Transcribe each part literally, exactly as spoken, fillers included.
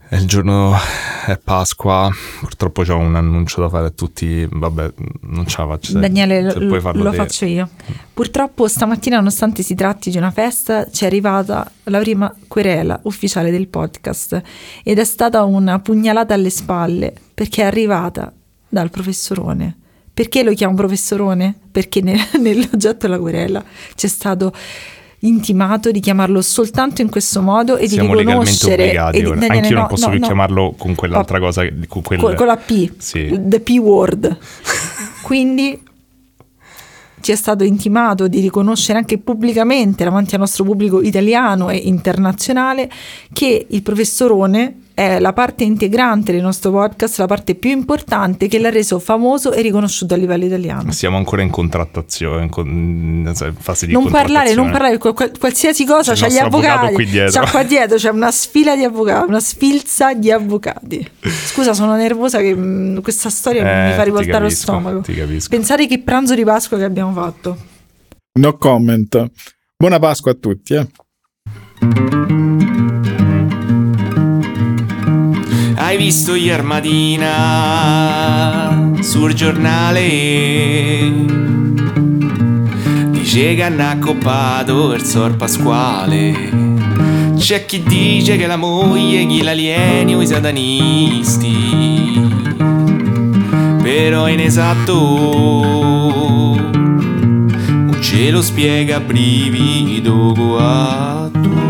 È il giorno, è Pasqua, purtroppo c'ho un annuncio da fare a tutti, vabbè, non ce la faccio. Daniele, se puoi farlo lo te. faccio io. Purtroppo stamattina, nonostante si tratti di una festa, ci è arrivata la prima querela ufficiale del podcast ed è stata una pugnalata alle spalle perché è arrivata dal professorone. Perché lo chiamo professorone? Perché ne, nell'oggetto della querela c'è stato intimato di chiamarlo soltanto in questo modo e Siamo di riconoscere legalmente obbligati e di, ora. Daniele, Anch'io no, non posso no, più no. chiamarlo con quell'altra Pa- cosa, con, quel... con, con la P, sì. the P word. Quindi ci è stato intimato di riconoscere anche pubblicamente davanti al nostro pubblico italiano e internazionale che il professorone è la parte integrante del nostro podcast, la parte più importante che l'ha reso famoso e riconosciuto a livello italiano. Siamo ancora in contrattazione, in, con... in fase di non parlare, non contrattazione. parlare, qualsiasi cosa, C'è c'è il gli nostro avvocato avvocati, qui dietro. c'è qua dietro, c'è una sfila di avvocati, una sfilza di avvocati. Scusa, sono nervosa che mh, questa storia Eh, mi fa ti rivoltare lo capisco, stomaco. ti capisco. Pensate che pranzo di Pasqua che abbiamo fatto. No comment. Buona Pasqua a tutti, eh. Hai visto ieri mattina sul giornale? Dice che hanno accoppato il sor Pasquale. C'è chi dice che la moglie gli l'alieni o i satanisti. Però è inesatto, non ce lo spiega brivido guatto.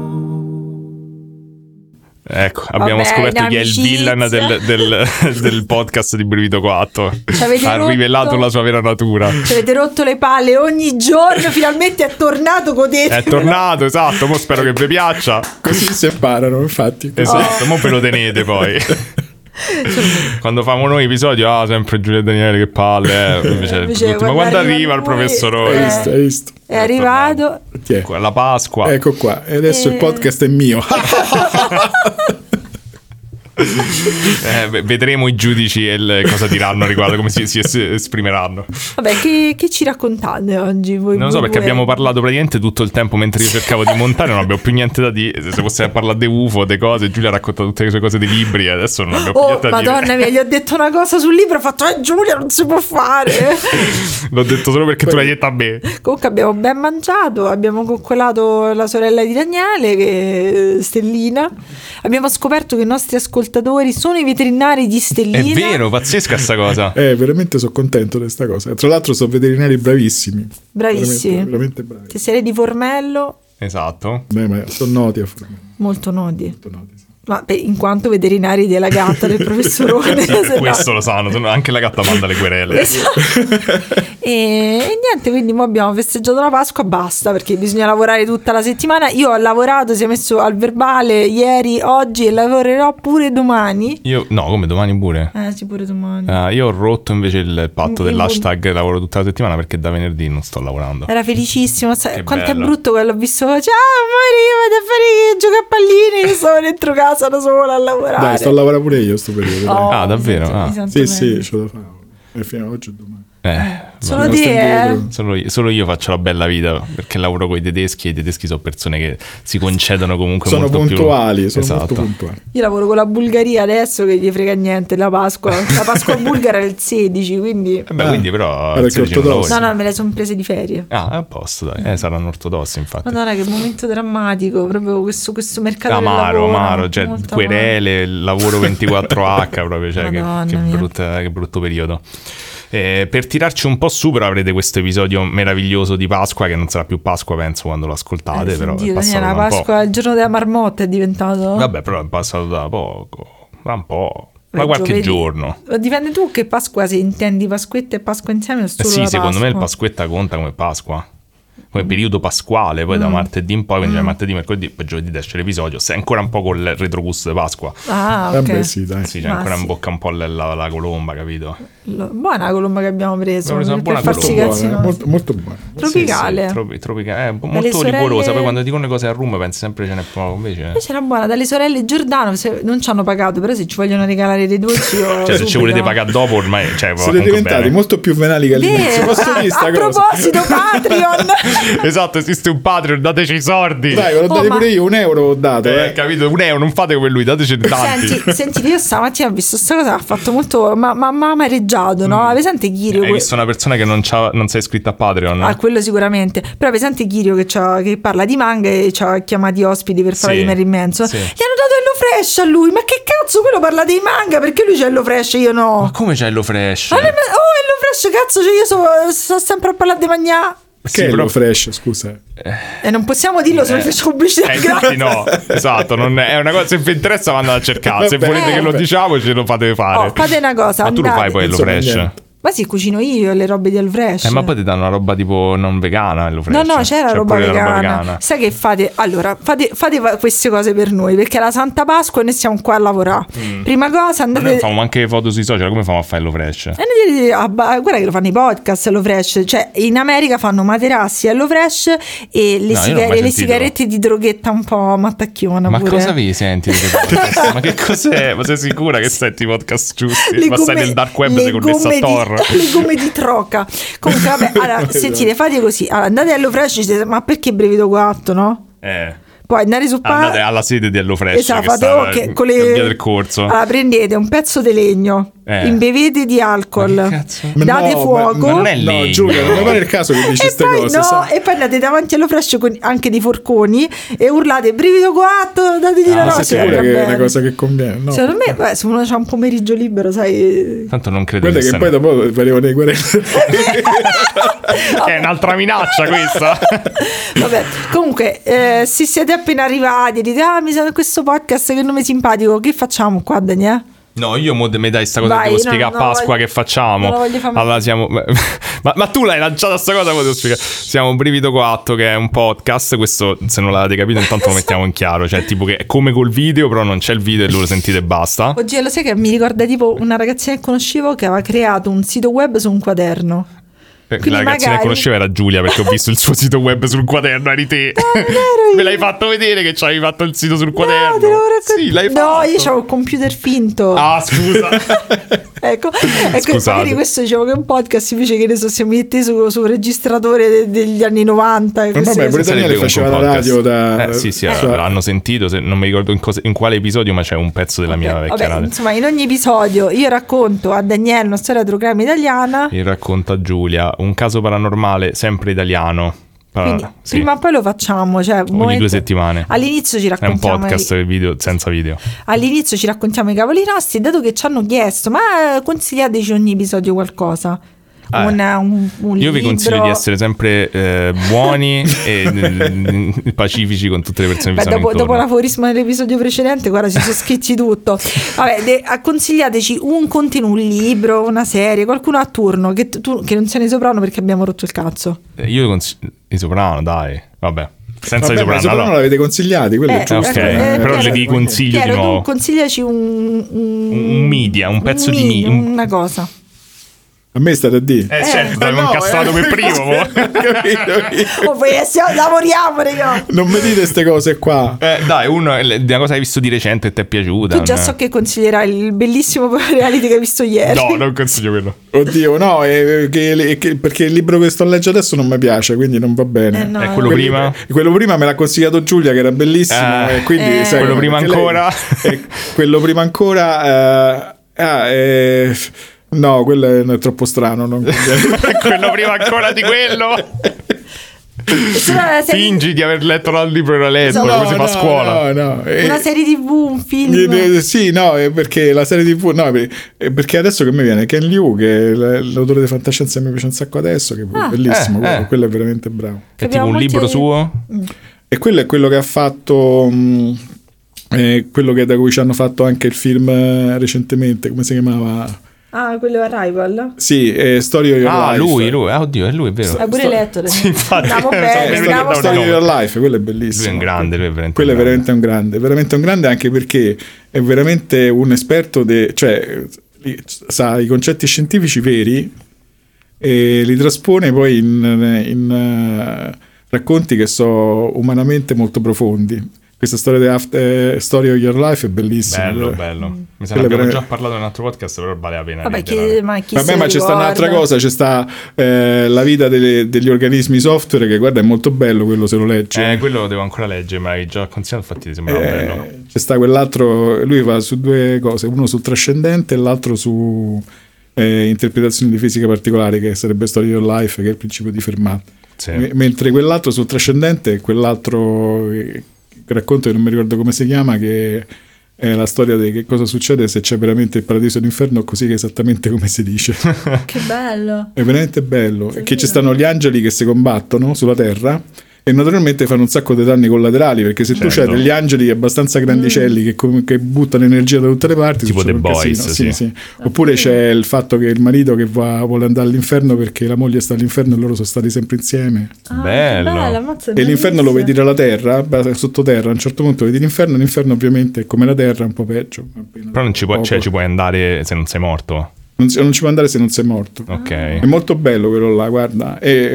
Ecco, abbiamo Vabbè, scoperto chi è il amicizia. villain del, del, del podcast di Brivido quattro. Ci avete Ha rotto- rivelato la sua vera natura. Ci avete rotto le palle ogni giorno, finalmente è tornato, godete. È tornato, esatto, mo spero che vi piaccia. Così si imparano, infatti. Esatto, mo ve lo tenete poi. Quando famo noi episodi, ah, sempre Giulia e Daniele, che palle, eh. Invece, Invece tutti, ma quando quando arriva arriva il lui, professorone? Hai visto, hai visto? È arrivato. Chi è? La Pasqua. Ecco qua. E adesso Eh. il podcast è mio. Eh, v- vedremo i giudici e il- cosa diranno riguardo, come si, si es- esprimeranno. Vabbè, che, che ci raccontate oggi voi? Non lo so, voi perché due? abbiamo parlato praticamente tutto il tempo mentre io cercavo di montare, non abbiamo più niente da dire. Se possiamo parlare di U F O, di cose, Giulia racconta tutte le sue cose dei libri e adesso non abbiamo più Oh, niente da madonna dire. mia, gli ho detto una cosa sul libro, ho fatto, eh Giulia, non si può fare. L'ho detto solo perché tu l'hai detto a me. Comunque abbiamo ben mangiato, abbiamo coccolato la sorella di Daniele, che è Stellina. Abbiamo scoperto che i nostri ascoltatori sono i veterinari di Stellina. È vero, pazzesca sta cosa. Eh, veramente sono contento di questa cosa. Tra l'altro sono veterinari bravissimi. Bravissimi. Veramente, veramente bravi. Tessere di Formello, Esatto. Beh, ma sono noti a Formello. molto noti. Molto noti, sì. Ma per- in quanto veterinari della gatta del professorone. se no- Questo lo sanno, anche la gatta manda le querele. Esatto. e, e niente, quindi mo abbiamo festeggiato la Pasqua, basta, perché bisogna lavorare tutta la settimana. Io ho lavorato, si è messo al verbale ieri, oggi e lavorerò pure domani. Io, no, come domani pure. Eh sì, pure domani. Ah, io ho rotto invece il patto Il- dell'hashtag lavoro tutta la settimana perché da venerdì non sto lavorando. Era felicissimo. Sai, Che quanto bello. è brutto quello. Ho visto, ciao amore, vado a fare giocare a pallini. Io stavo dentro casa da sola a lavorare. Dai, sto a lavorare pure io sto periodo. dai. Oh, Ah, davvero? mi sento- Ah. mi sento Sì, sì, meglio. ce lo fa. E fino a oggi e domani. Eh, Solo Sto te, eh? indietro. Solo io, solo io faccio la bella vita perché lavoro con i tedeschi e i tedeschi sono persone che si concedono comunque Sono molto puntuali, più... sono esatto. molto puntuali. Io lavoro con la Bulgaria adesso che gli frega niente la Pasqua. La Pasqua bulgara è il sedici, quindi... Eh beh, Ah, quindi però... perché il sedici non ortodossi. lavori. No, no, me le sono prese di ferie. Ah, è a posto, dai. Eh, saranno ortodossi, infatti. Madonna, che momento drammatico, proprio questo, questo mercato del Amaro, lavoro. amaro, cioè Molto querele, il lavoro ventiquattro acca proprio, cioè che, Madonna che, mia. brutta- che brutto periodo. Eh, per tirarci un po' su, però avrete questo episodio meraviglioso di Pasqua, che non sarà più Pasqua, penso, quando lo ascoltate, Eh, però Dio, è passato Daniele, da la un po'. Pasqua, il giorno della marmotta è diventato... Vabbè, però è passato da poco, da un po', da Beh, qualche giovedì. giorno. Dipende tu che Pasqua, se intendi Pasquetta e Pasqua insieme o Eh solo sì, la secondo me il Pasqua? Pasquetta conta come Pasqua. Come periodo pasquale, poi da Mm. martedì in poi, quindi da martedì, mercoledì, poi giovedì esce l'episodio. Se è ancora un po' col retrogusto di Pasqua. Ah, Eh ok. beh, sì, dai. Sì, c'è Ma ancora sì. in bocca un po' la, la, la colomba, capito? Lo- Buona la colomba che abbiamo preso, Abbiamo preso una per buona farsi i colomba, cazzi Buona, eh, nostri. molto, molto buona. Tropicale. Sì, sì, tropi- tropica- eh, Dalle molto sorelle- rigorosa. Poi quando dicono le cose al rum pensi sempre ce n'è poco, invece. Invece era buona, dalle sorelle Giordano, se- non ci hanno pagato, però se ci vogliono regalare dei dolci io Cioè, se ci subito. volete pagare dopo, ormai. Cioè, va Siete comunque diventati bene. molto più venali che all'inizio. Vero, Posso a, dire sta a cosa? proposito Patreon Esatto, esiste un Patreon, dateci i soldi. Dai, ve l'ho Oh, dato ma- pure io, un euro ho dato. Eh, Eh. capito? Un euro, non fate come lui, dateci tanti. Senti, senti, io stamattina ho visto questa cosa, ha fatto molto. Ma ma ma amareggiato, no? Avete sente Ghirio? Hai que- visto una persona che non, c'ha, non si è iscritta a Patreon? Ah, quello sicuramente. Però pesante Ghirio che, c'ha- che parla di manga e ci ha chiamati ospiti per fare Sì, di Merry Manson. sì. Gli hanno dato HelloFresh a lui. Ma che cazzo, quello parla dei manga? Perché lui c'ha HelloFresh e io no? Ma come c'è HelloFresh? Ma le- oh, HelloFresh, cazzo, cioè io sto, sto sempre a parlare di magnà. Che Sì, è però- lo fresh, scusa. E non possiamo dirlo se non faccio pubblicità. Eh, infatti no, esatto, non è, è una cosa, se vi interessa andate a cercare, se Vabbè, volete che lo vabbè. diciamo ce lo fate fare. Oh, fate una cosa, Ma tu lo andate. fai poi Insomma, HelloFresh? niente. Ma sì, cucino io le robe di HelloFresh. Eh, ma poi ti danno una roba tipo non vegana HelloFresh. No, no, c'era C'è roba pure la vegana. vegana. Sai che fate? Allora, fate, fate va- queste cose per noi, perché è la Santa Pasqua e noi stiamo qua a lavorare. Prima cosa, Ma noi andate. facciamo anche foto sui social, come famo a fare HelloFresh? E noi dite, ah, ba- guarda che lo fanno i podcast HelloFresh, cioè in America fanno materassi HelloFresh e le, No, io non ho siga- mai e le sentito. sigarette di droghetta un po' mattacchiona Ma pure. cosa vi senti? di che podcast? Ma che cos'è? Ma sei sicura che senti i podcast giusti? Le Ma stai gomme- nel dark web le sei connesso a gomme di- Tor? Le gomme di troca. Comunque, vabbè, allora, sentite, fate così. Allora, andate a HelloFresh e dite, ma perché Brevito quattro, no? Eh. Poi andate su pa- Andate alla sede di HelloFresh Esatto, che fate sta oh, che- con le... in via del corso. Allora, prendete un pezzo di legno, Eh. imbevete di alcol, Ma che cazzo? Ma date no, fuoco. ma non è No, legno. Giulia, non mi pare il caso che dici E queste poi, cose. no, sai? e poi andate davanti allo fresh con anche dei forconi e urlate Brivido quattro, dategli Ah, la Ma noce. sei sì, sicura va che è bene. una cosa che conviene? No. Secondo me, beh, se uno ha un pomeriggio libero, sai. Tanto non credo Guarda che sia- poi dopo parevano i quereli. È un'altra minaccia questa. Vabbè, comunque, eh, se siete appena arrivati e dite, ah, mi sa questo podcast che nome simpatico, che facciamo qua, Daniele? No, io mo mi dai sta cosa Vai, che devo no, spiegare no, a Pasqua voglio- che facciamo. non lo voglio fare. Allora siamo ma, ma tu l'hai lanciata sta cosa, poi devo spiegare. Siamo Brivido quattro che è un podcast, questo se non l'avete capito intanto lo mettiamo in chiaro, cioè tipo che è come col video, però non c'è il video e lo sentite e basta. Oggi lo sai che mi ricorda tipo una ragazzina che conoscevo che aveva creato un sito web su un quaderno. Quindi La ragazzina magari- che conosceva era Giulia, perché ho visto il suo sito web sul quaderno, eri te. non ero io. Me l'hai fatto vedere che ci avevi fatto il sito sul quaderno. No, te l'avevo raccontato. Sì, l'hai no, fatto. io c'avevo il computer finto. Ah, scusa. Ecco, ecco Scusate. magari questo dicevo che è un podcast invece che ne so, si mette su, su un registratore de- degli anni novanta. e Ma queste vabbè, cose. pure Daniele Sarebbe faceva comunque la un radio podcast. da... Eh, sì, sì, eh, eh, l'hanno sentito, se- non mi ricordo in, cosa- in quale episodio, ma c'è un pezzo della mia Vabbè, vecchia radio. insomma, in ogni episodio io racconto a Daniele una storia trugramma italiana. Il racconto a Giulia, un caso paranormale sempre italiano. Pa- Quindi sì. prima o poi lo facciamo, cioè, Ogni momento- due settimane. All'inizio ci È un raccontiamo podcast i- video, senza video. all'inizio ci raccontiamo i cavoli nostri e dato che ci hanno chiesto, ma eh, consigliateci ogni episodio qualcosa. Eh, Un, un, un Io vi libro. consiglio di essere sempre eh, buoni e eh, pacifici con tutte le persone che Beh, vi stanno dopo, dopo intorno. l'aforisma dell'episodio precedente, guarda, si sono scritti tutto. Vabbè, de- ah, consigliateci un contenuto, un libro, una serie, qualcuno a turno che, tu, che non sia ne soprano perché abbiamo rotto il cazzo. Eh, Io consiglio i soprano, dai, vabbè. Senza Vabbè, i ma soprano, soprano allora. l'avete consigliati, quello è Eh, giusto. ok, eh, però Piero- le vi consiglio Piero, di nuovo. tu consigliaci un, un, Un media, un pezzo di mi- mi- un- una cosa. A me state a dire. Eh, certo, Eh, l'avevo no, incastrato eh. per primo. mo. Capito? Oh, poi stiamo- lavoriamo, raga. Non mi dite queste cose qua. Eh, dai, uno, è una cosa che hai visto di recente e ti è piaciuta. Tu già non- so che consiglierai il bellissimo reality che hai visto ieri. No, non consiglio quello. Oddio, no, è che- è che- perché il libro che sto a leggere adesso non mi piace, quindi non va bene. Eh, no. È quello Quelli- prima? Quello prima me l'ha consigliato Giulia, che era bellissimo. Eh. E quindi, Eh. sai, Quello prima perché ancora? lei- eh, quello prima ancora. eh, ah, eh, no, quello è, è troppo strano. Non Quello prima ancora di quello. Se no, una serie- Fingi di aver letto il libro e l'hai letto, No, come si fa a scuola. No, no. eh, una serie tivù, un film. eh, eh, sì, no, è perché la serie tivù, no, per- eh, perché adesso che mi viene Ken Liu, che è l- l'autore di fantascienza che mi piace un sacco adesso, che è Ah. bellissimo, Eh, quello, eh. quello è veramente bravo. È tipo Abbiamo un molti- libro suo? E quello è quello che ha fatto, mh, eh, quello che da cui ci hanno fatto anche il film eh, recentemente, come si chiamava? Ah, quello è Arrival. Sì, eh, Story of Your Ah, Life. lui, lui. Ah, oddio, è lui, è vero. Hai pure Sto- letto? Sì, infatti. Andiamo Eh, bene, mi Story, andiamo ricordavo Story il of nome. Your Life, quello è Lui bellissimo. è un grande, lui è veramente Quello è un grande. veramente un grande, veramente un grande anche perché è veramente un esperto, de, cioè li- sa i concetti scientifici veri e li traspone poi in, in, eh, racconti che sono umanamente molto profondi. questa storia di After, Story of Your Life è bellissima. Bello, però. bello. Mi sa che Quella abbiamo per- già parlato in un altro podcast, però vale la pena. Vabbè, leggerla. che, ma chi Vabbè, se ma lo c'è sta ricorda? un'altra cosa, c'è sta eh, la vita delle- degli organismi software, che guarda è molto bello quello se lo legge. Eh, quello devo ancora leggere, ma hai già consigliato, infatti ti sembrava bello. Eh, c'è sta quell'altro, lui va su due cose, uno sul trascendente e l'altro su eh, interpretazioni di fisica particolare, che sarebbe Story of Life, che è il principio di Fermat. Sì. M- mentre quell'altro sul trascendente è quell'altro eh, racconto che non mi ricordo come si chiama, che è la storia di che cosa succede se c'è veramente il paradiso e l'inferno, così che è esattamente come si dice. Che bello. È veramente bello. Sì, Che è ci vero. stanno gli angeli che si combattono sulla terra e naturalmente fanno un sacco di danni collaterali, perché se tu Certo. c'hai degli angeli abbastanza grandicelli che, com- che buttano energia da tutte le parti, Tipo succede The un casino. Boys, Sì, sì. sì. Oppure c'è il fatto che il marito che va, vuole andare all'inferno perché la moglie sta all'inferno e loro sono stati sempre insieme. Ah, Bello. che bello, ammazza, E l'inferno lo vedi bellissimo. dalla terra, beh, sottoterra, a un certo punto vedi l'inferno, l'inferno ovviamente è come la terra, un po' peggio. Però non ci puoi, cioè, ci puoi andare se non sei morto. non, si- non ci puoi andare se non sei morto. Ok. È molto bello quello là, guarda, è,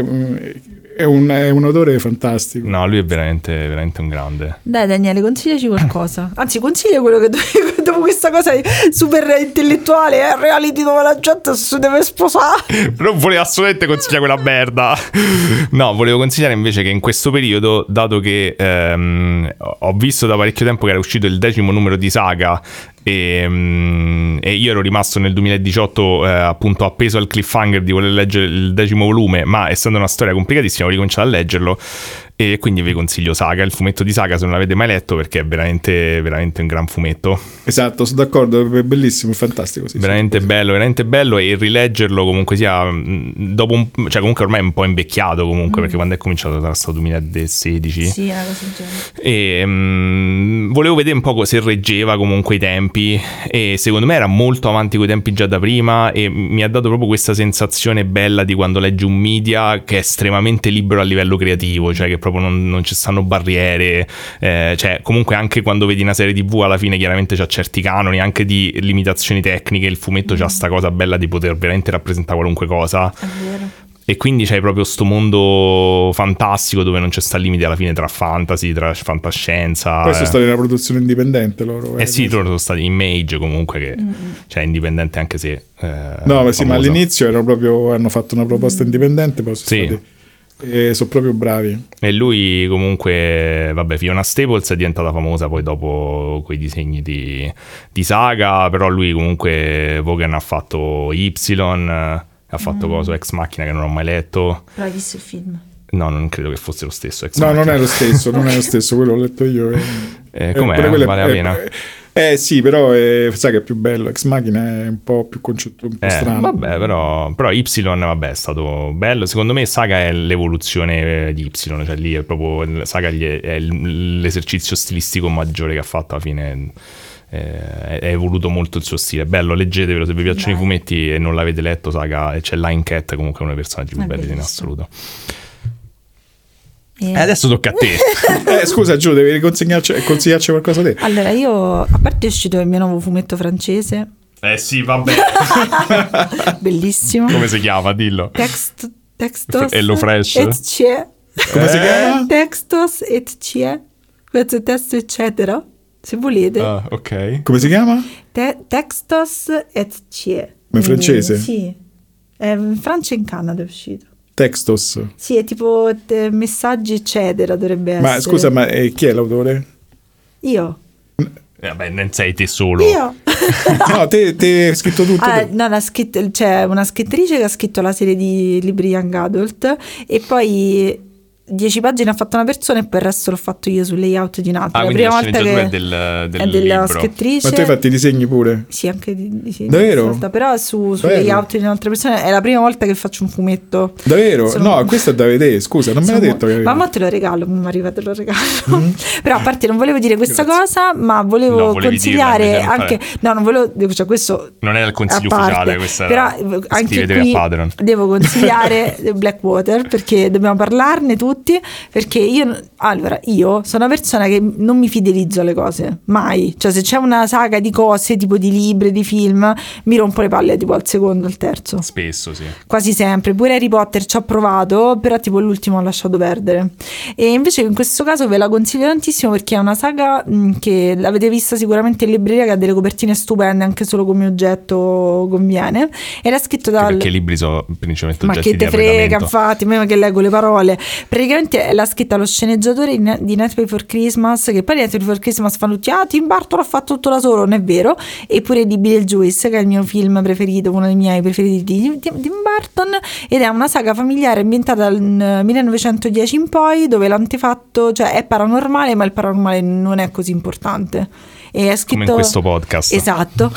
è, un, è un autore fantastico. No, lui è veramente, veramente un grande. Dai Daniele, consigliaci qualcosa. Anzi, consiglia quello che dovevi- dopo questa cosa super intellettuale, eh, reality dove la gente si deve sposare. Però volevo assolutamente consigliare quella merda. No, volevo consigliare invece che in questo periodo, dato che ehm, ho visto da parecchio tempo che era uscito il decimo numero di Saga e, mm, e io ero rimasto nel duemiladiciotto eh, appunto appeso al cliffhanger di voler leggere il decimo volume, ma essendo una storia complicatissima ho ricominciato a leggerlo e quindi vi consiglio Saga, il fumetto di Saga, se non l'avete mai letto, perché è veramente, veramente un gran fumetto. Esatto, sono d'accordo, è bellissimo, è fantastico. Sì, Veramente sì. bello, veramente bello, e rileggerlo comunque sia mh, dopo un, cioè comunque ormai è un po' invecchiato comunque, perché quando è cominciato sarà stato duemilasedici. Sì, una cosa del genere. E mh, volevo vedere un po' se reggeva comunque i tempi, e secondo me era molto avanti coi tempi già da prima, e mi ha dato proprio questa sensazione bella di quando leggi un media che è estremamente libero a livello creativo, cioè che proprio non, non ci stanno barriere, eh, cioè comunque anche quando vedi una serie tv alla fine chiaramente c'ha certi canoni anche di limitazioni tecniche, il fumetto c'ha sta cosa bella di poter veramente rappresentare qualunque cosa. È vero. E quindi c'hai proprio sto mondo fantastico dove non c'è sta limite alla fine tra fantasy, tra fantascienza. Poi sono eh. stati una produzione indipendente loro. Eh sì, loro sono stati Image comunque, che cioè indipendente anche se eh, No, ma sì, ma famosa. all'inizio erano proprio, hanno fatto una proposta indipendente, poi sono Sì. stati e sono proprio bravi. E lui comunque, vabbè, Fiona Staples è diventata famosa poi dopo quei disegni di, di Saga, però lui comunque Vaughan ha fatto Y, ha fatto coso Ex Machina che non ho mai letto. Però hai visto il film? No, non credo che fosse lo stesso Ex No, Machina. non è lo stesso, non è lo stesso, quello l'ho letto io. e- Eh, eh, com'è? pure quello è- Vale la è- pena? Eh sì, però è, sai che è più bello. Ex Machina è un po' più concetto, un po' Eh, strano. vabbè, però, però Y, vabbè, è stato bello. Secondo me Saga è l'evoluzione di Y, cioè lì è proprio Saga gli è, è l'esercizio stilistico maggiore che ha fatto alla fine. Eh, è evoluto molto il suo stile. Bello, leggetevelo se vi piacciono Dai. i fumetti e non l'avete letto. Saga, e c'è Lion Cat, comunque uno dei personaggi più È belli in bellissimo. assoluto. E- E adesso tocca a te. Eh, scusa, Giù, devi consegnarci, consigliarci qualcosa te. Allora, io, a parte è uscito il mio nuovo fumetto francese, Eh sì, vabbè. bellissimo. Come si chiama? Dillo. Text, textos Hello Fresh? et cie. Come si chiama? Textos et cie. Questo testo eccetera. Se volete. Ah, ok. Come si chiama? Te- textos et cie. Ma in francese? Sì. È in Francia e in Canada è uscito. Textos. Sì, è tipo te- messaggi eccetera dovrebbe essere. Ma scusa, ma eh, chi è l'autore? Io. Eh, vabbè, non sei te solo. Io. No, te, te hai scritto tutto. Ah, te. no, la scritt- c'è una scrittrice che ha scritto la serie di libri Young Adult e poi dieci pagine ha fatto una persona e poi il resto l'ho fatto io sul layout di un'altra. Ah, la quindi prima la volta sceneggiatura che è del, del è della libro. scrittrice. Ma tu hai fatto i disegni pure? Sì, anche di, di sì, Davvero? questa, però su, sul Bello. layout di un'altra persona è la prima volta che faccio un fumetto. Davvero? Sono- No, questo è da vedere, scusa, non me l'ha Sono- detto che ma mo te lo regalo, mi arriva te lo regalo. Mm. Però a parte non volevo dire questa cosa, ma volevo No, volevi consigliare dirla, invece non anche no, non volevo, cioè questo Non era il consiglio a parte, ufficiale, questa era- però anche iscrivetevi qui a Patreon. devo consigliare Blackwater perché dobbiamo parlarne tutti tutti, perché io allora io sono una persona che non mi fidelizzo alle cose mai, cioè se c'è una saga di cose tipo di libri, di film, mi rompo le palle tipo al secondo, al terzo, spesso sì, quasi sempre. Pure Harry Potter ci ho provato, però tipo l'ultimo ho lasciato perdere, e invece in questo caso ve la consiglio tantissimo perché è una saga mh, che l'avete vista sicuramente in libreria, che ha delle copertine stupende anche solo come oggetto conviene, ed è scritto dal... perché i libri sono principalmente ma oggetti che te di frega arredamento. infatti, ma che leggo le parole. Praticamente l'ha scritta lo sceneggiatore di di Nightmare Before Christmas, che poi Nightmare Before Christmas fanno tutti ah Tim Burton ha fatto tutto da solo, non è vero, e pure di Beetlejuice, che è il mio film preferito, uno dei miei preferiti di Tim Burton, ed è una saga familiare ambientata dal millenovecentodieci in poi, dove l'antefatto, cioè è paranormale, ma il paranormale non è così importante. E è scritto... come in questo podcast. Esatto.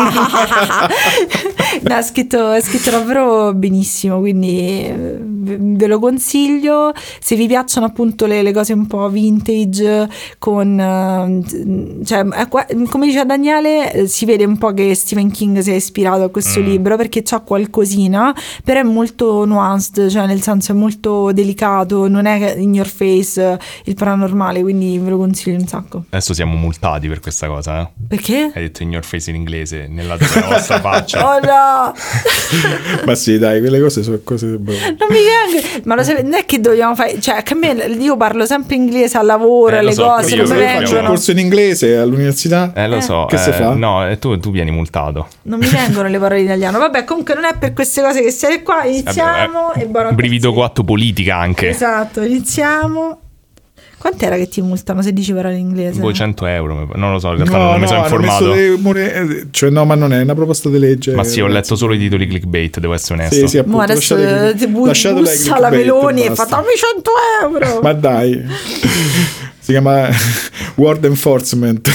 No, è scritto, è scritto davvero benissimo, quindi eh, ve lo consiglio se vi piacciono appunto le, le cose un po' vintage, con eh, cioè, come diceva Daniele, eh, si vede un po' che Stephen King si è ispirato a questo mm. libro, perché c'ha qualcosina, però è molto nuanced, cioè nel senso è molto delicato, non è in your face il paranormale, quindi ve lo consiglio un sacco. Adesso siamo multati per questa cosa, eh? Perché? Hai detto in your face in inglese, nella tua vostra faccia. Oh no! Ma sì, dai, quelle cose sono cose non mi vengo, ma lo sai, non è che dobbiamo fare, cioè che a me, io parlo sempre inglese al lavoro, eh, alle so, cose, io non mi faccio un vengono, corso in inglese all'università. Eh lo so, che eh, si fa? No, tu, tu vieni multato. non mi vengono le parole in italiano. Vabbè, comunque non è per queste cose che siete qua, iniziamo. Vabbè, e buona brivido attenzione. coatto politica anche. Esatto, iniziamo. Quant'era che ti multano se dici parole in inglese? Boh, cento euro, non lo so, in realtà No, non mi no, sono hanno informato. messo dei mure- cioè no, ma non è una proposta di legge. Ma sì, ho letto solo i titoli clickbait, devo essere onesto. Sì, sì, appunto, Mo adesso lasciate- ti bu- lasciatela ai bussa la clickbait, Meloni e fa basta. dammi cento euro. Ma dai, si chiama Word Enforcement.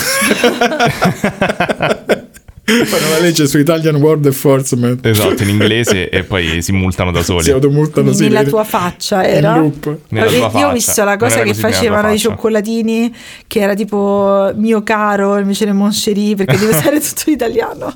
Fanno una legge su Italian Word Enforcement. Esatto, in inglese, e poi si multano da soli. Si automultano Quindi sì, nella vedi? tua faccia era? In loop. Nella tua Io faccia. ho visto la Non cosa era che così nella tua facevano i faccia. cioccolatini, che era tipo mio caro invece del Moncherie, perché deve essere tutto in italiano.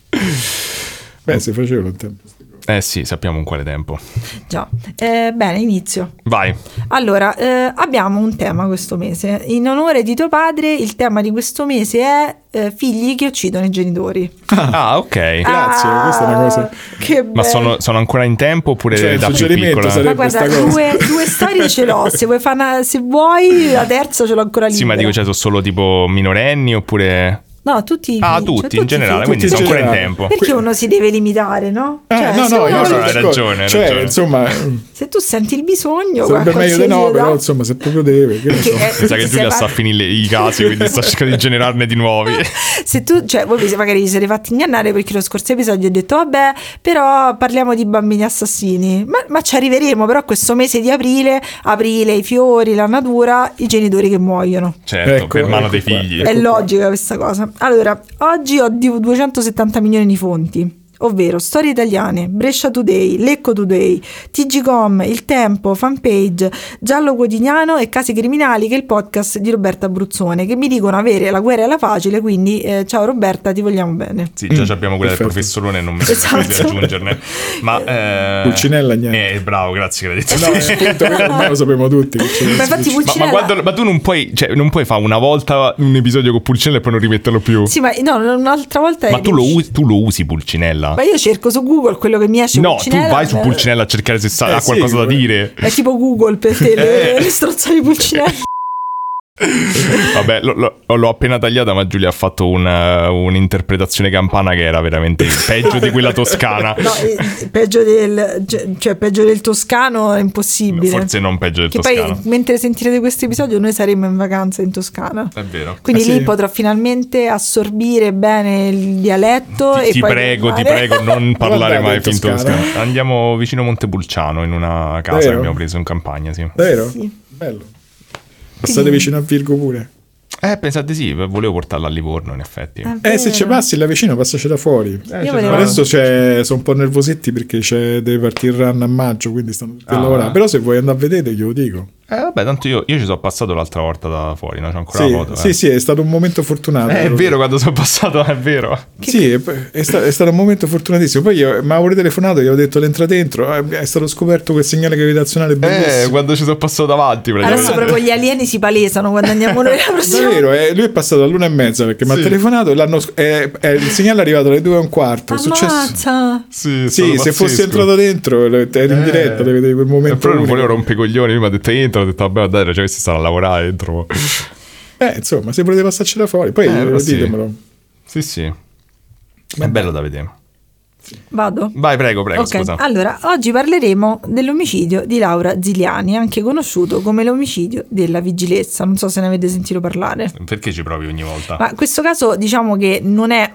Beh, si faceva un tempo. Eh sì, sappiamo in quale tempo. Già, eh, bene, inizio. Vai. Allora, eh, abbiamo un tema questo mese. In onore di tuo padre, il tema di questo mese è eh, figli che uccidono i genitori. Ah, ok. Grazie, questa è una cosa- Che Ma bello. sono, sono ancora in tempo oppure Cioè, il da più suggerimento piccola? sarebbe- Ma guarda, questa cosa. due, due storie ce l'ho. Se vuoi, fare una- se vuoi, la terza ce l'ho ancora libera. Sì, ma dico, cioè, sono solo tipo minorenni oppure... No, tutti. Ah, cioè, tutti, in generale, tutti quindi in sono ancora in generale. tempo. Perché uno si deve limitare, no? Eh, Cioè, no, se no, uno- io no, sono no, hai d'accordo. ragione, hai Cioè, ragione. insomma, se tu senti il bisogno, sarebbe a meglio di no, qualsiasi però età- insomma, se proprio deve, che ne so. Perché, eh, Mi sa che se Giulia va- sta a finire i casi, quindi sta cercando di generarne di nuovi. Se tu, cioè, voi vi- magari vi siete fatti ingannare perché lo scorso episodio ho detto vabbè, però parliamo di bambini assassini, ma, ma ci arriveremo. Però questo mese di aprile, aprile, i fiori, la natura, i genitori che muoiono. Certo, Ecco, per mano ecco dei qua. figli. Ecco È qua. logica questa cosa. Allora, oggi ho di duecentosettanta milioni di fonti, ovvero Storie Italiane, Brescia Today, Lecco Today, T G Com, Il Tempo, Fanpage, Giallo Quotidiano e Casi Criminali, che è il podcast di Roberta Bruzzone, che mi dicono avere la guerra è la facile, quindi eh, ciao Roberta, ti vogliamo bene. Sì, già abbiamo quella del perfetto. professorone, non mi Esatto. sembra di aggiungerne. Ma eh, Pulcinella, niente. Eh, bravo, grazie che l'hai detto. No, appunto, quello ormai lo sappiamo tutti. che c'è Ma questo infatti Pulcinella. Ma, ma, Pulcinella... quando- ma tu non puoi, cioè, non puoi fare una volta un episodio con Pulcinella e poi non rimetterlo più. Sì, ma no, un'altra volta Ma è tu lo, riuscito. usi, tu lo usi Pulcinella? Ma io cerco su Google quello che mi esce. No, Pulcinella, tu vai su eh, Pulcinella a cercare se sa- Eh, ha qualcosa sì, da eh. dire. È tipo Google per te, le, Eh. le stronzate di Pulcinella. Vabbè, lo- lo- l'ho appena tagliata, ma Giulia ha fatto una- un'interpretazione campana che era veramente peggio di quella toscana. No, eh, peggio del, cioè peggio del toscano è impossibile. Forse non peggio del Che toscano. poi mentre sentirete questo episodio noi saremo in vacanza in Toscana. È vero. Quindi Ah, lì sì? potrò finalmente assorbire bene il dialetto. Ti, e ti poi prego, ti tornare. prego, non parlare andate mai in più in Toscana? Toscana. Andiamo vicino a Montepulciano, in una casa Vero? che abbiamo preso in campagna, sì. Vero? Sì. Bello. Passate vicino a Virgo pure. Eh, pensate sì, volevo portarla a Livorno, in effetti. È Eh, se ci vero. passi là vicino, passaci da fuori. Eh, Io ci volevo- sono- Adesso c'è, sono un po' nervosetti perché c'è, deve partire il run a maggio, quindi stanno tutti a Ah. lavorare. Però se vuoi andare a vedere, glielo dico. Eh vabbè, tanto io, io ci sono passato l'altra volta da fuori, no? C'ho ancora Sì, la foto. sì, eh. sì, è stato un momento fortunato. Eh, è vero, quando sono passato, è vero. Sì, è, è, sta- è stato un momento fortunatissimo. Poi io mi avevo telefonato, gli ho detto l'entra dentro, eh, è stato scoperto quel segnale gravitazionale bellissimo. Eh, quando ci sono passato davanti, Adesso praticamente. proprio gli alieni si palesano quando andiamo noi la prossima. Davvero, eh, lui è passato all'una e mezza perché mi ha Sì. telefonato e l'hanno, eh, eh, il segnale è arrivato alle due e un quarto. È successo. Ammazza. Sì, è stato Sì, se fossi pazzesco. entrato dentro, eri in Eh. diretta, le vedevi quel momento. Eh, però non unico. volevo rompicoglioni, lui mi ha detto entra, ho detto vabbè dai, cioè questi stanno a lavorare dentro. Eh, insomma, se volete passarci da fuori, poi Eh, però sì. ditemelo. Sì, sì. È bello da vedere. Vado? Vai, prego, prego, Ok, scusa. allora oggi parleremo dell'omicidio di Laura Ziliani, anche conosciuto come l'omicidio della Vigilezza. Non so se ne avete sentito parlare. Perché ci provi ogni volta? Ma questo caso diciamo che non è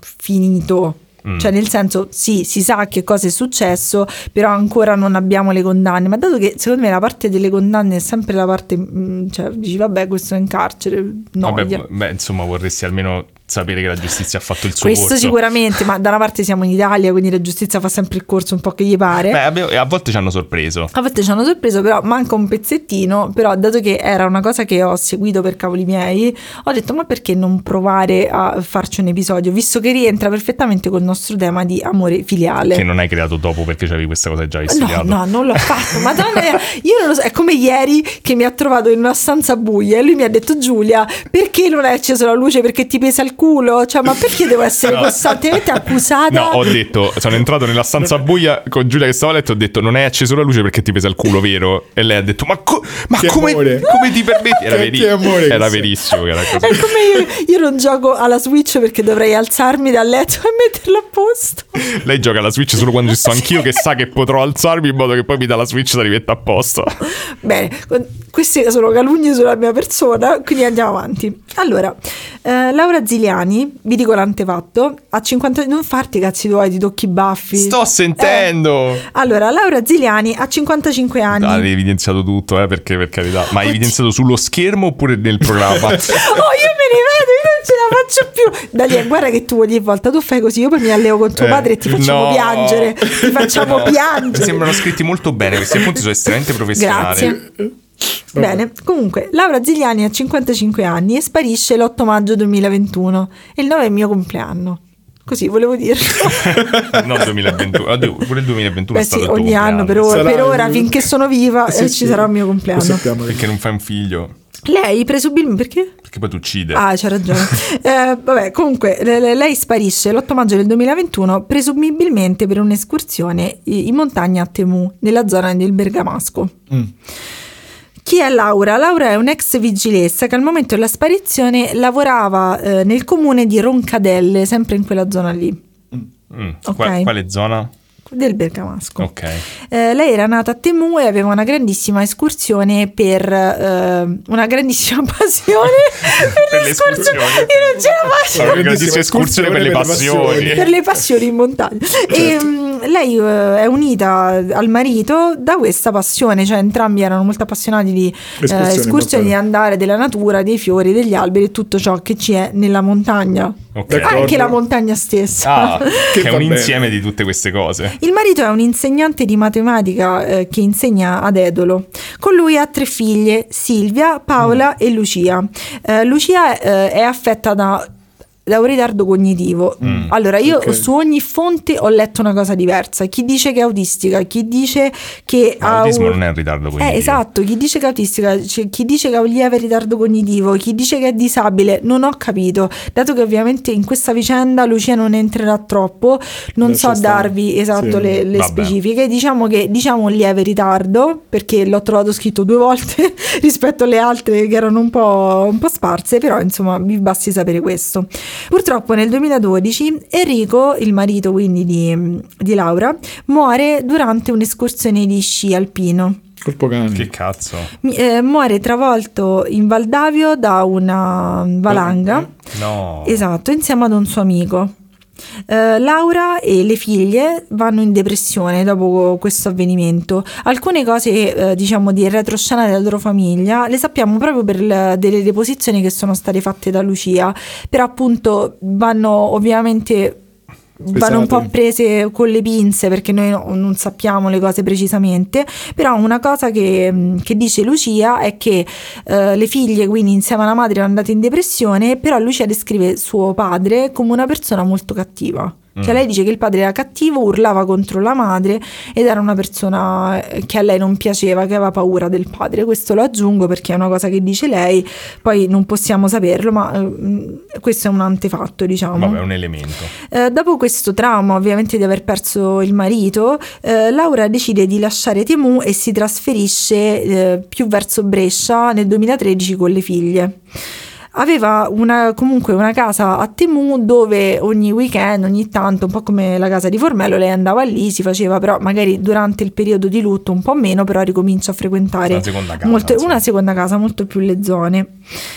finito. Mm. Cioè nel senso sì, si sa che cosa è successo, però ancora non abbiamo le condanne, ma dato che secondo me la parte delle condanne è sempre la parte, mh, cioè dici vabbè questo è in carcere, noia. Vabbè, beh, insomma, vorresti almeno sapere che la giustizia ha fatto il suo Questo corso. sicuramente, ma da una parte siamo in Italia, quindi la giustizia fa sempre il corso un po' che gli pare. Beh, abbiamo- a volte ci hanno sorpreso. A volte ci hanno sorpreso, però manca un pezzettino, però dato che era una cosa che ho seguito per cavoli miei, ho detto ma perché non provare a farci un episodio, visto che rientra perfettamente col nostro tema di amore filiale. Che non hai creato dopo perché c'avevi questa cosa già No, studiato. no, non l'ho fatto. Madonna, io non lo so. È come ieri che mi ha trovato in una stanza buia e lui mi ha detto Giulia, perché non hai acceso la luce? Perché ti pesa il culo? Cioè, ma perché devo essere No. costantemente accusata? No, ho detto, sono entrato nella stanza buia con Giulia che stava a letto, ho detto non hai acceso la luce perché ti pesa il culo, vero? E lei ha detto ma, co- ma Che come, amore. come ti permetti? Era, Che- veri- che amore era che sei. verissimo che era così. È come io, io non gioco alla Switch perché dovrei alzarmi dal letto e metterla a posto. Lei gioca alla Switch solo quando ci sto anch'io che sa che potrò alzarmi in modo che poi mi dà la Switch e la rimetta a posto. Bene, con- queste sono calunnie sulla mia persona, quindi andiamo avanti. Allora, eh, Laura Ziliani, vi dico l'antefatto, a cinquanta non farti i cazzi tuoi, ti tocchi i baffi. Sto sentendo! Eh, allora, Laura Ziliani ha cinquantacinque anni. Ah, hai evidenziato tutto, eh, perché per carità. Ma hai evidenziato sullo schermo oppure nel programma? Oh, io me ne vado, io non ce la faccio più. Daniele, guarda che tu ogni volta tu fai così, io poi mi alleo con tuo Eh, padre e ti facciamo no. piangere. Ti facciamo No. piangere. Sembrano scritti molto bene, questi appunti sono estremamente professionali. Grazie. Bene, comunque, Laura Ziliani ha cinquantacinque anni e sparisce l'otto maggio duemilaventuno e il nove è il mio compleanno. Così volevo dirlo. No, duemilaventuno. Oddio, pure il duemilaventuno Beh è stato sì, il tuo ogni anno, per ora, Sarà per ora il- finché sono viva, Sì, eh, sì, ci sarà il mio lo compleanno. sappiamo. Perché non fai un figlio? Lei presumibilmente perché? Perché poi ti uccide. Ah, c'ha ragione. eh, vabbè, comunque, le- le- lei sparisce l'otto maggio del duemilaventuno, presumibilmente per un'escursione i- in montagna a Temu, nella zona del Bergamasco. Mm. Chi è Laura? Laura è un'ex vigilessa che al momento della sparizione lavorava eh, nel comune di Roncadelle, sempre in quella zona lì, Mm. Ok. Qua- quale zona? del Bergamasco. Ok. Eh, lei era nata a Temu e aveva una grandissima escursione per eh, una grandissima passione per, Per le le escursioni. escursioni. Io non ce la faccio. Una grandissima escursione per le passioni. Per le passioni in montagna. E mh, lei eh, è unita al marito da questa passione, cioè entrambi erano molto appassionati di eh, Escursioni escursioni, di in andare, della natura, dei fiori, degli alberi e tutto ciò che ci è nella montagna. Ok. D'accordo. Anche la montagna stessa. Ah, Che che è va un bene. insieme di tutte queste cose. Il marito è un insegnante di matematica eh, che insegna ad Edolo. Con lui ha tre figlie, Silvia, Paola e Lucia. Eh, Lucia eh, è affetta da, da un ritardo cognitivo. Mm. Allora, io Ok. su ogni fonte ho letto una cosa diversa. Chi dice che è autistica, chi dice che ha L'autismo un... non è un ritardo cognitivo. Eh, esatto, chi dice che è autistica, cioè, chi dice che ha un lieve ritardo cognitivo, chi dice che è disabile, non ho capito, dato che ovviamente in questa vicenda Lucia non entrerà troppo, non Lascia so stare. darvi esatto Sì. le, le Vabbè. specifiche, diciamo che diciamo un lieve ritardo, perché l'ho trovato scritto due volte rispetto alle altre che erano un po', un po' sparse, però insomma vi basti sapere questo. Purtroppo nel duemiladodici Enrico, il marito quindi di, di Laura, muore durante un'escursione di sci alpino. Colpo cane. Che cazzo? Mi- eh, muore travolto in Val d'Avio da una valanga, No. esatto, insieme ad un suo amico. Eh, Laura e le figlie vanno in depressione dopo questo avvenimento. Alcune cose eh, diciamo di retroscena della loro famiglia le sappiamo proprio per le, delle deposizioni che sono state fatte da Lucia, però appunto vanno ovviamente vanno un po' prese con le pinze perché noi no, non sappiamo le cose precisamente, però una cosa che, che dice Lucia è che eh, le figlie quindi insieme alla madre erano andate in depressione, però Lucia descrive suo padre come una persona molto cattiva. Cioè lei dice che il padre era cattivo, urlava contro la madre ed era una persona che a lei non piaceva, che aveva paura del padre. Questo lo aggiungo perché è una cosa che dice lei, poi non possiamo saperlo, ma eh, questo è un antefatto, diciamo. Vabbè, è un elemento. Eh, dopo questo trauma ovviamente di aver perso il marito, eh, Laura decide di lasciare Temu e si trasferisce eh, più verso Brescia nel duemilatredici con le figlie. Aveva una, comunque una casa a Temu dove ogni weekend, ogni tanto, un po' come la casa di Formello, lei andava lì, si faceva però magari durante il periodo di lutto un po' meno, però ricomincia a frequentare una seconda casa, molto, una seconda casa molto più le zone.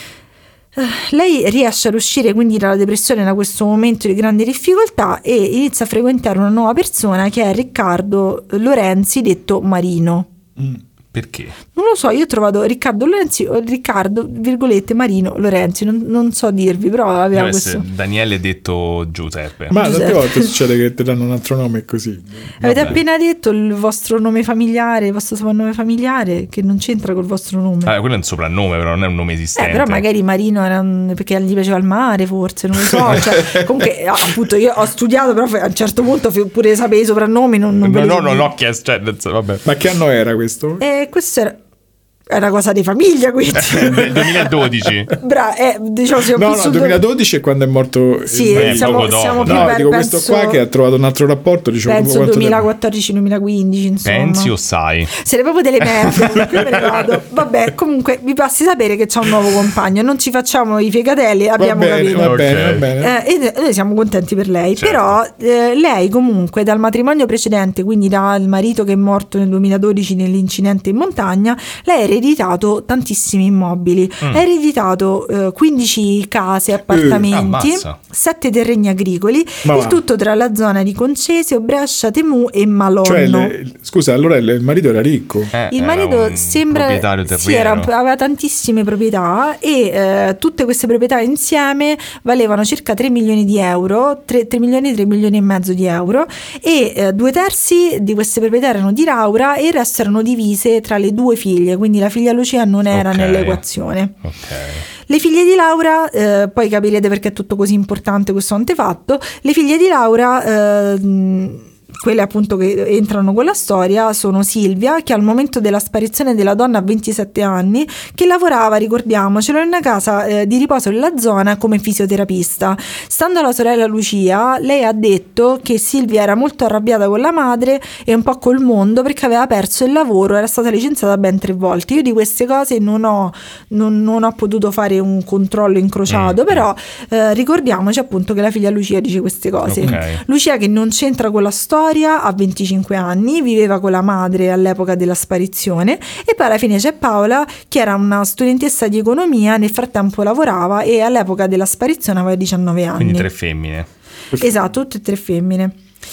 Lei riesce ad uscire quindi dalla depressione da questo momento di grande difficoltà e inizia a frequentare una nuova persona che è Riccardo Lorenzi, detto Marino. Mm. Perché? Non lo so, io ho trovato Riccardo Lorenzi o Riccardo, virgolette, Marino Lorenzi, non, non so dirvi, però aveva deve questo... Daniele detto Giuseppe. Ma Giuseppe. tante volte succede che ti danno un altro nome così. Avete Vabbè. appena detto il vostro nome familiare, il vostro soprannome familiare, che non c'entra col vostro nome. Ah, quello è un soprannome, però non è un nome esistente. Eh, però magari Marino era un, perché gli piaceva il mare, forse, non lo so. Cioè, comunque, appunto, io ho studiato, però a un certo punto pure sapere i soprannomi non, non No, ve li no, so non dire. l'ho chiesto, cioè, nel senso, vabbè. Ma che anno era questo? E questo era... È una cosa di famiglia, quindi. Nel duemiladodici. Bra, eh, diciamo, siamo No, più no, sul duemiladodici è quando è morto Sì, il Eh, marito. siamo, poco dopo. siamo più No, per- dico penso, questo qua che ha trovato un altro rapporto, dicevo, penso quanto tempo- duemilaquattordici duemilaquindici, insomma. Pensi o sai? Siete proprio delle merde, qui me ne vado. Vabbè, comunque vi passi sapere che c'è un nuovo compagno, non ci facciamo i fegatelli, Va abbiamo bene, capito. va Ok. bene, va bene. Eh, e noi siamo contenti per lei, Certo. però eh, lei comunque dal matrimonio precedente, quindi dal marito che è morto nel duemiladodici nell'incidente in montagna, lei ha ereditato tantissimi immobili, Mm. ha ereditato eh, quindici case, appartamenti, ammazza. sette terreni agricoli, Ma il va. tutto tra la zona di Concesio, Brescia, Temu e Malonno. Cioè, le- scusa, allora il il marito era ricco. Eh, Il era marito un sembra proprietario sì, era- terriero. aveva tantissime proprietà e eh, tutte queste proprietà insieme valevano circa tre milioni di euro, tre milioni, tre milioni e mezzo di euro e eh, due terzi di queste proprietà erano di Laura e il resto erano divise tra le due figlie, quindi la figlia Lucia non era Ok. nell'equazione. Ok. Le figlie di Laura, eh, poi capirete perché è tutto così importante questo antefatto, le figlie di Laura, eh, mh, quelle appunto che entrano con la storia, sono Silvia, che al momento della sparizione della donna a ventisette anni, che lavorava, ricordiamocelo, in una casa eh, di riposo nella zona come fisioterapista. Stando alla sorella Lucia, lei ha detto che Silvia era molto arrabbiata con la madre e un po' col mondo perché aveva perso il lavoro, era stata licenziata ben tre volte. Io di queste cose non ho, non, non ho potuto fare un controllo incrociato, Mm. però eh, ricordiamoci appunto che la figlia Lucia dice queste cose. Ok. Lucia, che non c'entra con la storia, ha venticinque anni, viveva con la madre all'epoca della sparizione, e poi alla fine c'è Paola, che era una studentessa di economia, nel frattempo lavorava e all'epoca della sparizione aveva diciannove anni. Quindi tre femmine. Esatto, tutte e tre femmine.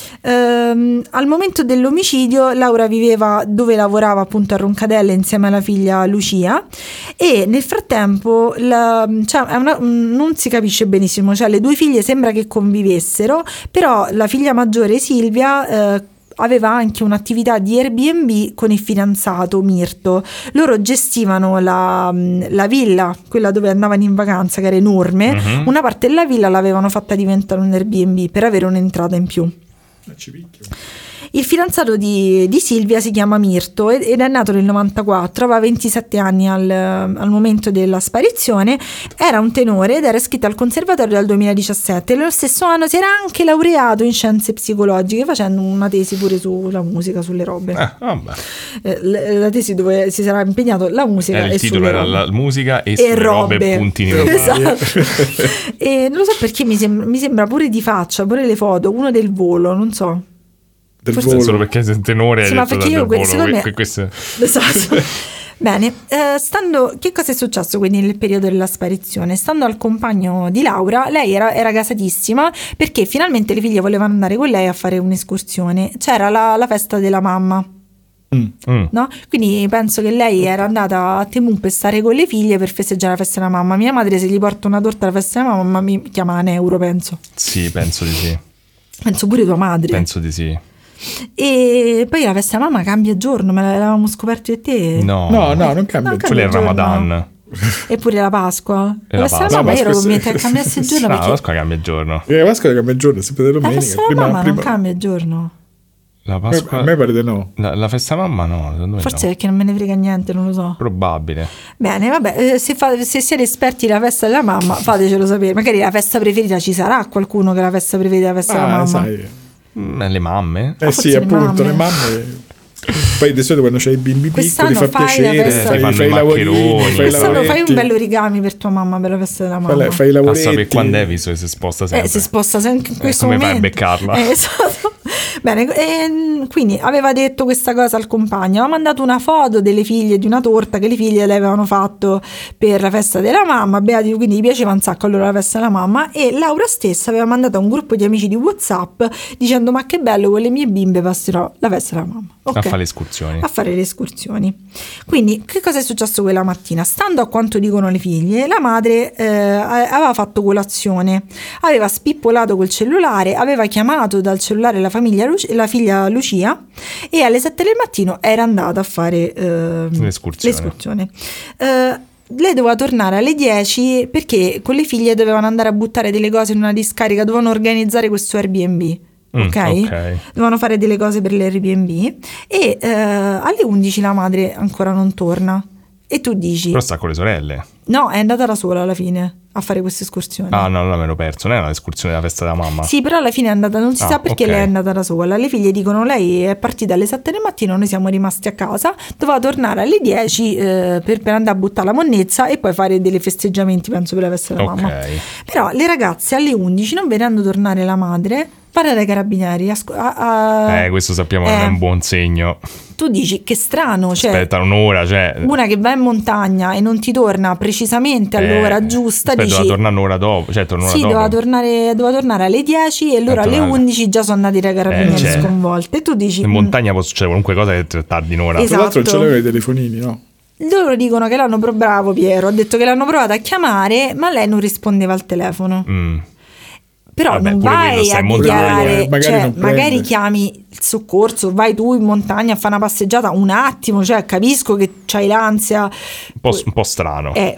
Ehm, al momento dell'omicidio Laura viveva dove lavorava, appunto a Roncadelle, insieme alla figlia Lucia, e nel frattempo la, cioè, è una, non si capisce benissimo, cioè le due figlie sembra che convivessero, però la figlia maggiore Silvia eh, aveva anche un'attività di Airbnb con il fidanzato Mirto. Loro gestivano la, la villa, quella dove andavano in vacanza, che era enorme. Mhm. Una parte della villa l'avevano fatta diventare un Airbnb per avere un'entrata in più. Ci picchio. Il fidanzato di, di Silvia si chiama Mirto ed ed è nato nel novantaquattro, aveva ventisette anni al, al momento della sparizione, era un tenore ed era iscritto al conservatorio dal duemiladiciassette. Nello stesso anno si era anche laureato in scienze psicologiche, facendo una tesi pure sulla musica, sulle robe. Eh, vabbè. Eh, la, la tesi dove si sarà impegnato la musica Era e il titolo sulle era robe. la musica e, E sulle robe, robe puntini normali. esatto. E non lo so perché mi, sem- mi sembra pure di faccia, pure le foto, uno del volo, non so. Del Forse volo. Solo perché sei tenore Sì, hai ma detto perché da- io del que- volo. secondo me- Que- questo- Esatto. Bene, eh, stando, che cosa è successo quindi nel periodo della sparizione? Stando al compagno di Laura, lei era, era gasatissima perché finalmente le figlie volevano andare con lei a fare un'escursione. C'era la, la festa della mamma. Mm. Mm. No? Quindi penso che lei era andata a Temu per stare con le figlie per festeggiare la festa della mamma. Mia madre, se gli porta una torta alla festa della mamma, mi chiama Neuro, penso. Sì, penso di sì. penso pure tua madre. Penso di sì. E poi la festa della mamma cambia giorno, me l'avevamo scoperto io e te. No, No, no, non cambia. No, quello è il giorno. Ramadan. Eppure la Pasqua. E la La festa della Pasqua. mamma No, io ero ma convinta che questo- cambiasse il giorno No, la perché Pasqua cambia giorno. E la Pasqua cambia giorno, sempre la domenica. festa della Prima, mamma prima... non cambia il giorno. La A Pasqua... me pare di no. La, la festa mamma no, secondo me Forse no. perché non me ne frega niente, non lo so. Probabile. Bene, vabbè, eh, se, fa- se siete esperti della festa della mamma, fatecelo sapere. Magari la festa preferita, ci sarà qualcuno che la festa preferita è la festa della Ah, mamma. sai. Mm, le mamme? Eh forse sì, le appunto, mamme. le mamme. Poi di solito quando c'hai i bimbi piccoli Quest'anno fa fai la piacere, festa- fai, Fanno fai i i lavorini, maccheroni. fai i Quest'anno fai un lavoretti, bello origami per tua mamma per la festa della mamma. fai, fai i A lavoretti. sapere quando è, visto che si sposta sempre. Eh, si sposta sempre in questo come fai a momento. beccarla? Eh, esatto. Bene, ehm, quindi aveva detto questa cosa al compagno, aveva mandato una foto delle figlie di una torta che le figlie le avevano fatto per la festa della mamma, Beati, quindi gli piaceva un sacco allora la festa della mamma, e Laura stessa aveva mandato a un gruppo di amici di WhatsApp dicendo: ma che bello, con le mie bimbe passerò la festa della mamma. A Ok. fare le escursioni. A fare le escursioni. Quindi, che cosa è successo quella mattina? Stando a quanto dicono le figlie, la madre eh, aveva fatto colazione, aveva spippolato col cellulare, aveva chiamato dal cellulare la, famiglia Luci- la figlia Lucia e alle sette del mattino era andata a fare eh, L'escursione. l'escursione. Eh, lei doveva tornare alle dieci perché con le figlie dovevano andare a buttare delle cose in una discarica, dovevano organizzare questo Airbnb. Mm, Ok? ok. Dovevano fare delle cose per l'Airbnb e eh, alle undici la madre ancora non torna e tu dici Però sta con le sorelle. no, è andata da sola alla fine a fare queste escursioni. Ah no, allora me l'ho perso. Non è l'escursione della festa della mamma. Sì, però alla fine è andata, non si Ah, sa perché ok. lei è andata da sola. Le figlie dicono lei è partita alle sette del mattino, noi siamo rimasti a casa, doveva tornare alle dieci eh, per, per andare a buttare la monnezza e poi fare dei festeggiamenti, penso, per la festa della Ok. mamma. Però le ragazze alle undici, non vedendo tornare la madre, parla dai carabinieri. a scu- a- a- Eh, questo sappiamo che eh, non è un buon segno. Tu dici che strano, cioè Aspetta un'ora, cioè... una che va in montagna e non ti torna precisamente all'ora Eh, giusta, aspetta, dici doveva tornare un'ora dopo. Cioè, torna un'ora sì, dopo. doveva tornare, doveva tornare alle dieci e loro Eh, alle tornare. undici già sono andati dai carabinieri Eh, cioè, sconvolte. E tu dici In "Mm". montagna può succedere qualunque cosa che ti tardi un'ora. Esatto. Tra l'altro non c'aveva i telefonini, no? Loro dicono che l'hanno provato, bravo Piero, ha detto che l'hanno provato a chiamare, ma lei non rispondeva al telefono. Mm. Però Vabbè, non pure quello vai sta a in montagna, dichiarare, eh, magari cioè, non prende. magari chiami il soccorso, vai tu in montagna a fare una passeggiata un attimo, cioè capisco che c'hai l'ansia. Un po', un po' strano. Eh,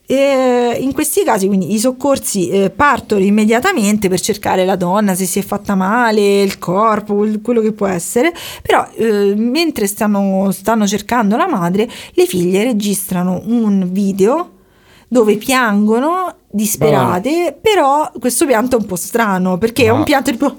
eh, in questi casi quindi i soccorsi eh, partono immediatamente per cercare la donna, se si è fatta male, il corpo, quel- quello che può essere, però eh, mentre stanno, stanno cercando la madre, le figlie registrano un video dove piangono disperate, però questo pianto è un po' strano perché è Ah. un pianto tipo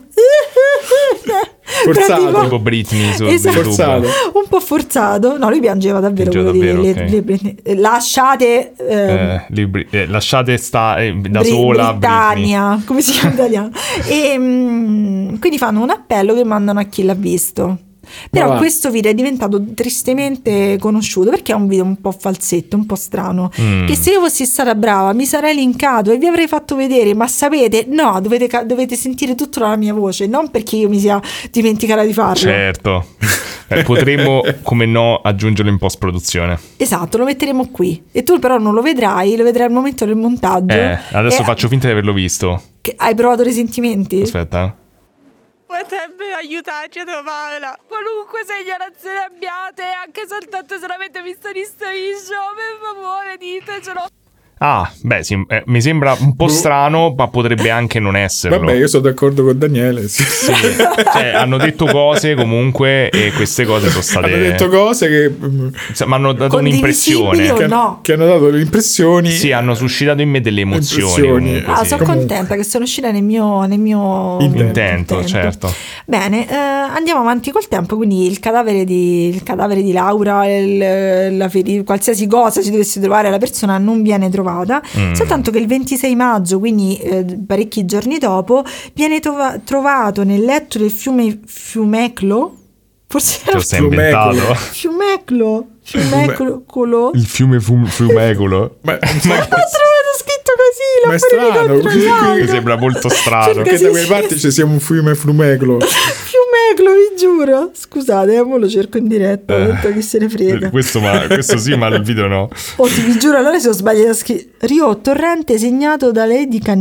Forzato. però Tipo Britney su Esatto. YouTube. Forzato. un po' forzato. No, lui piangeva davvero, Piangeva volevo dire, davvero, le- ok. le- le- lasciate ehm, Eh, libri- eh, lasciate stare da Bri- sola Britney. Britannia, come si chiama in italiano? E mm, quindi fanno un appello che mandano a chi l'ha visto. Però Ma va. questo video è diventato tristemente conosciuto perché è un video un po' falsetto, un po' strano. Mm. Che se io fossi stata brava mi sarei linkato e vi avrei fatto vedere, ma sapete, no, dovete, ca- dovete sentire tutta la mia voce, non perché io mi sia dimenticata di farlo. Certo. Eh, potremmo, come no, aggiungerlo in post produzione. Esatto, lo metteremo qui. E tu però non lo vedrai, lo vedrai al momento del montaggio. Eh, adesso E- faccio finta di averlo visto. che- hai provato risentimenti? Aspetta. eh. Potrebbe aiutarci a trovarla. Qualunque segnalazione abbiate, anche soltanto se l'avete visto in striscio, per favore ditecelo. Ah, beh, sì, eh, mi sembra un po' strano, ma potrebbe anche non esserlo. Vabbè, io sono d'accordo con Daniele. Sì. Sì, cioè, hanno detto cose comunque e queste cose sono state... Hanno detto cose che, mm, Cioè, mi hanno dato Condivisibili un'impressione. o che, no? che hanno dato le impressioni. Sì, hanno suscitato in me delle emozioni. Emozioni. comunque, Ah, sì. sono Comunque. contenta che sono uscita nel mio, nel mio Intento, certo. Bene, eh, andiamo avanti col tempo. Quindi il cadavere di, il cadavere di Laura, il- la feri- qualsiasi cosa si dovesse trovare, la persona non viene trovata. Mm. Soltanto che il ventisei maggio, quindi eh, parecchi giorni dopo, viene trova- trovato nel letto del fiume Fiumeclo. Forse Te lo sei Flumecolo. inventato? Fiumeclo. Fiumecolo. Il fiume fu- Fiumecolo. Ma, L'ho trovato scritto così, l'ho Ma è pure strano, ricontrollato. Mi sembra molto strano. Cerca- che da quelle sì, parti sì. ci sia un fiume Flumecolo. Fiumeclo, vi giuro. Scusate, eh, mo lo cerco in diretta, Eh. tanto chi se ne frega. Questo, ma, questo sì, ma il video no. Oh, ti vi giuro, allora se ho sbagliato a scrivere. Rio torrente segnato da Lady Canet.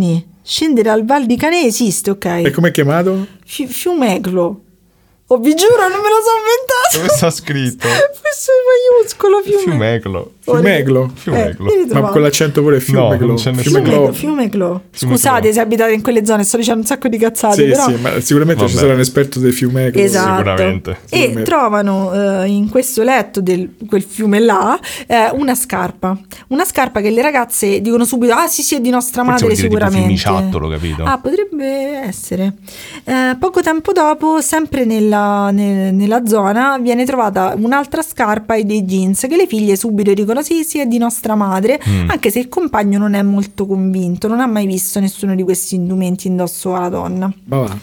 scendere al Val di Canè esiste, ok? E com'è chiamato? Fi- Fiumeclo. Oh, vi giuro, non me lo so inventato. Dove sta scritto? Questo è maiuscolo, Fiumeclo. Fiumeclo. Fiumeclo? Fiumeclo. Eh, Ma con l'accento pure Fiumeclo. non c'è nessuno. Fiumeclo, Fiumeclo. Scusate se abitate in quelle zone, sto dicendo un sacco di cazzate, Sì, però... sì, ma sicuramente ci Vabbè. sarà un esperto del Fiumeclo. Esatto. Sicuramente. E Sicuramente. trovano eh, in questo letto del quel fiume là eh, una scarpa. Una scarpa che le ragazze dicono subito: ah sì sì, è di nostra Forse madre vuol dire tipo sicuramente. fiumiciattolo, capito? Ah, potrebbe essere. Eh, poco tempo dopo, sempre nella, nel- nella zona, viene trovata un'altra scarpa e dei jeans che le figlie subito dicono sì sì, è di nostra madre, Mm. anche se il compagno non è molto convinto, non ha mai visto nessuno di questi indumenti indosso alla donna. Ma va.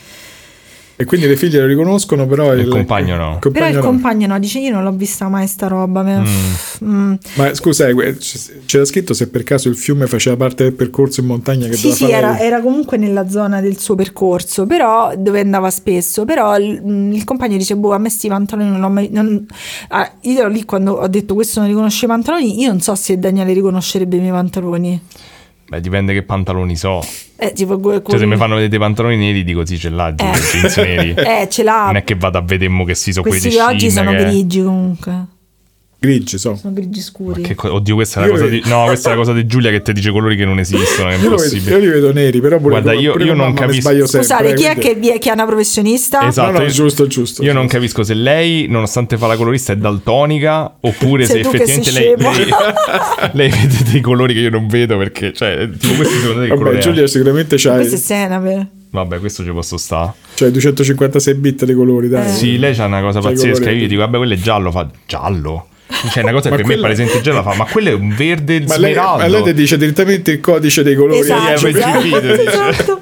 E quindi le figlie lo riconoscono, però Il compagno no. il Però compagno il no. compagno no, dice io non l'ho vista mai sta roba. me- mm. Ma scusa, eh, que- c- c'era scritto se per caso il fiume faceva parte del percorso in montagna che Sì, doveva sì, fare era, lei? era comunque nella zona del suo percorso, però dove andava spesso. Però il, mm, il compagno dice: boh, a me sti pantaloni non l'ho mai. Non... Ah, io ero lì quando ho detto questo non riconosce i pantaloni. Io non so se Daniele riconoscerebbe i miei pantaloni. Beh, dipende che pantaloni so. Eh, tipo, que- Cioè, se quelli- mi fanno vedere dei pantaloni neri, dico sì, ce l'ha, Eh. giù, jeans neri. Eh, ce l'ha. Non è che vado a vedere mo che si sono quelli Questi di di oggi Shein, sono che- grigi comunque. Grigi, so. Sono grigi scuri. Che co- oddio, questa è la Io cosa li- di no, questa è la cosa di Giulia che ti dice colori che non esistono, è Io, lo vedo- impossibile. io li vedo neri, però pure Guarda, io- pure io con non mamma mi capisco- sbaglio sempre, Scusate, eh, chi è quindi- che, vi è, che è una professionista? Esatto. No, no, io- giusto, giusto. Io non giusto. capisco se lei, nonostante fa la colorista, è daltonica oppure Sei se tu che effettivamente sei lei, lei, scemo. lei vede dei colori che io non vedo perché, cioè, tipo questi secondo te che Vabbè, colore è? Giulia sicuramente c'ha Questo è Senape. Vabbè, questo ci posso stare. c'ha i duecentocinquantasei bit dei colori, dai. Eh. Sì, lei c'ha una cosa C'ha i pazzesca. colori. Io dico, vabbè, quello è giallo. Fa giallo. Cioè, una cosa che Ma per quello- me palesamente giallo fa, ma quello è un verde Ma lei, smeraldo. ma lei ti dice direttamente il codice dei colori. Esatto, Eh, Cioè, esatto. esatto, video, dice. esatto.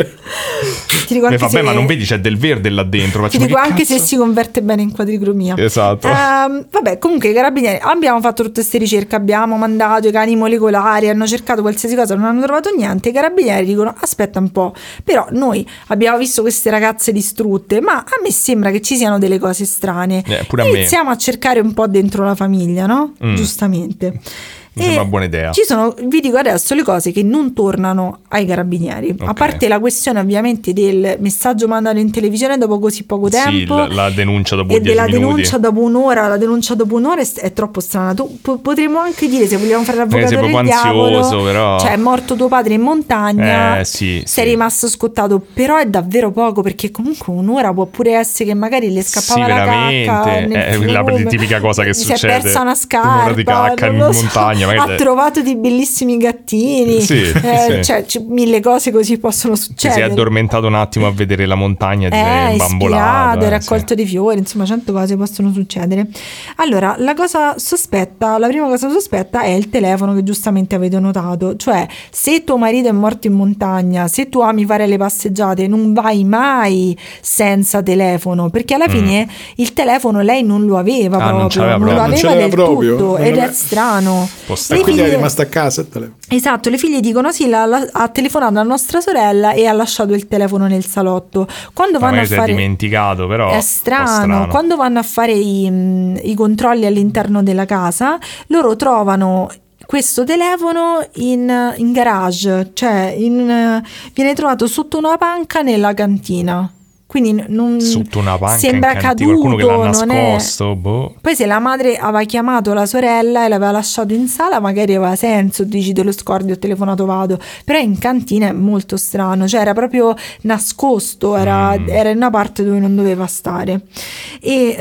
Ti dico Mi anche fa, se, beh, ma non vedi, c'è del verde là dentro. ti Faccio, ma dico che anche se cazzo? si converte bene in quadricromia. Esatto. Ehm, vabbè, comunque i carabinieri abbiamo fatto tutte queste ricerche, abbiamo mandato i cani molecolari, hanno cercato qualsiasi cosa, non hanno trovato niente. I carabinieri dicono: aspetta un po', però noi abbiamo visto queste ragazze distrutte, ma a me sembra che ci siano delle cose strane. Eh, pure a me. Iniziamo a cercare un po' dentro la famiglia, no? Mm. Giustamente. Mi sembra una buona idea. Ci sono, vi dico adesso le cose che non tornano ai carabinieri. A Ok. parte la questione ovviamente del messaggio mandato in televisione dopo così poco Sì, tempo. la, la denuncia dopo E dieci della minuti. denuncia dopo un'ora, la denuncia dopo un'ora è, è troppo strana. Tu, po- potremmo anche dire, se vogliamo fare l'avvocato sei del proprio diavolo, ansioso, però. cioè è morto tuo padre in montagna, Eh, sì, sei sì. rimasto scottato, però è davvero poco, perché comunque un'ora può pure essere che magari le scappava Sì, la veramente. cacca nel È la fiume, tipica cosa che si succede. è persa una Un'ora di scarpa, cacca non in lo so, montagna, magari- ha trovato dei bellissimi gattini, Sì, eh, sì. cioè c- mille cose così possono Ti sei succedere. addormentato un attimo a vedere la montagna e ti Eh, sei hai imbambolato. ispirato, hai eh, raccolto dei fiori, insomma, cento cose possono succedere. Allora, la cosa sospetta, la prima cosa sospetta è il telefono che giustamente avete notato. Cioè, se tuo marito è morto in montagna, se tu ami fare le passeggiate, non vai mai senza telefono, perché alla fine il telefono lei non lo aveva Ah, non proprio, c'aveva non lo proprio. Non aveva c'aveva del proprio? tutto, Non ed è aveva- strano. Può Le stare. E quindi è figlie- rimasta a casa il telefono. Esatto, le figlie dicono sì, la- la- ha telefonato a nostra sorella e ha lasciato il telefono nel salotto. Quando Ma vanno a magari si è fare... dimenticato, però. È un po' strano. Quando vanno a fare i, mh, i controlli all'interno della casa, loro trovano questo telefono in, in garage, cioè in, eh, viene trovato sotto una panca nella cantina. Quindi n- non Sotto una panca sembra in cantina, caduto, qualcuno che l'ha non è- nascosto, boh. Poi se la madre aveva chiamato la sorella e l'aveva lasciato in sala, magari aveva senso, dici te lo scordi, ho telefonato, vado. Però in cantina è molto strano, cioè era proprio nascosto, era, Mm. era in una parte dove non doveva stare. E,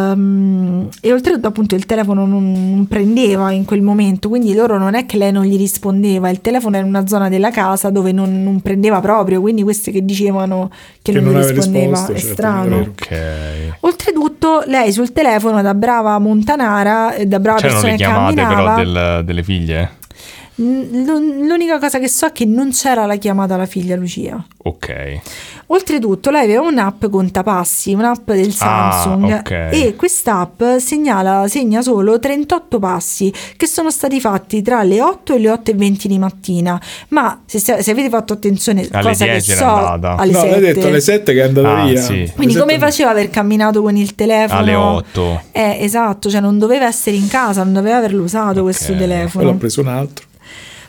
ehm, e oltretutto appunto il telefono non, non prendeva in quel momento, quindi loro non è che lei non gli rispondeva, il telefono era in una zona della casa dove non, non prendeva proprio, quindi queste che dicevano che, Che non, non gli aveva rispondeva risposto, è certo, strano. è vero. Ok. Oltretutto lei sul telefono da brava montanara e da brava C'erano persona le che chiamate camminava, però del- delle figlie? n- l'un- l'unica cosa che so è che non c'era la chiamata alla figlia Lucia. Ok. Oltretutto lei aveva un'app contapassi, un'app del Ah, Samsung, ok. e quest'app segnala, segna solo trentotto passi che sono stati fatti tra le otto e le otto e venti di mattina, ma se, se avete fatto attenzione, Alle cosa che dieci era so, andata. alle No, l'hai sette. detto alle sette che è andata Ah, via. sì. Alle Quindi come sette- faceva aver camminato con il telefono? Alle otto. Eh, esatto, cioè non doveva essere in casa, non doveva averlo usato questo Poi l'ho telefono. preso un altro.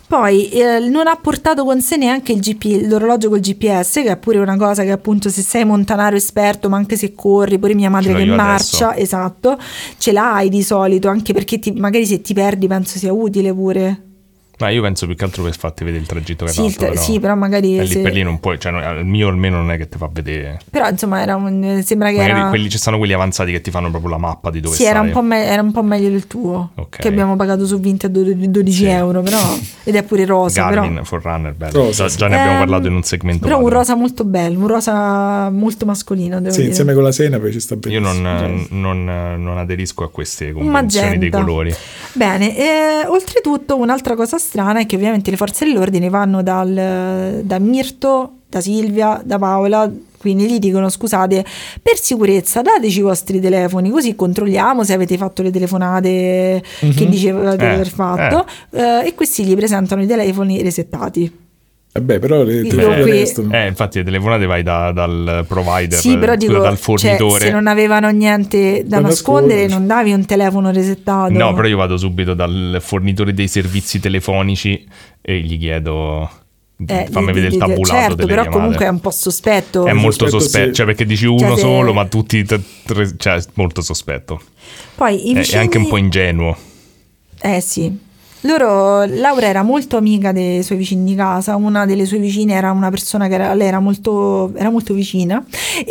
Poi eh, non ha portato con sé neanche il G P, l'orologio col G P S, che è pure una cosa che appunto se sei montanaro esperto, ma anche se corri, pure mia madre che marcia, adesso. Esatto, ce l'hai di solito, anche perché ti, magari se ti perdi penso sia utile pure. Ma io penso più che altro per farti vedere il tragitto che sì, hai fatto, però, sì, però magari lì se... per lì non puoi, cioè il mio almeno non è che ti fa vedere. Però insomma era un, sembra che magari era... quelli, ci stanno quelli avanzati che ti fanno proprio la mappa di dove sì, stai. Era un, po me- era un po' meglio del tuo, okay. Che abbiamo pagato su Vinted dodici sì. euro, però ed è pure rosa. Garmin però... Forerunner, bello. Rosa, già, sì. già ne abbiamo eh, parlato in un segmento. Però padre. un rosa molto bello, un rosa molto mascolino, devo sì, dire. insieme con la senape ci sta bene. Io non, non, non aderisco a queste convenzioni dei colori. Bene, e, oltretutto un'altra cosa strana è che ovviamente le forze dell'ordine vanno dal, da Mirto, da Silvia, da Paola, quindi gli dicono scusate, per sicurezza dateci i vostri telefoni così controlliamo se avete fatto le telefonate mm-hmm. che dicevate eh, di aver fatto eh. Eh, e questi gli presentano i telefoni resettati. Vabbè, però le telefonate qui... eh, infatti le telefonate vai da, dal provider, sì, però scusa, dico, dal fornitore. Cioè, se non avevano niente da, da nascondere, nascondere non davi un telefono resettato. No, però io vado subito dal fornitore dei servizi telefonici e gli chiedo eh, fammi di, vedere di, il tabulato certo, delle però chiamate. Comunque è un po' sospetto. È molto sospetto, sospetto sì. Cioè perché dici uno cioè, se... solo, ma tutti tre, tre, cioè molto sospetto. Poi i vicini... è anche un po' ingenuo. Eh sì. Loro, Laura era molto amica dei suoi vicini di casa, una delle sue vicine era una persona che era, lei era molto, era molto vicina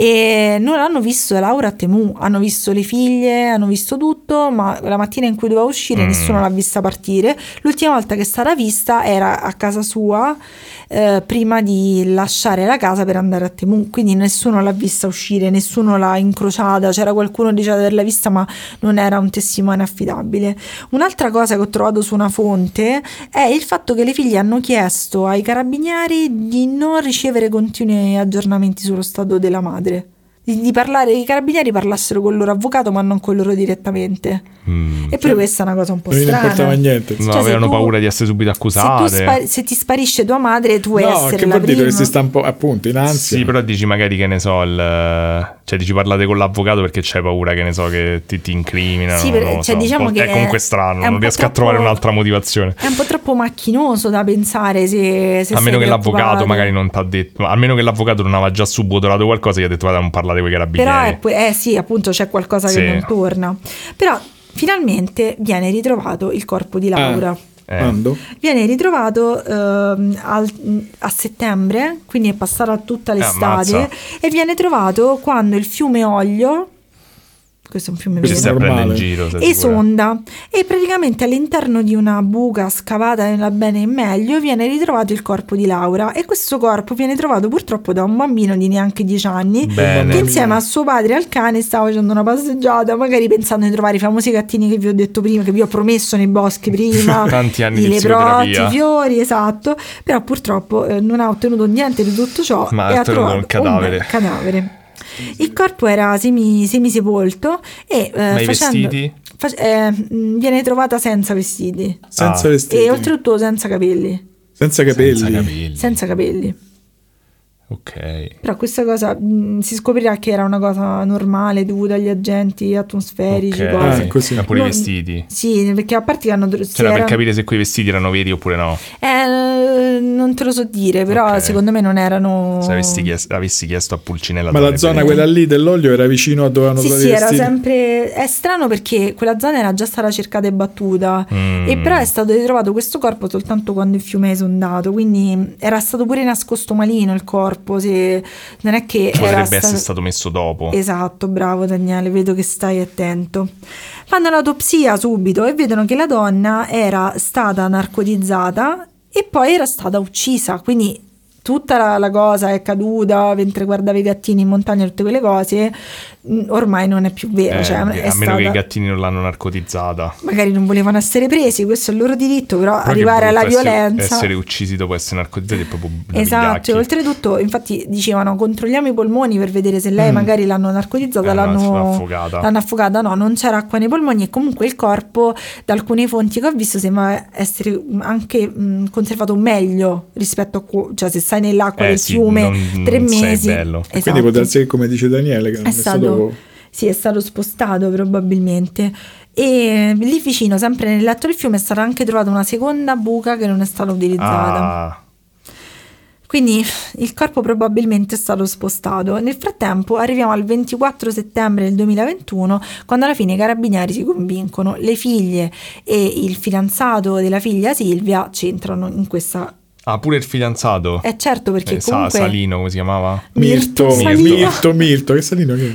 e non hanno visto Laura a Temu, hanno visto le figlie, hanno visto tutto, ma la mattina in cui doveva uscire mm. nessuno l'ha vista partire. L'ultima volta che è stata vista era a casa sua eh, prima di lasciare la casa per andare a Temu, quindi nessuno l'ha vista uscire, nessuno l'ha incrociata, c'era qualcuno che diceva di averla vista ma non era un testimone affidabile. Un'altra cosa che ho trovato su una fonte è il fatto che le figlie hanno chiesto ai carabinieri di non ricevere continui aggiornamenti sullo stato della madre, di, di parlare, i carabinieri parlassero con il loro avvocato ma non con loro direttamente mm. e pure questa è una cosa un po' non strana, non importava niente, no, cioè, avevano tu, paura di essere subito accusate, se, tu spari, se ti sparisce tua madre tu vuoi no, essere che la vuol prima, dire che si sta un po' appunto in ansia. Sì, però dici magari che ne so il, cioè dici parlate con l'avvocato perché c'hai paura che ne so che ti, ti incriminano. Sì, per, no, cioè, so, diciamo che è comunque strano, non riesco troppo, a trovare un'altra motivazione. È un po' troppo macchinoso da pensare se, se a meno che l'avvocato magari non ti ha detto, a meno che l'avvocato non aveva già subodorato qualcosa, gli ha detto vada non parlate con i carabinieri. Però è, eh sì, appunto c'è qualcosa sì. che non torna. Però finalmente viene ritrovato il corpo di Laura. Ah. Eh. Viene ritrovato eh, al, a settembre, quindi è passata tutta l'estate eh, e viene trovato quando il fiume Oglio, questo è un fiume vero, giro, esonda e praticamente all'interno di una buca scavata nella bene e meglio viene ritrovato il corpo di Laura e questo corpo viene trovato purtroppo da un bambino di neanche dieci anni Bene. che insieme a suo padre e al cane stava facendo una passeggiata, magari pensando di trovare i famosi gattini che vi ho detto prima, che vi ho promesso nei boschi prima, tanti anni i di leprotti, i fiori, esatto, però purtroppo eh, non ha ottenuto niente di tutto ciò ma e ha trovato un cadavere. un cadavere. Il corpo era semi, semisepolto e eh, ma i facendo, vestiti? Fa, eh, viene trovata senza vestiti, senza ah. vestiti e oltretutto senza capelli. Senza capelli. Senza capelli. Senza capelli. Ok. Però questa cosa mh, si scoprirà che era una cosa normale dovuta agli agenti atmosferici, okay. cose. Ah, così. Ma pure non, i vestiti. Sì, perché a parte che hanno c'era per capire se quei vestiti erano veri oppure no. Eh, non te lo so dire, però okay. secondo me non erano. Se avessi chiesto, avessi chiesto a Pulcinella. Ma la zona quella lì dell'olio era vicino a dove hanno sì, trovato sì, i era vestiti? sempre. È strano perché quella zona era già stata cercata e battuta, mm. e però è stato ritrovato questo corpo soltanto quando il fiume è esondato, quindi era stato pure nascosto malino il corpo, se non è che potrebbe era essere stato... stato messo dopo. Esatto, bravo Daniele, vedo che stai attento. Fanno l'autopsia subito e vedono che la donna era stata narcotizzata e poi era stata uccisa, quindi tutta la, la cosa è caduta mentre guardava i gattini in montagna, tutte quelle cose ormai non è più vero, eh, cioè, a è meno stata... che i gattini non l'hanno narcotizzata, magari non volevano essere presi, questo è il loro diritto, però, però arrivare alla essere, violenza, essere uccisi dopo essere narcotizzati è proprio esatto, e oltretutto infatti dicevano controlliamo i polmoni per vedere se lei mm. magari l'hanno narcotizzata, eh, l'hanno, l'hanno affogata. l'hanno affogata, no, non c'era acqua nei polmoni e comunque il corpo da alcune fonti che ho visto sembra essere anche mh, conservato meglio rispetto a, cioè se stai nell'acqua eh, del sì, fiume non, tre non mesi, bello. esatto. Quindi può darsi che, come dice Daniele, che è stato Sì, è stato spostato probabilmente. E lì vicino, sempre nel letto del fiume, è stata anche trovata una seconda buca che non è stata utilizzata. Ah. Quindi il corpo probabilmente è stato spostato. Nel frattempo arriviamo al ventiquattro settembre del duemilaventuno, quando alla fine i carabinieri si convincono. Le figlie e il fidanzato della figlia Silvia c'entrano in questa. Ah, pure il fidanzato? Eh certo, perché eh, comunque Salino, come si chiamava? Mirto, Mirto Mirto, Salino. Mirto, Mirto, che Salino che è?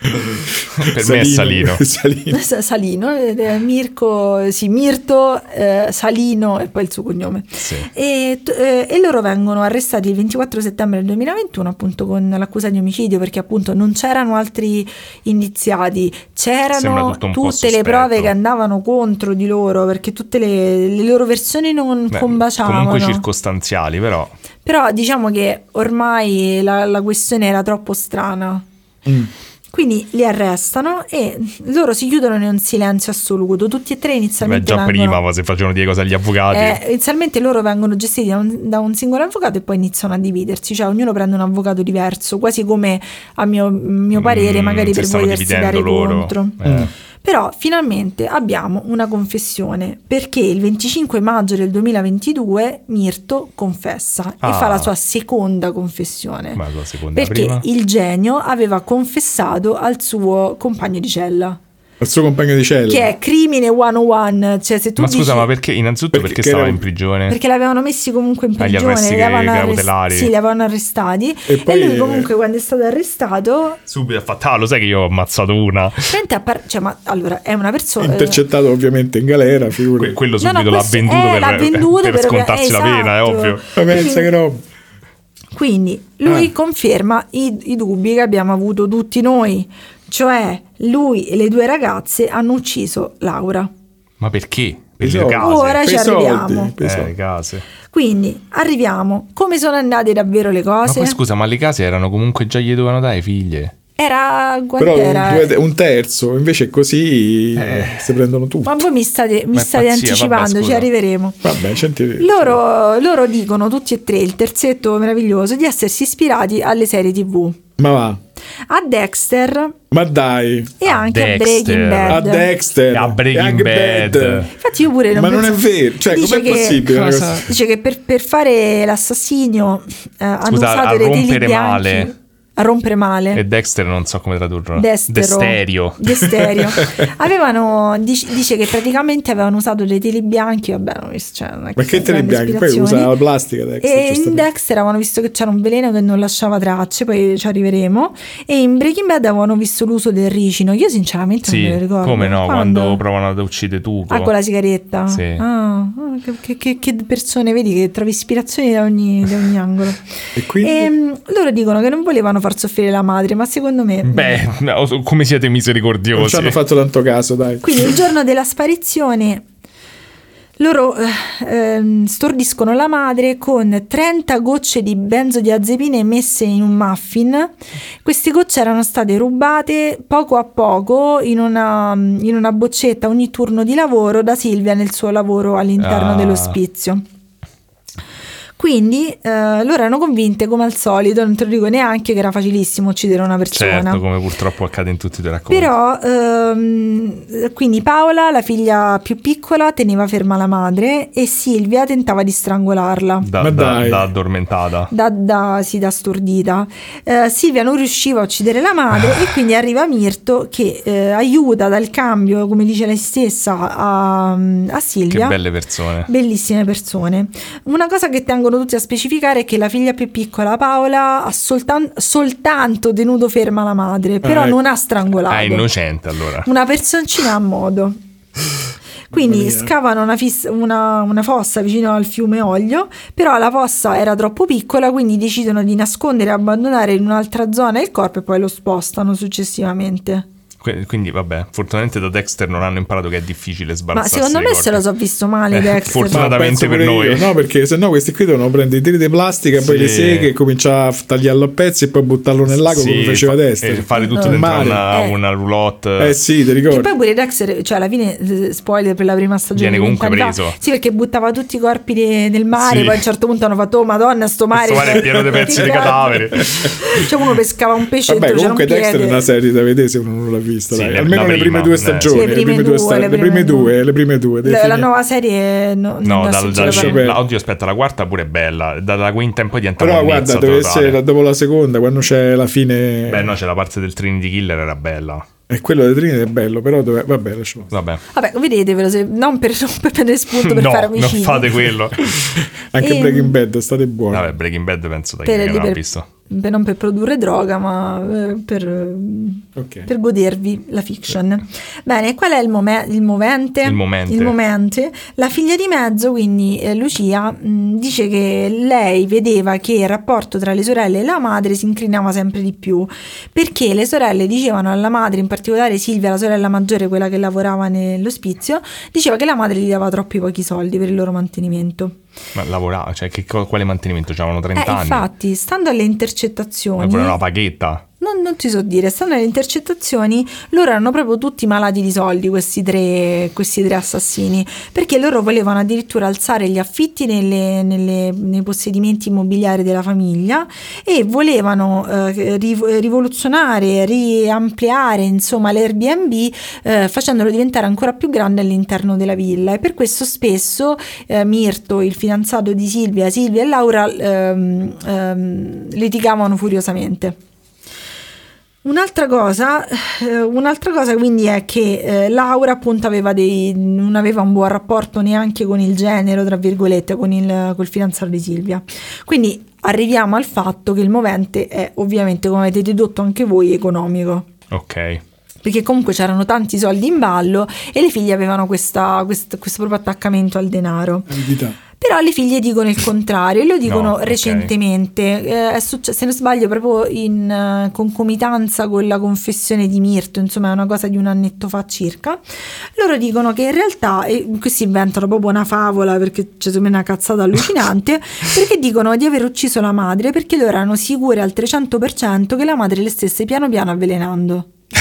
Per me è Salino. Salino. Salino, eh, Mirko, sì, Mirto, eh, Salino e poi il suo cognome. Sì. E, eh, e loro vengono arrestati il ventiquattro settembre del duemilaventuno appunto con l'accusa di omicidio, perché appunto non c'erano altri indiziati, Sembra c'erano tutto un po' tutte le sospetto. prove che andavano contro di loro, perché tutte le, le loro versioni non Beh, combaciavano. comunque circostanziali, però. Però diciamo che ormai la, la questione era troppo strana. Mm. Quindi li arrestano e loro si chiudono in un silenzio assoluto. Tutti e tre Beh, inizialmente già vengono, prima se facevano dire cose agli avvocati. eh, inizialmente loro vengono gestiti da un, da un singolo avvocato e poi iniziano a dividersi, cioè ognuno prende un avvocato diverso, quasi come a mio, mio parere Mm, magari si per stanno volersi dividendo dare loro. contro. Eh. Però finalmente abbiamo una confessione, perché il venticinque maggio del duemilaventidue Mirto confessa Ah. e fa la sua seconda confessione. Ma la seconda Perché prima. il genio aveva confessato al suo compagno di cella, Al suo compagno di cella. che è crimine centouno, cioè se tu Ma scusa, dici- ma perché innanzitutto Perché perché, stava era- in prigione? perché l'avevano messi comunque in Agli prigione, arresti li avevano arrest- cautelari. sì, li avevano arrestati E e, poi- lui comunque quando è stato arrestato Subito ha fatto, ah, lo sai che io ho ammazzato una. praticamente ha par- cioè, ma allora è una persona Intercettato ovviamente in galera, Que- figura. quello No, no, subito l'ha questo- venduto eh, per, l'ha venduto per per- scontarsi la pena, è esatto. ovvio. Ma pensa che roba. Quindi lui Ah. conferma i, i dubbi che abbiamo avuto tutti noi, cioè lui e le due ragazze hanno ucciso Laura. Ma perché? Per I le soldi. case. Ora ci Per i soldi, arriviamo. per i Eh, soldi. le case. Quindi arriviamo. Come sono andate davvero le Ma cose? poi scusa, ma le case erano comunque già gli dovevano dare figlie. Era Però quant'era? un, due- un terzo, invece così Eh. si prendono tutto. Ma voi mi state, mi Ma è state pazzia, anticipando, vabbè, ci scusa. arriveremo. Vabbè, senti. Loro, loro dicono tutti e tre, il terzetto meraviglioso, di essersi ispirati alle serie tivù, Ma va. a Dexter Ma dai. e A anche a Dexter. Breaking Bad. A Dexter. A Breaking e anche Bad. Infatti io pure non Ma non è penso- vero, cioè dice com'è che- possibile una Cosa? cosa? Dice che per, per fare l'assassinio eh, hanno Scusa, usato a dei teli rompere bianchi. male. A rompere male. E Dexter non so come tradurlo. Destero. Desterio. Desterio. Avevano, dice, dice che praticamente avevano usato dei teli bianchi, vabbè, non visto, cioè, non è Ma che te ne grandi bianchi? Poi ispirazioni. usa la plastica Dexter, E in giustamente. Dexter avevano visto che c'era un veleno che non lasciava tracce, poi ci arriveremo. E in Breaking Bad avevano visto l'uso del ricino. Io sinceramente non Sì, me lo ricordo. come no, quando provano ad uccidere Tuco. Ah, con la sigaretta? Sì. Ah, ah, che, che- che persone, vedi che trovi ispirazioni da ogni, da ogni angolo. E quindi? Ehm, loro dicono che non volevano far soffrire la madre, ma secondo me... Beh, no, come siete Non misericordiosi. ci hanno fatto tanto caso, dai. Quindi il giorno della sparizione loro eh, ehm, stordiscono la madre con trenta gocce di benzodiazepine messe in un muffin. Queste gocce erano state rubate poco a poco in una, in una boccetta ogni turno di lavoro da Silvia nel suo lavoro all'interno Ah. dell'ospizio. Quindi eh, loro erano convinte, come al solito, non te lo dico neanche, che era facilissimo uccidere una persona. Certo, come purtroppo accade in tutti i tuoi racconti. Però ehm, quindi Paola, la figlia più piccola, teneva ferma la madre e Silvia tentava di strangolarla. Da, Ma da- dai. da addormentata. Da, da, sì, da stordita. Eh, Silvia non riusciva a uccidere la madre e quindi arriva Mirto che eh, aiuta dal cambio, come dice lei stessa, a, a Silvia. Che belle persone. Bellissime persone. Una cosa che tengono tutti a specificare è che la figlia più piccola, Paola, ha soltan- soltanto tenuto ferma la madre, però Eh, non ha strangolato. Ah, è innocente allora. Una personcina a modo. Quindi Mamma mia. scavano una, fis- una, una fossa vicino al fiume Oglio, però la fossa era troppo piccola, quindi decidono di nascondere e abbandonare in un'altra zona il corpo e poi lo spostano successivamente. Quindi vabbè, fortunatamente da Dexter non hanno imparato che è difficile sbarazzarsi. Ma secondo me se lo so visto male eh, Dexter. Fortunatamente per noi. Io, no, perché sennò questi qui devono prendere i tiri di plastica, sì. poi le seghe, cominciare a tagliarlo a pezzi e poi buttarlo nel lago sì, come faceva fa- Dexter. E fare tutto dentro una, eh. una roulotte. Eh sì, ti ricordo. Che poi pure Dexter, cioè alla fine, spoiler per la prima stagione, viene comunque preso. Sì, perché buttava tutti i corpi de- nel mare, sì. poi a un certo punto hanno fatto, oh madonna, sto mare, sto mare è pieno di pezzi di cadaveri. Cioè uno pescava un pesce. Vabbè, comunque Dexter è una serie da vedere se uno non l'ha vista, sì, dai. Almeno le prime due stagioni, le prime due, le prime due, le prime due. La, la nuova serie no, no dal, dal, la, oddio aspetta, la quarta pure è bella, dalla quinta in poi diventa però guarda, deve essere dopo la seconda, quando c'è la fine. Beh no, c'è la parte del Trinity Killer, era bella. E quello del Trinity è bello, però dove... vabbè, lasciamo. Vabbè. Vabbè, vedetevelo, se... non per, non per prendere spunto per no, fare omicidi. Non fate quello. Anche e... Breaking Bad, state buoni. Vabbè, Breaking Bad penso da per, chi non per, l'ha visto. Per, non per produrre droga, ma per, okay. per godervi la fiction. Okay. Bene, qual è il, mome- il movente? Il momente. Il momente. La figlia di mezzo, quindi eh, Lucia, mh, dice che lei vedeva che il rapporto tra le sorelle e la madre si incrinava sempre di più, perché le sorelle dicevano alla madre, in particolare Silvia, la sorella maggiore, quella che lavorava nell'ospizio, diceva che la madre gli dava troppi pochi soldi per il loro mantenimento. Ma lavorava, cioè che, quale mantenimento? C'avevano trenta eh, anni. Infatti, stando alle intercettazioni... Ma volevano una paghetta. Non, non ti so dire, stando alle intercettazioni, loro erano proprio tutti malati di soldi, questi tre, questi tre assassini, perché loro volevano addirittura alzare gli affitti nelle, nelle, nei possedimenti immobiliari della famiglia e volevano eh, rivoluzionare, riampliare insomma l'Airbnb eh, facendolo diventare ancora più grande all'interno della villa, e per questo spesso eh, Mirto, il fidanzato di Silvia, Silvia e Laura ehm, ehm, litigavano furiosamente. Un'altra cosa, eh, un'altra cosa quindi è che eh, Laura appunto aveva dei, non aveva un buon rapporto neanche con il genero, tra virgolette, con il col fidanzato di Silvia. Quindi arriviamo al fatto che il movente è ovviamente, come avete dedotto anche voi, economico. Ok. Perché comunque c'erano tanti soldi in ballo e le figlie avevano questa, questa, questo proprio attaccamento al denaro. Avidità. Però le figlie dicono il contrario, e lo dicono no, okay. recentemente, eh, è successo, se non sbaglio proprio in uh, concomitanza con la confessione di Mirto, insomma è una cosa di un annetto fa circa. Loro dicono che in realtà, e questi inventano proprio una favola perché c'è secondo me una cazzata allucinante, perché dicono di aver ucciso la madre perché loro erano sicure al trecento per cento che la madre le stesse piano piano avvelenando.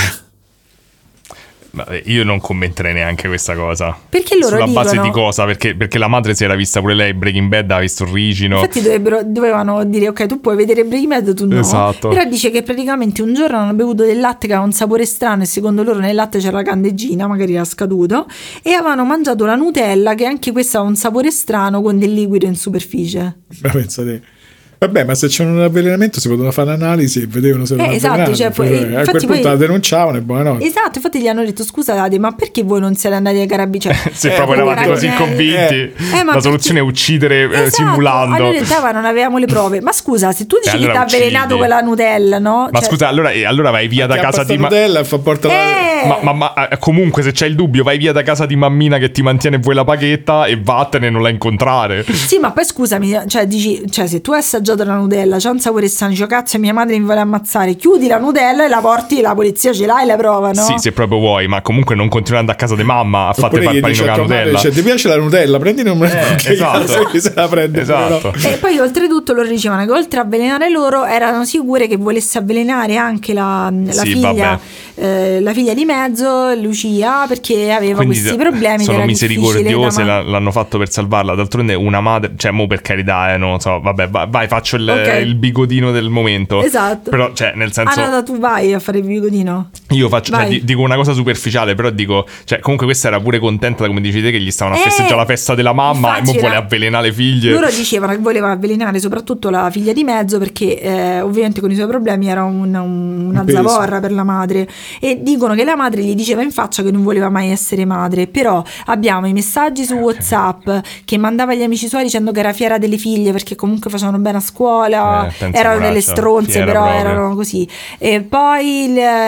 Io non commenterei neanche questa cosa. Perché loro sulla dicono, base di cosa? Perché, perché la madre si era vista pure lei Breaking Bad, ha visto Origino. Infatti dovrebbero, dovevano dire ok, tu puoi vedere Breaking Bad, tu no. Esatto. Però dice che praticamente un giorno hanno bevuto del latte che aveva un sapore strano e secondo loro nel latte c'era la candeggina, magari era scaduto, e avevano mangiato la Nutella che anche questa aveva un sapore strano con del liquido in superficie. Ma pensate, vabbè, ma se c'è un avvelenamento si potevano fare l'analisi e vedevano se non eh, esatto, cioè, poi, a quel punto poi, la denunciavano e buonanotte. Esatto, infatti gli hanno detto scusate, ma perché voi non siete andati ai carabinieri? Cioè, se eh, proprio eravate così convinti, eh, eh, la soluzione perché... è uccidere eh, esatto, simulando. Allora detto, ma non avevamo le prove. Ma scusa, se tu dici allora che ti ha avvelenato quella Nutella, no? Ma cioè... scusa, allora, allora vai via da casa di Nutella e fa portare eh. ma, ma, ma comunque se c'è il dubbio vai via da casa di mammina che ti mantiene voi la paghetta e vattene, non la incontrare. Sì, ma poi scusami, cioè dici, cioè se tu hai assaggiato la Nutella, c'è un sapore strano, dici cazzo mia madre mi vuole ammazzare, chiudi la Nutella e la porti, la polizia ce l'ha e la prova, no? Sì, se proprio vuoi, ma comunque non continuando a casa di mamma a fare far panino con la Nutella. Cioè, ti piace la Nutella, prendine un eh, esatto. se la prende, esatto. E poi oltretutto loro dicevano che oltre a avvelenare loro erano sicure che volesse avvelenare anche la, la sì, figlia eh, la figlia di mezzo, Lucia, perché aveva quindi questi problemi. Sono che era misericordiose, da... l'hanno fatto per salvarla. D'altronde una madre, cioè mo per carità, eh, non so, vabbè, vai, vai faccio il, okay. il bigodino del momento. Esatto. Però, cioè, nel senso... Ah, no, tu vai a fare il bigodino. Io faccio, cioè, dico una cosa superficiale, però dico, cioè, comunque questa era pure contenta, come dici te, che gli stavano a eh, festeggiare la festa della mamma e mo vuole era... avvelenare le figlie. Loro dicevano che voleva avvelenare soprattutto la figlia di mezzo perché eh, ovviamente con i suoi problemi era un, un, una zavorra per la madre, e dicono che la madre gli diceva in faccia che non voleva mai essere madre. Però abbiamo i messaggi su okay. WhatsApp che mandava agli amici suoi dicendo che era fiera delle figlie perché comunque facevano bene a scuola, eh, erano delle stronze, però proprio. Erano così. E poi il,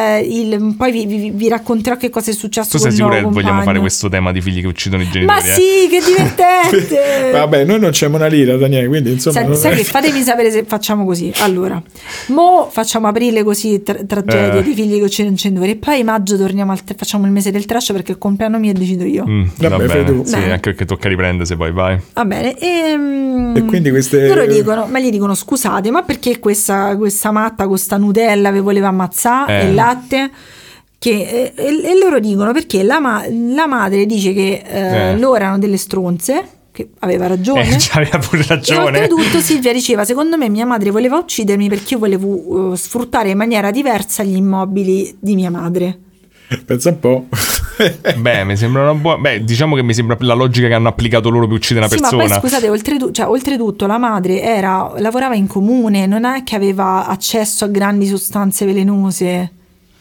il, poi vi, vi, vi racconterò che cosa è successo. Tu con sei il sicura che nuovo vogliamo compagno. fare questo tema di figli che uccidono i genitori? Ma sì, che divertente. Vabbè, noi non c'è una lira, Daniele, quindi insomma... Sai, non sai è... che fatemi sapere se facciamo così. Allora, mo facciamo aprile così, tra- tragedie Eh. di figli che uccidono genitori, e poi maggio torniamo al facciamo il mese del trash perché il compleanno mio decido io. Mm, Vabbè, va fai bene, tu. sì, Bene. anche perché tocca riprendersi poi, vai. Va bene. E, mm, E quindi queste- loro dicono, ma gli dicono scusate, ma perché questa, questa matta con sta Nutella vi voleva ammazzare Eh. e il latte? Che, e, e loro dicono perché la, ma- la madre dice che eh, Eh. loro erano delle stronze, che aveva ragione. Eh, c'aveva pure E ragione. oltretutto Silvia diceva, secondo me mia madre voleva uccidermi perché io volevo uh, sfruttare in maniera diversa gli immobili di mia madre. Pensa un po'. Beh, mi sembra una buona. Beh, diciamo che mi sembra la logica che hanno applicato loro per uccidere una Sì, ma persona. poi scusate, oltretutto, cioè, oltretutto la madre era, lavorava in comune, non è che aveva accesso a grandi sostanze velenose.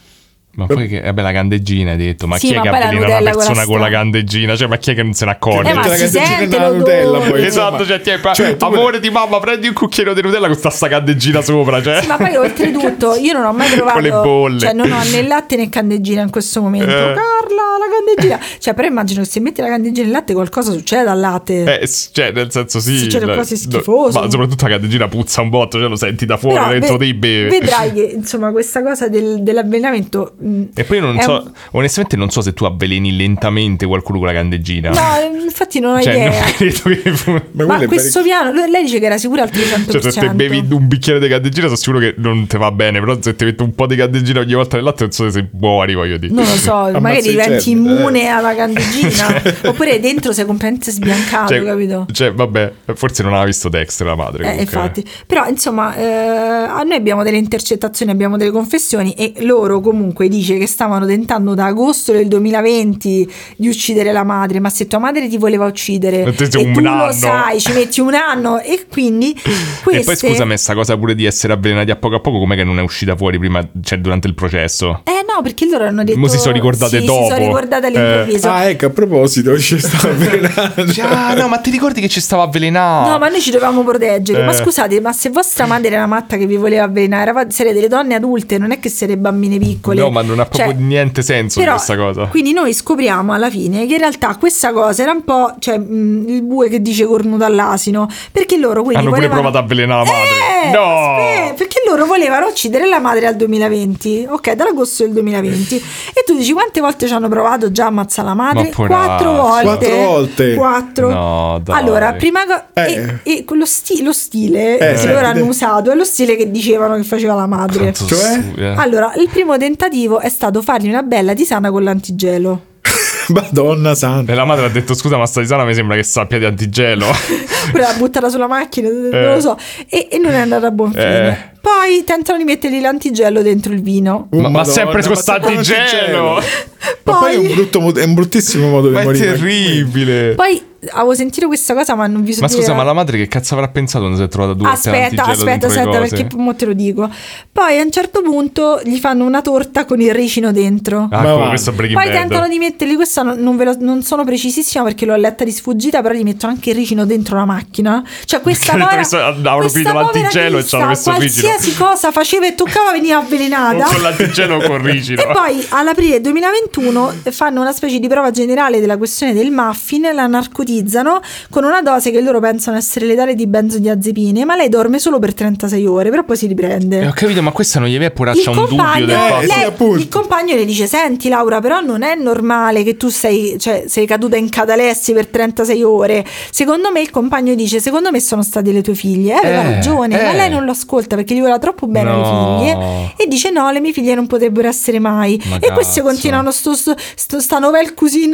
Ma poi che, vabbè, la candeggina hai detto, ma Sì, chi è ma che poi la avvelena una Nutella con la persona con la sta- candeggina? Cioè, ma chi è che non se ne accorge? Eh, ma Mette la si candeggina sente nella l'odore. Nutella, poi, Esatto, insomma. cioè, ti hai- Cioè, tu- amore di mamma, prendi un cucchiaio di Nutella con sta sta candeggina sopra, cioè. Sì, ma poi oltretutto io non ho mai Con provato, le bolle. cioè non ho né latte né candeggina in questo momento. Eh. Carla, la candeggina. Cioè, però immagino che se metti la candeggina nel latte qualcosa succede dal latte. Eh, s- cioè, nel senso sì. Succede la- quasi no, schifoso. Ma soprattutto la candeggina puzza un botto, cioè lo senti da fuori, Però dentro ve- dei bevi. vedrai che insomma questa cosa del, dell'avvelenamento mh, E poi io non è so, un- onestamente non so se tu avveleni lentamente qualcuno con la candeggina. no, infatti non ho Cioè, idea. non credo che... Ma, Ma quello è questo piano, lui- lei dice che era sicura al trecento per Cioè, cento. se te bevi un bicchiere di candeggina, sono sicuro che non ti va bene. Però se ti metti un po' di candeggina ogni volta nel latte, non so se sei buoni, voglio dire. Non lo so, Ammazza magari i diventi germi, immune eh. alla candeggina. Oppure dentro sei completamente sbiancato, Cioè, capito? cioè, vabbè, forse non aveva visto Dexter la madre. Eh, comunque. infatti, però insomma, eh, a noi abbiamo delle intercettazioni, abbiamo delle confessioni, e loro comunque dice che stavano tentando da agosto del duemilaventi di uccidere la madre. Ma se tua madre ti voleva uccidere E te e sei un tu anno. lo sai, ci metti un anno, e quindi queste... E poi scusami, sta cosa pure di essere avvelenati a poco a poco, com'è che non è uscita fuori prima, cioè durante il processo? Eh no, perché loro hanno detto... Mo si sono ricordate sì, dopo. si sono ricordate all'improvviso. Ah, ecco, a proposito, ci sta avvelenando. Ah, no, ma ti ricordi che ci stava avvelenando? No, ma noi ci dovevamo proteggere. Eh. Ma scusate, ma se vostra madre era matta che vi voleva avvelenare, eravate- siete delle donne adulte, non è che siete bambine piccole. No, ma non ha proprio Cioè, niente senso però, questa cosa. Quindi noi scopriamo alla fine che in realtà questa cosa era un po', cioè, mh, il bue che dice cornuto all'asino, perché loro quindi Hanno pure volevano... provato a avvelenare la madre. Eh, No! aspetta, perché loro volevano uccidere la madre al duemilaventi, ok, dall'agosto del duemilaventi. E tu dici quante volte ci hanno provato già a ammazzare la madre? Ma poraccio. Quattro volte. Quattro volte? Quattro. No, dai. Allora, prima co- Eh. e, e quello sti- lo stile Eh, che sì. loro hanno usato è lo stile che dicevano che faceva la madre. Quanto Cioè? stupido, eh. Allora, il primo tentativo è stato fargli una bella tisana con l'antigelo. Madonna santa. E la madre ha detto scusa, ma sta tisana mi sembra che sappia di antigelo. Poi l'ha buttata sulla macchina, non lo so, e, e non è andata a buon fine. Eh. Poi tentano di mettergli l'antigelo dentro il vino. Oh, ma, ma Madonna, sempre con ma sempre st'antigelo. Ma poi è un, Poi, brutto, mo- è un bruttissimo modo di Ma è morire. terribile. poi avevo sentito questa cosa, ma non vi so Ma dire- scusa, ma la madre che cazzo avrà pensato quando si è trovata due volte Aspetta, l'antigelo aspetta, dentro le aspetta, cose? perché mo te lo dico. Poi a un certo punto gli fanno una torta con il ricino dentro. Ah, Ma come va. questo Breaking Poi Bad. tentano di metterli, questa non, non, ve lo- non sono precisissima perché l'ho letta di sfuggita, però gli mettono anche il ricino dentro la macchina. Cioè questa Perché povera, questo- avevano questa finito povera l'antigelo e ci hanno Crista, messo il ricino. qualsiasi cosa faceva e toccava veniva avvelenata. Con l'antigelo o con il ricino. E poi all'aprile duemilaventuno fanno una specie di prova generale della questione del muffin, la narcotizzano con una dose che loro pensano essere letale di benzodiazepine, ma lei dorme solo per trentasei ore, però poi si riprende. Eh, ho capito, ma questa non gli aveva pure Il c'ha un dubbio compagno, del Eh, fatto. sì, lei- appunto. il compagno le dice: senti Laura, però non è normale che tu sei, cioè, sei caduta in catalessi per trentasei ore. Secondo me il compagno dice: secondo me sono state le tue figlie. E aveva Eh, ragione, ma eh. lei non lo ascolta perché gli vuole troppo bene alle No. figlie e dice: no, le mie figlie non potrebbero essere mai. Ma E questi cazzo. continuano sto, sto, sto- sta novel cuisine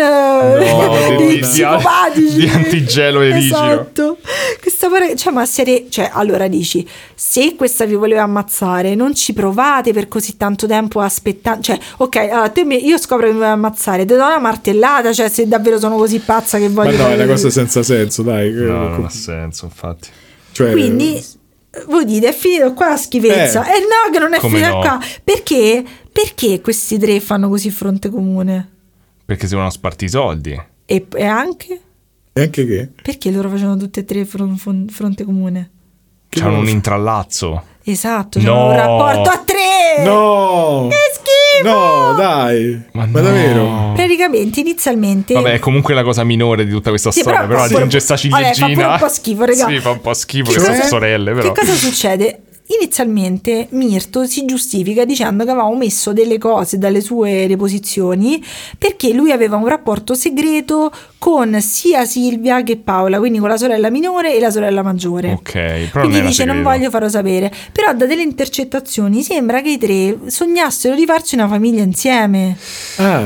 No, di, di- di- psicopatici di antigelo e ricino. Esatto. Questa pare- cioè, ma siete, cioè, allora dici: se questa vi voleva ammazzare, non ci provate per così tanto tempo aspettando. Cioè, ok, allora, te mi- io scopro che mi vuoi ammazzare, ti do una martellata. Cioè, se davvero sono così pazza che Ma voglio. no, è una cosa senza senso, dai. No, non ha senso, infatti. Cioè, Quindi voi dite: è finito qua la schifezza. Eh. E no, che non è Come finita no? qua. Perché? Perché questi tre fanno così fronte comune? Perché si vogliono sparti i soldi. E, e anche? E anche che? Perché loro facevano tutte e tre fron- fron- fronte comune? Che C'hanno cosa? un intrallazzo. Esatto, No. c'hanno un rapporto a tre. No! Che schifo! No, dai. Ma, Ma no. davvero? Praticamente inizialmente Vabbè, è comunque la cosa minore di tutta questa Sì, storia, però però fa aggiunge pure- sta vabbè, fa ciliegina. pure un po' schifo, raga. Sì, fa un po' schifo Che queste cosa- sorelle, però. Che cosa succede? Inizialmente Mirto si giustifica dicendo che aveva omesso delle cose dalle sue deposizioni perché lui aveva un rapporto segreto con sia Silvia che Paola, quindi con la sorella minore e la sorella maggiore. Ok, però Quindi non era dice non segreto. voglio farlo sapere, però da delle intercettazioni sembra che i tre sognassero di farci una famiglia insieme. Ah,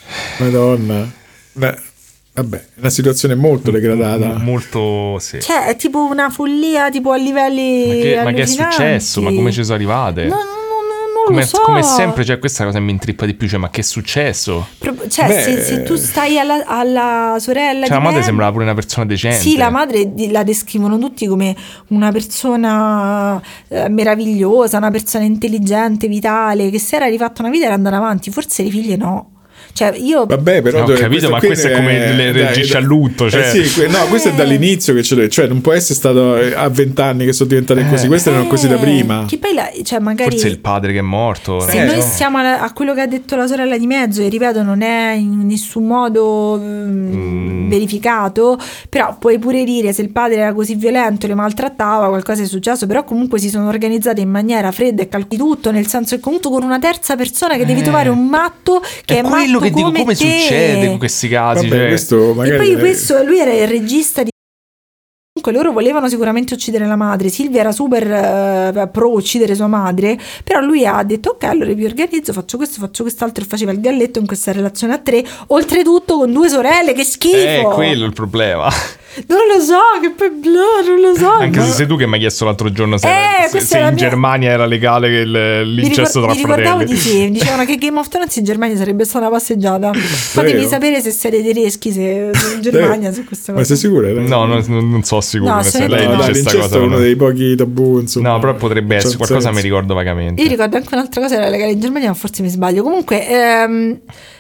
Madonna. Beh, vabbè, è una situazione molto degradata. M- molto, sì. Cioè è tipo una follia tipo a livelli Ma che, ma che è allucinanti. successo? Ma come ci sono arrivate? No, no, no, no, non come, lo so. come sempre, cioè, questa cosa mi intrippa di più. Cioè, ma che è successo? Pro- Cioè, Beh, se, se tu stai alla, alla sorella Cioè, di la madre Pam- sembrava pure una persona decente. Sì, la madre di- la descrivono tutti come una persona eh, meravigliosa, una persona intelligente, vitale, che si era rifatta una vita e era andata avanti. Forse le figlie no. Cioè, io Vabbè, però Ho dove- capito, ma qui questo è come le dai, reagisce dai. a lutto, cioè. Eh sì, que- no, questo è dall'inizio che ce l'è, cioè non può essere stato eh, a vent'anni che sono diventate così, queste erano così da Eh, prima. Che poi la- cioè, magari Forse è il padre che è morto. se Eh, noi no. stiamo a, a quello che ha detto la sorella di mezzo, e ripeto, non è in nessun modo mm, Mm. verificato, però puoi pure dire se il padre era così violento, le maltrattava, qualcosa è successo, però comunque si sono organizzate in maniera fredda e calcolata tutto, nel senso che comunque con una terza persona che devi Eh. trovare un matto che È è, quello matto che dico, come come te. succede con questi casi? Vabbè, cioè. questo E magari poi questo, lui era il regista di... Comunque loro volevano sicuramente uccidere la madre. Silvia era super eh, pro uccidere sua madre, però lui ha detto ok, allora io vi organizzo, faccio questo, faccio quest'altro, e faceva il galletto in questa relazione a tre, oltretutto con due sorelle, che schifo. È quello il problema. Non lo so, che poi blah, non lo so. Anche ma- se sei tu che mi hai chiesto l'altro giorno se, Eh, se- questa se è la in mia- Germania era legale che il- Mi, l'incesto ricor- mi tra ricordavo fratelli. di sì, dicevano che Game of Thrones in Germania sarebbe stata una passeggiata. Fatemi Davvero? sapere se siete tedeschi, se in Germania su questa Ma cosa. sei sicura? No, non, non so sicuro. No, nel se- senso, lei No, dice dai, sta l'incesto cosa. è uno no. dei pochi tabù, insomma. No, però potrebbe C'è essere un qualcosa mi senso. ricordo vagamente. Io ricordo anche un'altra cosa era legale in Germania, ma forse mi sbaglio. Comunque, ehm,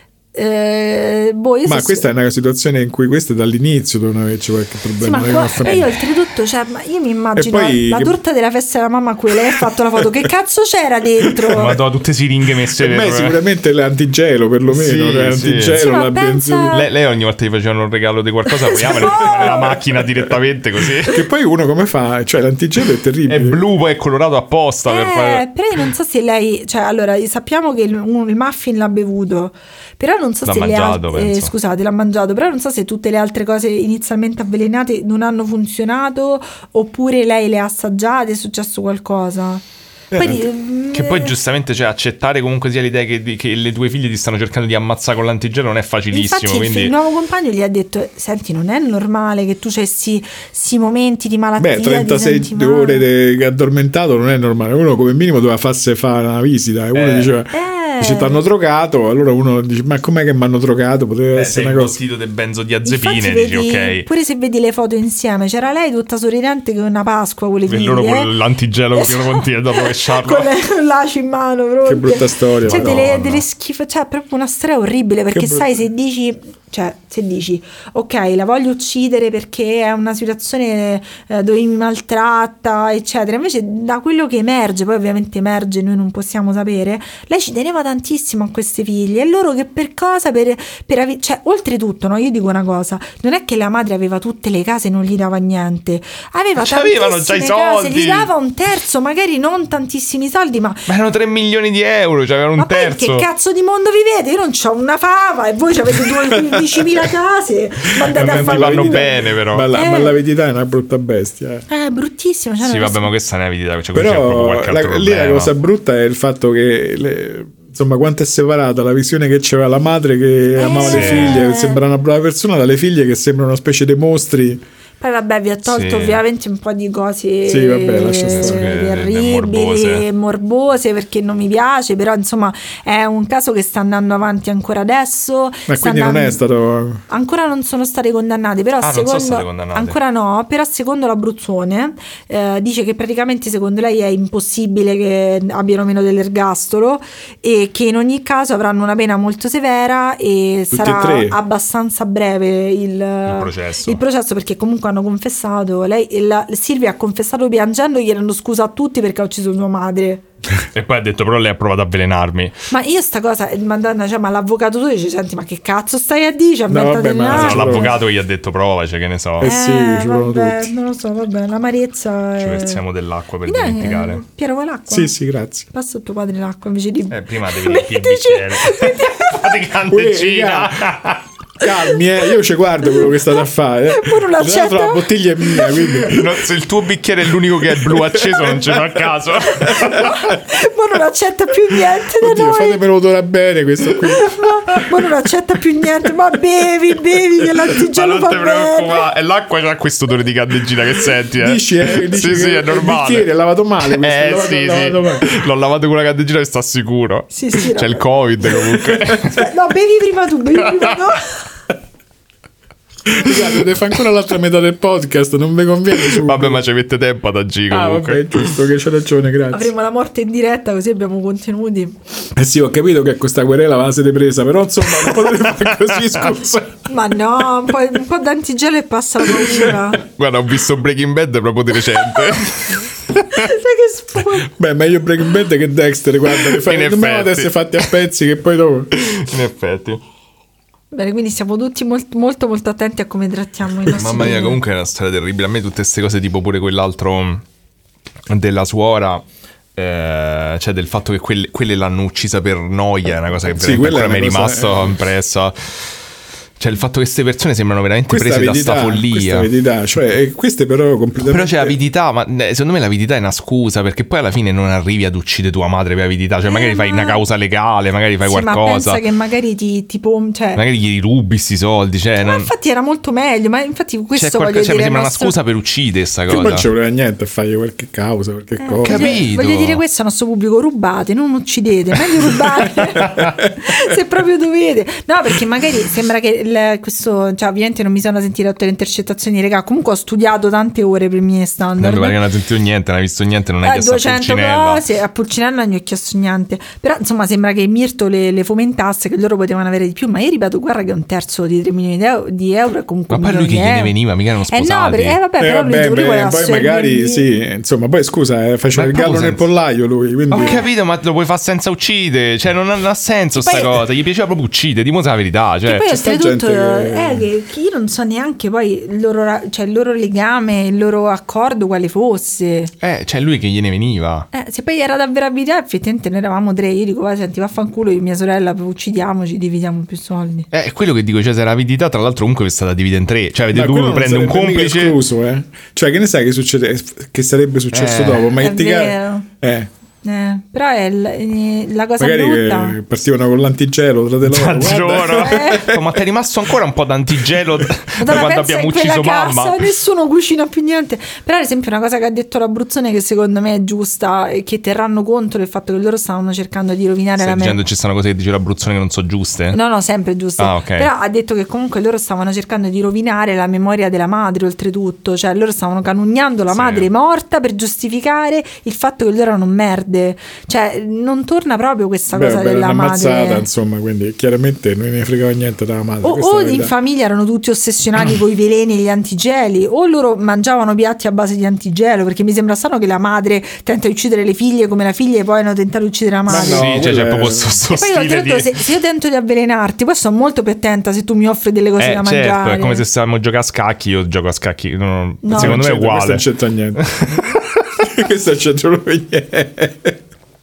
eh, boh, io Ma se- questa è una situazione in cui queste dall'inizio devono averci qualche Sì, problema. ma non è qua- una famiglia. io oltretutto, cioè, ma io mi immagino E poi la che- torta della festa della mamma a cui lei ha fatto la foto. Che cazzo c'era dentro? Madonna, tutte siringhe messe Per me per- sicuramente l'antigelo, perlomeno. Sì, cioè, sì. l'antigelo, Sì, ma la pensa- benzina. Lei, lei ogni volta gli facevano un regalo di qualcosa, proviamo No! nella macchina direttamente così. Che poi uno come fa? Cioè, l'antigelo è terribile. È blu, poi è colorato apposta per Eh, fare... però io non so se lei, cioè, allora, sappiamo che il, un- il muffin l'ha bevuto, però non so L'ha se le mangiato, altre, penso. eh, scusate, l'ha mangiato, però non so se tutte le altre cose inizialmente avvelenate non hanno funzionato oppure lei le ha assaggiate, è successo qualcosa. Poi di- Eh, Che poi giustamente, cioè, accettare comunque sia l'idea che, di- che le tue figlie ti stanno cercando di ammazzare con l'antigelo non è facilissimo. Infatti il, quindi... il nuovo compagno gli ha detto: senti, non è normale che tu c'hai questi momenti di malattia. Beh, trentasei ti senti male." ore de- addormentato non è normale. Uno come minimo doveva farsi fare una visita e uno Eh. diceva Eh. dice ti hanno drogato, allora uno dice ma com'è che mi hanno drogato? Poteva Eh, essere sei una cosa. imbottito del Infatti benzodiazepine, dici vedi- ok. Pure se vedi le foto insieme, c'era lei tutta sorridente che una Pasqua con le E figlie, loro eh. con l'antigelo che pieno continua da rovesciarlo. con le- con l'aci in mano proprio. Che brutta storia, Cioè delle, Madonna. delle schifo, cioè proprio una storia orribile, perché Che brutta- sai, se dici, cioè se dici ok, la voglio uccidere perché è una situazione eh, dove mi maltratta eccetera, invece da quello che emerge, poi ovviamente emerge, noi non possiamo sapere, lei ci teneva tantissimo a queste figlie e loro che per cosa, per, per ave- cioè oltretutto, no, io dico una cosa, non è che la madre aveva tutte le case e non gli dava niente, aveva C'avevano tantissime già i case, soldi. gli dava un terzo, magari non tantissimi soldi, ma Ma erano tre milioni di euro, cioè avevano un ma poi terzo. che cazzo di mondo vivete? Io non c'ho una fava e voi avete quindicimila case, ma andate a Ti fare vanno bene, però. Ma, la, Eh. ma l'avidità è una brutta bestia. eh. Eh, bruttissimo, cioè Sì, non vabbè, so- ma questa è una verità, cioè, qui c'è proprio Però qualche la, altro lì la problema. cosa brutta è il fatto che le- insomma quanto è separata la visione che c'era la madre che amava le sì. figlie, che sembra una brava persona, dalle figlie che sembrano una specie di mostri. Poi vabbè, vi ha tolto Sì. ovviamente un po' di cose Sì, vabbè, lascia eh, stare. terribili, morbose. morbose, perché non mi piace, però insomma è un caso che sta andando avanti ancora adesso. Ma sta quindi non andando- è stato. Ancora non sono state condannate, però Ah, non secondo sono state condannate. ancora no, però secondo l'Abruzzone eh, dice che praticamente secondo lei è impossibile che abbiano meno dell'ergastolo e che in ogni caso avranno una pena molto severa e Tutti sarà e tre? abbastanza breve il, Il processo. il processo, perché comunque hanno confessato, lei e la, Silvia ha confessato piangendo, chiedendo scusa a tutti perché ha ucciso sua madre. E poi ha detto però lei ha provato a avvelenarmi. Ma io sta cosa, Madonna, cioè, ma l'avvocato tu dici, senti, ma che cazzo stai a dire? No, vabbè, ma no, l'avvocato gli ha detto prova, cioè che ne so. Eh sì, ci vabbè, tutti. non lo so, vabbè, l'amarezza Ci è... versiamo dell'acqua per Dai, dimenticare. Piero, vuoi l'acqua? Sì, sì, grazie. Passa a tuo padre l'acqua invece di... Eh, prima devi riempire il bicchiere. Fate candeggina. Calmi, eh, io ci guardo quello che state a fare. Eh. Pure una Tra l'altro la bottiglia è mia, quindi No, se il tuo bicchiere è l'unico che è blu acceso non ce fa caso. Ma non accetta più niente da oddio, noi. fatemelo odora bene questo qui. Ma non accetta più niente. Ma bevi, bevi che Ma l'antigelo non fa ti bene. preoccupare, e l'acqua c'ha questo odore di candeggina che senti, eh? Dici, eh, dici sì, che sì, è il normale. bicchiere è lavato male questo, Eh lavato- sì, lavato sì. male. L'ho lavato con la candeggina e sta sicuro. Sì, sì, C'è no. il Covid comunque. No, bevi prima tu, bevi prima tu. Scusate, deve fare ancora l'altra metà del podcast, non vi conviene subito. Vabbè, ma ci avete tempo ad agire Ah, comunque. vabbè, giusto, che c'è ragione, grazie. Avremo la morte in diretta così abbiamo contenuti. Eh sì, ho capito che questa querela ve la siete presa, però insomma non potete fare così, scusa. Ma no, un po', un po' d'antigelo e passa la paura. Guarda, ho visto Breaking Bad proprio di recente. Sai che sputo. Beh, meglio Breaking Bad che Dexter, guarda, che fai, In non me effetti. essere fatti a pezzi che poi dopo... In effetti. Bene, quindi siamo tutti molto molto, molto attenti a come trattiamo i nostri... Mamma mia, comunque è una storia terribile. A me tutte queste cose, tipo pure quell'altro della suora, eh, cioè del fatto che quelle, quelle l'hanno uccisa per noia, è una cosa che Sì, veramente quella ancora è mi è una cosa, rimasta eh. impressa. Cioè il fatto che queste persone sembrano veramente Questa prese avidità, da sta follia. questa avidità, cioè eh, queste però completamente... Però c'è avidità, ma eh, secondo me l'avidità è una scusa, perché poi alla fine non arrivi ad uccidere tua madre per avidità. Cioè Eh, magari fai ma- una causa legale, magari fai Sì, ma qualcosa, pensa che magari ti tipo, cioè, magari gli rubi sti soldi. Cioè, ma non... infatti era molto meglio. Ma infatti questo c'è qualche... voglio cioè, mi dire sembra una nostro- scusa per uccidere sta Che poi cosa. non ci voleva niente a fargli qualche causa, qualche Eh, cosa. Capito. voglio, voglio dire questo al nostro pubblico: rubate, non uccidete, meglio rubare se proprio dovete. No, perché magari sembra che il- questo, cioè ovviamente non mi sono sentire tutte le intercettazioni, raga. Comunque ho studiato tante ore per i miei Non standard. mi pare che non ha sentito niente, non hai visto niente, non hai Eh, chiesto a duecento Pulcinella. cose a Pulcinella non gli ho chiesto niente, però insomma sembra che Mirto le, le fomentasse, che loro potevano avere di più, ma io ripeto, guarda che un terzo di tre milioni di euro, di euro è comunque Ma un poi lui che milione di gliene euro. veniva, mica erano Eh no, sposati. perché, eh, vabbè, Eh, però lui, vabbè, lui beh, voleva poi assolvere magari lì. sì, insomma, poi scusa, eh, faceva Ma il è gallo proprio nel senza- pollaio lui, quindi... Ho capito, ma lo puoi fare senza uccidere. Cioè, non ha, non ha senso Poi- sta cosa. Gli piaceva proprio uccidere, dimostra la verità. Cioè, E poi c'è sta oltretutto gente che- è che, che io non so neanche poi il loro, ra- cioè, il loro legame, il loro accordo quale fosse. eh, cioè, lui che gliene veniva. Eh, se poi era davvero abilità, effettivamente noi eravamo tre. Io dico, va, senti, vaffanculo, io e mia sorella uccidiamoci, dividiamo più soldi. Eh, è quello che dico, cioè, se l'avidità, tra l'altro, comunque è stata divisa in tre. Cioè, avete Ma quello dovuto non prendere un sarebbe mica complice. escluso, eh? Cioè, che ne sai che succede, che sarebbe successo Eh. dopo? Ma È che ti vero. ca- Eh, Eh, però è l- eh, la cosa magari brutta. che partivano con l'antigelo tra di loro. Tanti guarda. giorno. Eh. Ma ti è rimasto ancora un po' d'antigelo da Madonna, quando pensa abbiamo in quella ucciso casa, mamma. nessuno cucina più niente. Però ad esempio una cosa che ha detto l'Abruzzone che secondo me è giusta e che terranno conto del fatto che loro stavano cercando di rovinare Stai la dicendo memoria. che ci stanno cose che dice l'Abruzzone che non so giuste? No, no, sempre giusto. Ah, ok. Però ha detto che comunque loro stavano cercando di rovinare la memoria della madre, oltretutto. Cioè, loro stavano canugnando la Sì. madre morta per giustificare il fatto che loro erano merde. Cioè, non torna proprio questa Beh, cosa vabbè, della un'ammazzata, madre. insomma, quindi chiaramente non ne fregava niente dalla madre. O, questa è o la in verità. famiglia erano tutti ossessionati con i veleni e gli antigeli, o loro mangiavano piatti a base di antigelo, perché mi sembra strano che la madre tenta di uccidere le figlie come la figlia e poi hanno tentato di uccidere la madre. no, sì, cioè, quello c'è è- proprio sto, sto E poi stile oltretutto, di... se, se io tento di avvelenarti, poi sto molto più attenta se tu mi offri delle cose Eh, da certo, mangiare. è come se stavamo a giocare a scacchi, io gioco a scacchi. no, No. secondo me è C'entra- uguale. Questo non c'entra niente. Questo non c'entra proprio niente.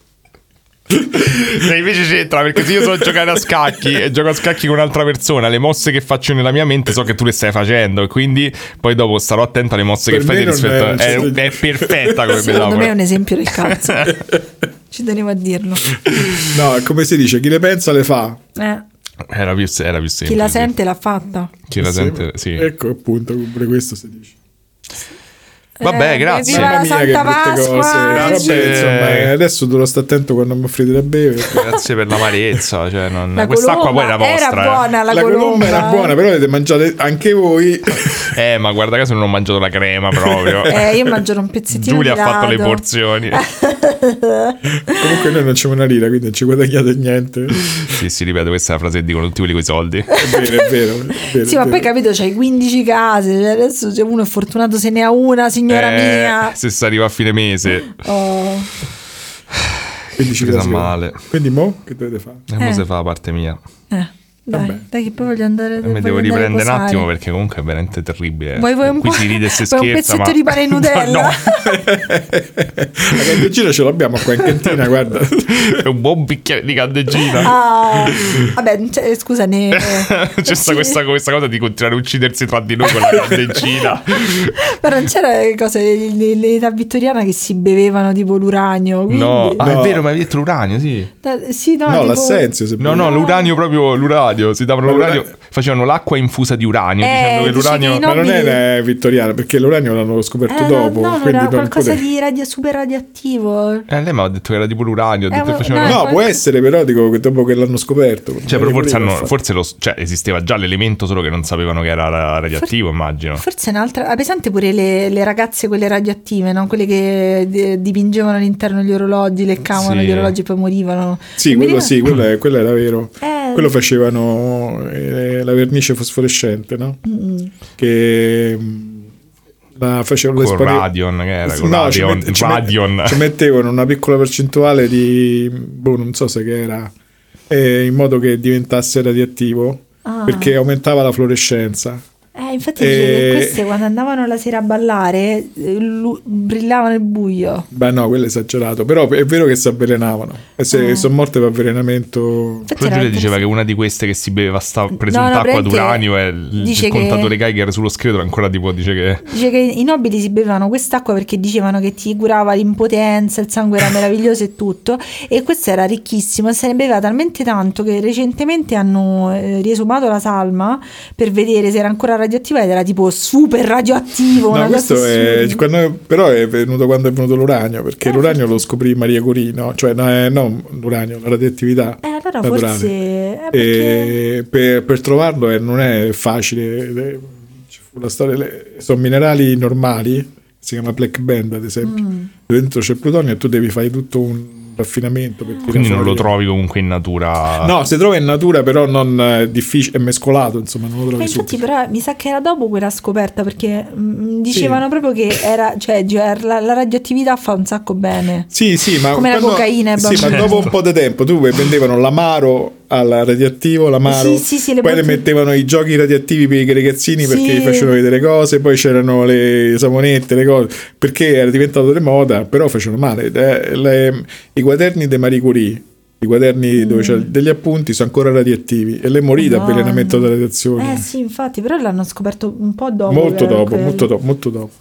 E invece c'entra, perché se io so giocare a scacchi e gioco a scacchi con un'altra persona, le mosse che faccio nella mia mente so che tu le stai facendo, e quindi poi dopo starò attento alle mosse Per che fai me di non rispetto. è- È, non c'è- è perfetta come Secondo me è metafora. un esempio del cazzo. Ci tenevo a dirlo. No, come si dice, chi le pensa le fa. Eh, Era più, era più semplice. chi la sente l'ha fatta. Chi la sente, sì. Ecco appunto, pure questo si dice. Vabbè, Eh, grazie. viva la Mamma mia, che Santa brutte cose. Pasqua! Grazie. Vabbè, insomma, eh, adesso dovrò stare attento quando mi offrite da bere. Grazie per l'amarezza. Cioè non... La Quest'acqua poi era colomba vostra. era eh. buona, la, La colomba era buona, però avete mangiate anche voi. Eh, ma guarda caso non ho mangiato la crema proprio. Eh, io mangierò un pezzettino Giulia di ha fatto le lato. porzioni. Comunque noi non c'è una lira, quindi non ci guadagnate niente. Sì, sì, ripeto, questa è la frase che dicono tutti quelli coi soldi. È vero, è vero. È vero sì, è ma vero. poi capito, c'hai quindici case, cioè adesso c'è uno è fortunato se ne ha una, signora Eh, mia. se si arriva a fine mese. Oh. Quindi ci Presa case. male. Quindi mo che dovete fare? E mo Eh. se fa la parte mia. Eh, dai, Vabbè. dai che poi voglio andare. E mi voglio devo andare a riprendere un posare. attimo perché comunque è veramente terribile. Vuoi, vuoi un Qui po'? si ride e si vuoi un scherza, pezzetto ma... di pane Nutella? No, La candeggina ce l'abbiamo qua in cantina, guarda. è un buon bicchiere di candeggina. Ah, vabbè, cioè, scusa, ne... C'è sta questa, questa cosa di continuare a uccidersi tra di noi con la candeggina. Però non c'era cose l'età vittoriana che si bevevano tipo l'uranio. Quindi... No, ah, No. è vero, ma hai detto l'uranio, sì. Da- sì, no, No, tipo... l'assenzio. Se No, no, l'uranio proprio, l'uranio. Si davano Ma l'uranio, l'uranio- facevano l'acqua infusa di uranio, Eh, dicendo che dice l'uranio... che i Ma non nobili- è vittoriana, perché l'uranio l'hanno scoperto Eh, dopo. no, no, quindi era non qualcosa poteva- di radio- super radioattivo. Eh, lei mi ha detto che era tipo l'uranio. ho Eh, detto che ma- facevano... no, No, qual- può essere, però dico che dopo che l'hanno scoperto. Cioè, però forse, hanno hanno, forse lo, cioè, esisteva già l'elemento, solo che non sapevano che era ra- radioattivo, immagino. Forse è un'altra. Ha presente pure le, le ragazze, quelle radioattive, no? Quelle che di- dipingevano all'interno gli orologi, leccavano Sì. gli orologi e poi morivano. Sì, Non mi quello ricordo- sì, quello, è- quello era vero. Eh. Quello facevano eh, la vernice fosforescente, no? Mm. Che mh, la facevano le Con spari- Radion, che era? Sì, Con no, ci Radion. mette- ci met- Radion. ci mettevano una piccola percentuale di boh, non so se che era, eh, in modo che diventasse radioattivo, Ah. perché aumentava la fluorescenza. Eh, infatti Eh. dice che queste quando andavano la sera a ballare eh, lu- brillavano nel buio. Beh, no, quello è esagerato, però è vero che si avvelenavano e se Ah. sono morte per avvelenamento. Infatti Però era Giulia diceva che interessante. una di queste che si beveva sta No, presunta no, acqua praticamente d'uranio e il, dice il che- contatore Geiger sullo scheletro ancora tipo dice che... Dice che i nobili si bevevano quest'acqua perché dicevano che ti curava l'impotenza, il sangue era meraviglioso e tutto, e questo era ricchissimo e se ne beveva talmente tanto che recentemente hanno eh, riesumato la salma per vedere se era ancora radioattiva ed era tipo super radioattivo. No, una questo cosa è, assurda. quando- però è venuto quando è venuto l'uranio, perché Eh, l'uranio forse- lo scoprì Maria Curie, no? Cioè no, eh, no, l'uranio, la radioattività Eh, allora naturale. forse eh, perché... E per, per trovarlo eh, non è facile. eh, Ci fu la storia, le- sono minerali normali, si chiama Black Band ad esempio, Mm. dentro c'è plutonio e tu devi fare tutto un raffinamento per tirare Quindi non lo fuori. trovi comunque in natura. No, si trova in natura, però non eh, difficile, è mescolato, insomma, non lo trovi Ma infatti subito. però mi sa che era dopo quella scoperta perché mm, dicevano proprio che era, cioè, cioè, la, la radioattività fa un sacco bene. Sì, sì, ma Come la quando- cocaina e sì, ma bambini. dopo un po' di tempo tu prendevano l'amaro al radioattivo, l'amaro, Sì, sì, sì, le poi le bottiglie- mettevano i giochi radioattivi per i ragazzini perché Sì. gli facevano vedere cose, poi c'erano le saponette, le cose, perché era diventato di moda, però facevano male. Eh, le- I quaderni di Marie Curie, i quaderni dove c'erano degli appunti, sono ancora radioattivi e lei morì da Madonna. avvelenamento da radiazioni. Eh sì, infatti, però l'hanno scoperto un po' dopo. molto che era dopo, quello. molto dopo, molto dopo.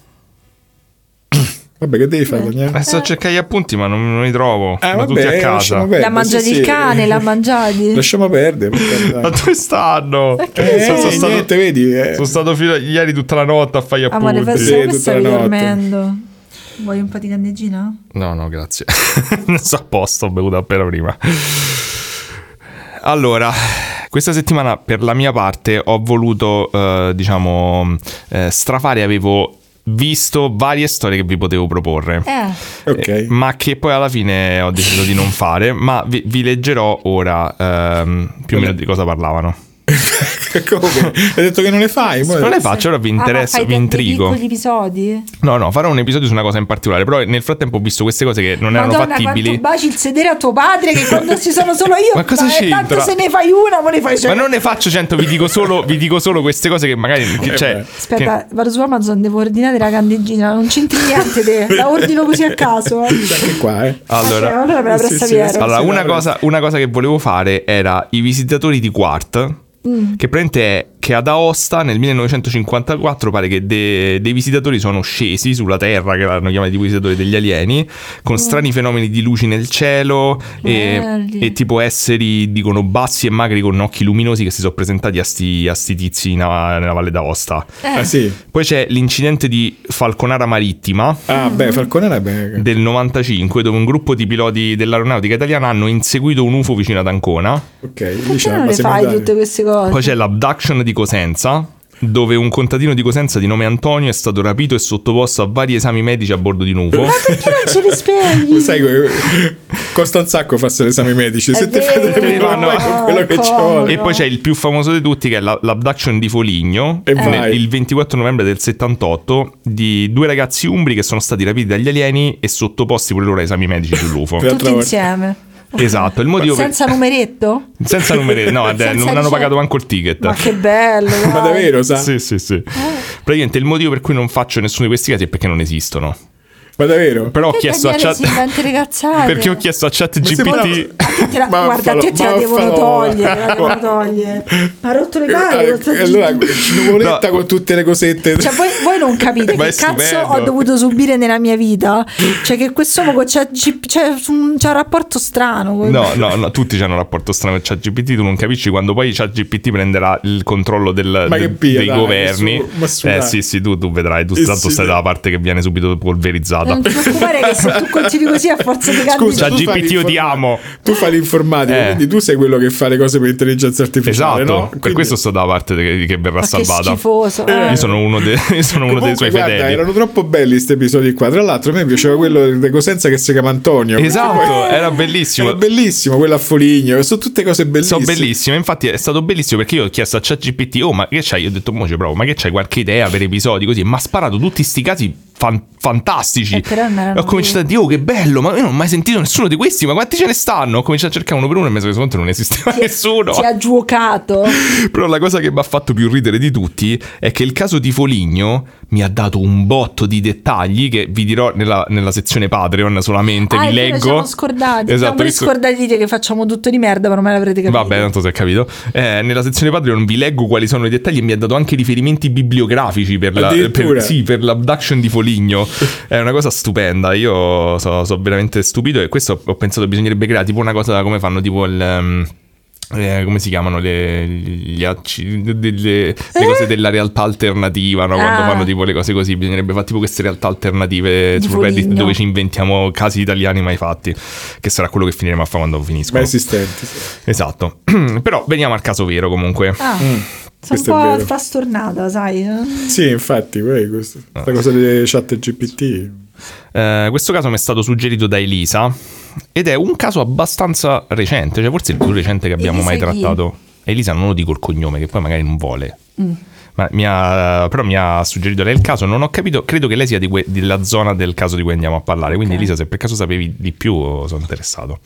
Vabbè, che devi fare, Daniele? Eh, sto a cercare gli appunti, ma non, non li trovo. Eh, Sono tutti a vabbè, casa. lasciamo perdere. L'ha mangiati sì, il sì. cane, l'ha mangiati. Lasciamo perdere. per carità. Ma dove stanno? Eh, sono, sono stato, niente, vedi? eh. sono stato fino a ieri tutta la notte a fare gli Amore, appunti. Sì, facciamo tutta che stavi la notte. dormendo. Vuoi un po' di candeggina? No, no, grazie. Sto a posto, ho bevuto appena prima. Allora, questa settimana per la mia parte ho voluto, eh, diciamo, eh, strafare, avevo visto varie storie che vi potevo proporre. Eh, Ok. Eh, ma che poi alla fine ho deciso di non fare, ma vi, vi leggerò ora ehm, più o meno di cosa parlavano. Come? Hai detto che non le fai? Mo- Non le faccio, ora vi ah, ma interessa, fai vi dei intrigo. piccoli episodi? No, no, farò un episodio su una cosa in particolare, però nel frattempo ho visto queste cose che non erano Madonna, fattibili. quanto baci il sedere a tuo padre che quando ci sono solo io. Ma cosa eh, c'entra? Tanto se ne fai una, ma ne fai Ma cento. non ne faccio cento, vi dico solo, vi dico solo queste cose che magari... che- cioè, beh. Aspetta, vado su Amazon, devo ordinare la candeggina. Non c'entri niente te. La ordino così a caso. Eh. C'è anche qua, eh. allora, Ok, allora me la Sì, presta sì, Piero. sì. allora sì, una, no, cosa, una cosa che volevo fare era i visitatori di Quart. Mm. Che praticamente è che ad Aosta nel millenovecentocinquantaquattro pare che de- dei visitatori sono scesi sulla Terra, che l'hanno chiamati tipo visitatori degli alieni, con strani fenomeni di luci nel cielo e, Belli. e tipo esseri, dicono, bassi e magri con occhi luminosi che si sono presentati a sti, a sti tizi nella, nella Valle d'Aosta. Eh. Ah, sì. Poi c'è l'incidente di Falconara Marittima Ah, beh, Falconera, beh. del novantacinque, dove un gruppo di piloti dell'aeronautica italiana hanno inseguito un U F O vicino ad Ancona. Ok, lì Perché c'è la non le base fai militare. tutte queste cose? Poi c'è l'abduction di Cosenza. dove un contadino di Cosenza di nome Antonio è stato rapito e sottoposto a vari esami medici a bordo di un U F O. Ma perché non ce li spieghi? Sai, costa un sacco farsi l'esame medici. Se te fai vero, no, quello che ci vuole. E poi c'è il più famoso di tutti, che è la, l'abduction di Foligno, E nel- vai. il ventiquattro novembre del settantotto, di due ragazzi umbri che sono stati rapiti dagli alieni e sottoposti pure loro a esami medici sull'U F O. Per- Tutti volta. insieme. Esatto, il motivo per- Senza numeretto? senza numeri, no, Senza non hanno il pagato cer- manco il ticket. Ma che bello. Ma dai. davvero, sa? Sì, sì, sì. Praticamente il motivo per cui non faccio nessuno di questi casi è perché non esistono. Ma davvero? Però ho Che chiesto a Daniele chat si inventa le cazzate. perché ho chiesto a chat Ma G P sembra- T. Te la- Ma guarda, a te te la fallo- devono fallo- togliere, la devono togliere. Ma ha rotto le palle. Eh, questo e allora G P T. nuvoletta No. con tutte le cosette. Cioè, voi, voi non capite Ma che è cazzo stupendo. ho dovuto subire nella mia vita. Cioè, che quest'uomo con c'è, c'è, un, c'è un rapporto strano. con- No, no, no, tutti hanno un rapporto strano con ChatGPT, tu non capisci quando poi ChatGPT prenderà il controllo del, Ma del- che pia, dei dai, governi. su- ma su, eh dai. sì, sì, tu, tu vedrai, tu Eh, tanto sì, stai sì. dalla parte che viene subito polverizzata. Non ti preoccupare che se tu continui così a forza di Scusa, candidare. Cioè, tu G P T fai io ti l'informa- amo. Tu fai l'informatica, Eh. quindi tu sei quello che fa le cose per intelligenza artificiale, Esatto, no? per Quindi- questo sto dalla parte de- che verrà Ma che salvata. schifoso. Eh. eh. Io sono uno, de- io sono uno dei Comunque, suoi guarda, fedeli. erano troppo belli questi episodi qua. Tra l'altro, a me piaceva quello di Cosenza che si chiama Antonio. Esatto, Poi- era bellissimo. Era bellissimo, quello a Foligno. Sono tutte cose bellissime. Sono bellissime, infatti è stato bellissimo perché io ho chiesto a ChatGPT, oh ma che c'hai? Io ho detto, mo ci provo, ma che c'hai qualche idea per episodi così? Ma ha sparato tutti sti casi fan- fantastici. Eh, però non erano Ho cominciato a dire, oh che bello, ma io non ho mai sentito nessuno di questi, ma quanti ce ne stanno? Ho cominciato a cercare uno per uno e mi sono reso conto che non esisteva Ti- nessuno. Ti ha giuocato. Però la cosa che mi ha fatto più ridere di tutti è che il caso di Foligno mi ha dato un botto di dettagli che vi dirò nella, nella sezione Patreon solamente, Ah, vi è vero, leggo. ci siamo scordati. Esatto, Siamo pure visto- scordati di dire che facciamo tutto di merda, ma non me l'avrete capito. Vabbè, tanto si è capito. Eh, nella sezione Patreon vi leggo quali sono i dettagli e mi ha dato anche riferimenti bibliografici per, la, Addirittura? per, sì, per l'abduction di Foligno. È una cosa stupenda. Io sono so veramente stupito e questo ho pensato bisognerebbe creare tipo una cosa come fanno tipo il... um, eh, come si chiamano le, gli acci- de- le, le cose della realtà alternativa, no? Quando Ah. fanno tipo le cose così bisognerebbe fare tipo queste realtà alternative Di su Reddit Foligno. dove ci inventiamo casi italiani mai fatti, che sarà quello che finiremo a fare quando Ma finiscono. esistenti. Sì. Esatto. Però veniamo al caso vero comunque. Ah, sono un questo è po' vero. frastornata, sai. Sì, infatti, poi questa questa cosa delle chat G P T. Eh, questo caso mi è stato suggerito da Elisa ed è un caso abbastanza recente, cioè forse il più recente che abbiamo Elisa mai chi? trattato. Elisa non lo dico il cognome, che poi magari non vuole. Mm. Ma mi ha, però mi ha suggerito lei il caso, non ho capito, credo che lei sia di que- della zona del caso di cui andiamo a parlare, quindi Ok. Elisa, se per caso sapevi di più sono interessato.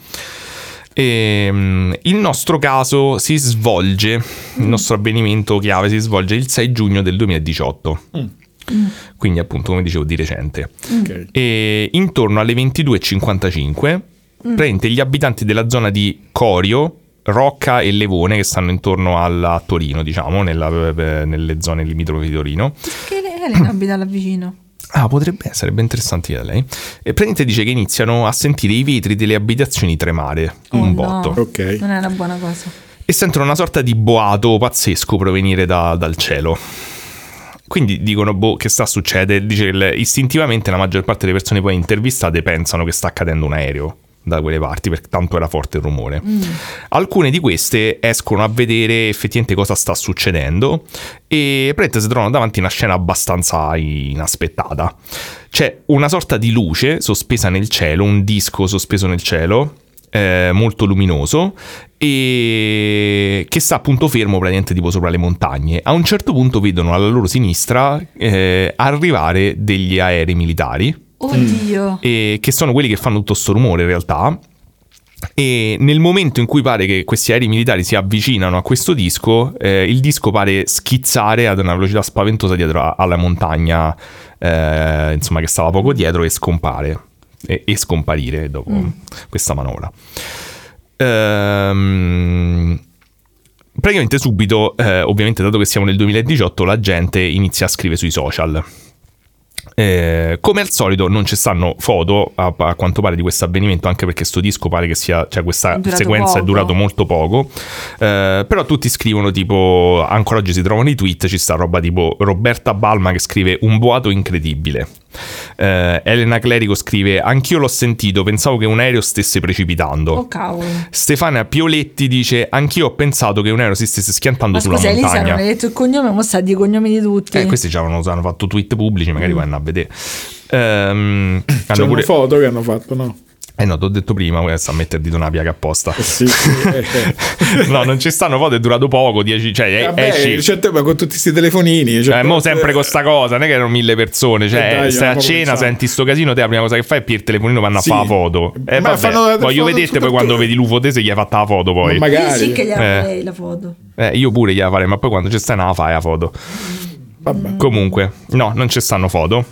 E, mm, il nostro caso si svolge, il nostro avvenimento chiave si svolge il sei giugno del duemiladiciotto, quindi appunto come dicevo di recente. Ok. E intorno alle ventidue e cinquantacinque praticamente gli abitanti della zona di Corio, Rocca e Levone, che stanno intorno alla a Torino, diciamo, nella- nelle zone limitrofe di Torino. Che Elena abita là vicino. Ah, potrebbe essere, ben interessante da lei. E praticamente dice che iniziano a sentire i vetri delle abitazioni tremare Oh, un no. botto. Ok. Non è una buona cosa. E sentono una sorta di boato pazzesco provenire da- dal cielo. Quindi dicono, boh, che sta succedendo? Dice che le- istintivamente la maggior parte delle persone poi intervistate pensano che sta cadendo un aereo da quelle parti, perché tanto era forte il rumore. Alcune di queste escono a vedere effettivamente cosa sta succedendo e praticamente si trovano davanti a una scena abbastanza inaspettata. C'è una sorta di luce sospesa nel cielo, un disco sospeso nel cielo, eh, molto luminoso, e che sta appunto fermo praticamente tipo sopra le montagne. A un certo punto vedono alla loro sinistra eh, arrivare degli aerei militari, Oddio. e che sono quelli che fanno tutto sto rumore in realtà. E nel momento in cui pare che questi aerei militari si avvicinano a questo disco, eh, il disco pare schizzare ad una velocità spaventosa dietro a- alla montagna, eh, insomma, che stava poco dietro, e scompare e, e scomparire dopo questa manovra. Ehm, praticamente subito, eh, ovviamente dato che siamo nel duemiladiciotto, la gente inizia a scrivere sui social. Eh, come al solito non ci stanno foto a, a quanto pare di questo avvenimento, anche perché sto disco pare che sia, cioè questa È durato sequenza è poco. durato molto poco. Eh, però tutti scrivono tipo, ancora oggi si trovano i tweet, ci sta roba tipo Roberta Balma che scrive un boato incredibile, Eh, Elena Clerico scrive: anch'io l'ho sentito, pensavo che un aereo stesse precipitando. Oh cavolo. Stefania Pioletti dice: anch'io ho pensato che un aereo si stesse schiantando Ma sulla scusa, Elisa montagna. non hai detto il cognome, mo sta di i cognomi di tutti. Eh, questi già hanno, hanno fatto tweet pubblici, magari mm. vanno a vedere. Ehm, C'è hanno una pure... foto che hanno fatto, no? Eh no, t'ho detto prima, questa a mettere dito una piaga apposta. Eh sì, sì, eh. No, non ci stanno foto, è durato poco, dieci, cioè Vabbè, esci. certo, ma con tutti questi telefonini. Cioè, Eh, mo sempre con sta cosa, non è che erano mille persone, cioè Eh dai, stai a andiamo cena, pensando. senti sto casino, te la prima cosa che fai è per il telefonino vanno Sì. a fare la foto. Eh, Ma vabbè, fanno la- voglio foto vedere su poi quando tutto. vedi l'U F O te se gli hai fatta la foto poi. Ma Io magari. sì che gliela Eh. farei la foto. Eh, io pure gliela farei, ma poi quando c'è sta non la fai la foto. Vabbè. Comunque, no, non ci stanno foto.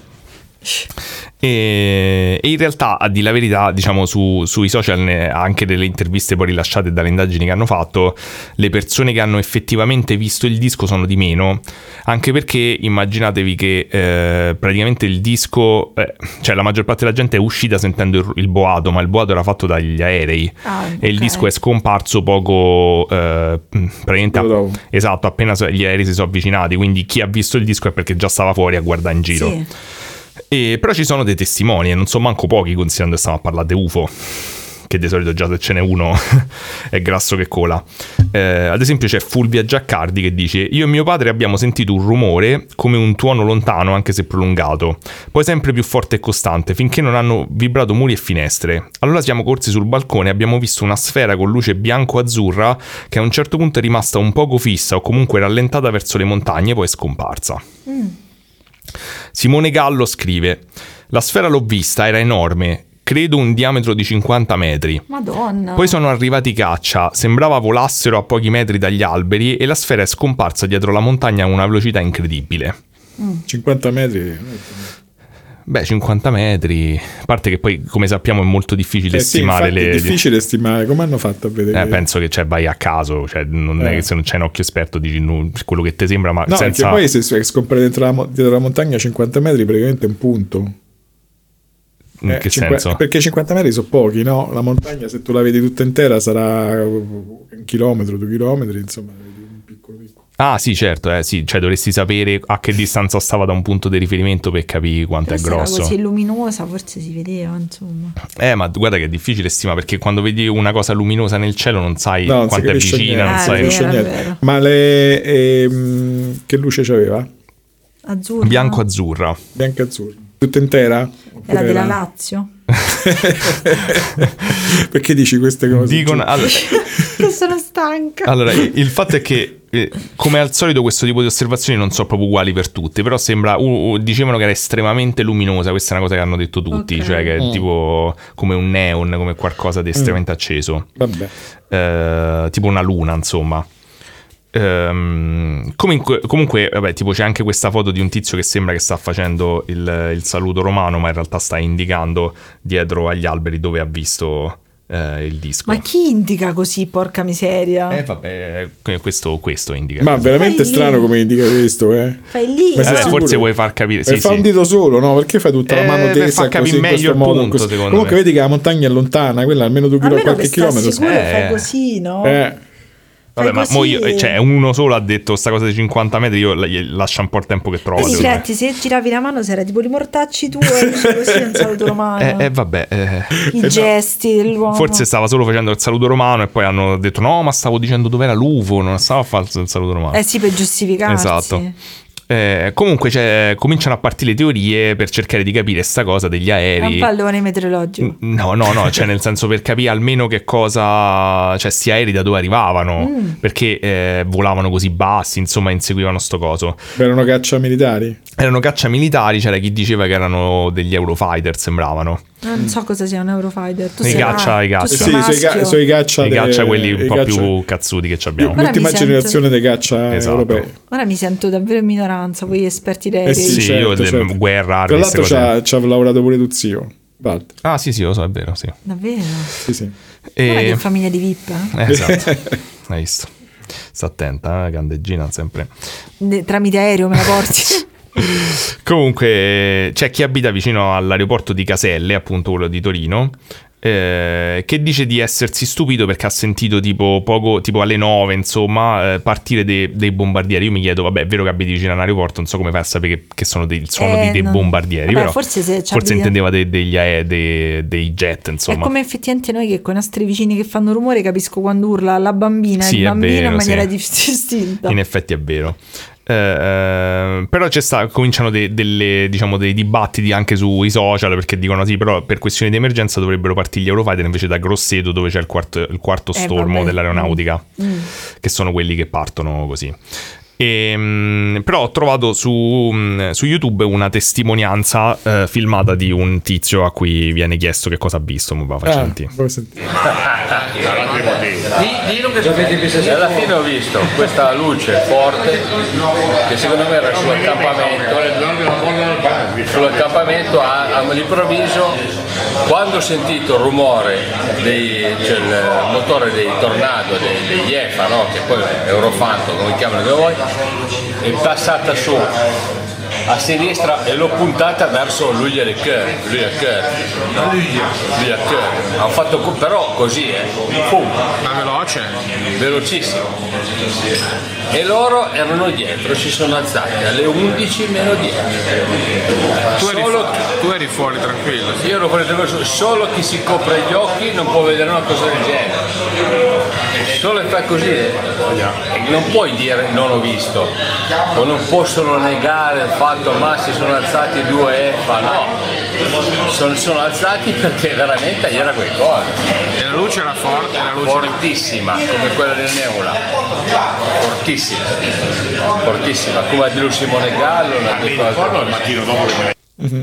E, e in realtà, a dire la verità, diciamo su, sui social, ne- anche delle interviste poi rilasciate dalle indagini che hanno fatto, le persone che hanno effettivamente visto il disco sono di meno, anche perché immaginatevi che eh, praticamente il disco, eh, cioè la maggior parte della gente è uscita sentendo il, il boato, ma il boato era fatto dagli aerei. Ah, E il ok. disco è scomparso poco, eh, praticamente app- Dopo. esatto, appena so- gli aerei si sono avvicinati, quindi chi ha visto il disco è perché già stava fuori a guardare in giro. Sì. E, però ci sono dei testimoni e non sono manco pochi, considerando che stiamo a parlare di U F O, che di solito già se ce n'è uno è grasso che cola. Eh, ad esempio c'è Fulvia Giaccardi che dice: io e mio padre abbiamo sentito un rumore come un tuono lontano, anche se prolungato, poi sempre più forte e costante, finché non hanno vibrato muri e finestre. Allora siamo corsi sul balcone e abbiamo visto una sfera con luce bianco-azzurra che a un certo punto è rimasta un poco fissa o comunque rallentata verso le montagne, poi è scomparsa. Mm. Simone Gallo scrive: la sfera l'ho vista, era enorme, credo un diametro di cinquanta metri. Madonna. Poi sono arrivati i caccia, sembrava volassero a pochi metri dagli alberi e la sfera è scomparsa dietro la montagna a una velocità incredibile. cinquanta metri. Beh, cinquanta metri, a parte che poi, come sappiamo, è molto difficile Eh sì, stimare infatti le... è difficile stimare. Come hanno fatto a vedere? Eh, penso che cioè, vai a caso, cioè, non è Eh. che se non c'hai un occhio esperto dici no, quello che ti sembra, ma No, senza... perché poi se scompare dentro la, mo- dietro la montagna cinquanta metri praticamente è un punto. In Eh, che cinqua- senso? Perché cinquanta metri sono pochi, no? La montagna, se tu la vedi tutta intera, sarà un chilometro, due chilometri, insomma, vedi un piccolo piccolo. Ah sì, certo, eh, sì, cioè dovresti sapere a che distanza stava da un punto di riferimento per capire quanto Però è se era grosso. così luminosa, forse si vedeva, insomma. Eh, ma guarda che è difficile stimare, perché quando vedi una cosa luminosa nel cielo non sai No, non si quanto è capisce vicina, niente, non Eh, sai... vero, capisce è niente. vero. Ma le ehm, che luce c'aveva? Azzurra. Bianco-azzurra. Bianca azzurra. Tutta intera? Oppure Era della era- Lazio. Perché dici queste cose? Dicono, allora, Che sono stanca. allora, il fatto è che eh, come al solito questo tipo di osservazioni non sono proprio uguali per tutti, però sembra, uh, uh, dicevano che era estremamente luminosa, questa è una cosa che hanno detto tutti, Ok. cioè che è Mm. tipo come un neon, come qualcosa di estremamente acceso. Vabbè. Eh, tipo una luna, insomma. Ehm, comunque, comunque vabbè, tipo c'è anche questa foto di un tizio che sembra che sta facendo il, il saluto romano, ma in realtà sta indicando dietro agli alberi dove ha visto eh, il disco. Ma chi indica così, porca miseria? Eh vabbè, eh, questo, questo indica. Ma veramente Fai lì. strano come indica questo, eh? Fai lì. Ma sei Vabbè, sicuro? forse vuoi far capire. e Sì, fa sì. un dito solo, no? Perché fai tutta la Eh, mano per tesa far capire così, in meglio questo il modo, punto, così. secondo Comunque me. vedi che la montagna è lontana, quella almeno due, chilo- Almeno qualche che sta chilometro. sicuro Eh. fai così, no? Eh, Vabbè, ma Fai mo così. io, cioè, uno solo ha detto sta cosa di cinquanta metri, io la- gli lascio un po' il tempo che trovo. E secondo me. rifletti, se giravi la mano se era tipo li mortacci tu e dici così un saluto romano. Eh, eh, vabbè, eh. I gesti dell'uomo. Forse stava solo facendo il saluto romano e poi hanno detto no, ma stavo dicendo dov'era l'U F O, non stavo a fare il saluto romano. Eh sì, per giustificarsi. Esatto. Eh, comunque c'è- cominciano a partire le teorie per cercare di capire sta cosa degli È un aerei. pallone meteorologico. No, no, no, cioè nel senso per capire almeno che cosa, cioè sti aerei da dove arrivavano, Mm. perché eh, volavano così bassi, insomma inseguivano sto coso. erano caccia militari. Erano caccia militari, c'era chi diceva che erano degli Eurofighter, sembravano. Non so cosa sia un Eurofighter. Tu I sei caccia, ma- i tu caccia. sei Sì, sono i, ca- maschio. sono i caccia, I de- caccia quelli un i po' caccia- più cazzuti che abbiamo. Ora mi l'ultima sento- generazione dei caccia Esatto. europei. Ora mi sento davvero in minoranza, voi esperti d'aerei. Eh sì, Sì, certo, io de- certo. guerra, Tra queste l'altro cose. c'ha, c'ha lavorato pure tuo zio, Walter. Ah sì sì, lo so, è vero, sì. Davvero? Sì, sì. Guarda E... che famiglia di V I P, eh? Eh, esatto, hai visto. Sta attenta, eh, Candeggina sempre. Ne- Tramite aereo me la porti. Comunque c'è chi abita vicino all'aeroporto di Caselle, appunto quello di Torino, eh, che dice di essersi stupito perché ha sentito tipo poco tipo alle nove insomma eh, partire dei, dei bombardieri. Io mi chiedo, vabbè, è vero che abiti vicino a un aeroporto, non so come fai a sapere che, che sono dei, il suono Eh, di dei no. bombardieri. Vabbè, Però forse se ci forse abiti- intendeva dei, degli ae- dei, dei jet, insomma. È come effettivamente noi che con i nostri vicini che fanno rumore capisco quando urla la bambina Sì, e il è bambino vero, in maniera sì. distinta. In effetti è vero. Eh, eh, però c'è sta, cominciano de- delle, diciamo, dei dibattiti anche sui social, perché dicono sì, però per questioni di emergenza dovrebbero partire gli Eurofighter invece da Grosseto, dove c'è il quarto, il quarto Eh, stormo vabbè. dell'aeronautica, Mm. che sono quelli che partono così. E, mh, però ho trovato su, mh, su YouTube una testimonianza eh, filmata di un tizio a cui viene chiesto che cosa ha visto. Ma va, faccio Ah, sentire. poi senti- Dillo che alla fine ho visto questa luce forte che secondo me era sull'accampamento, sull'accampamento a- all'improvviso, quando ho sentito il rumore dei, cioè il motore dei Tornado, dei, degli E F A, no? Che poi è Eurofanto, come chiamano da voi, è passata su a sinistra e l'ho puntata verso Louis Lecoeur, Louis Lecoeur, no? Louis Lecoeur. Ho fatto co- però così, eh, pum, Ma veloce? velocissimo. E loro erano dietro, si sono alzati alle undici meno dieci. Tu eri, Solo tu eri fuori tranquillo. io ero fuori attraverso, solo chi si copre gli occhi non può vedere una cosa del genere. Solo che fa così, eh, non puoi dire non ho visto, o non possono negare il fatto ma si sono alzati due E F A, no, sono, sono alzati perché veramente era qualcosa, E la luce era forte, la luce fortissima come quella del Neula, fortissima, fortissima, come a dirlo Simone Gallo, una delle cose.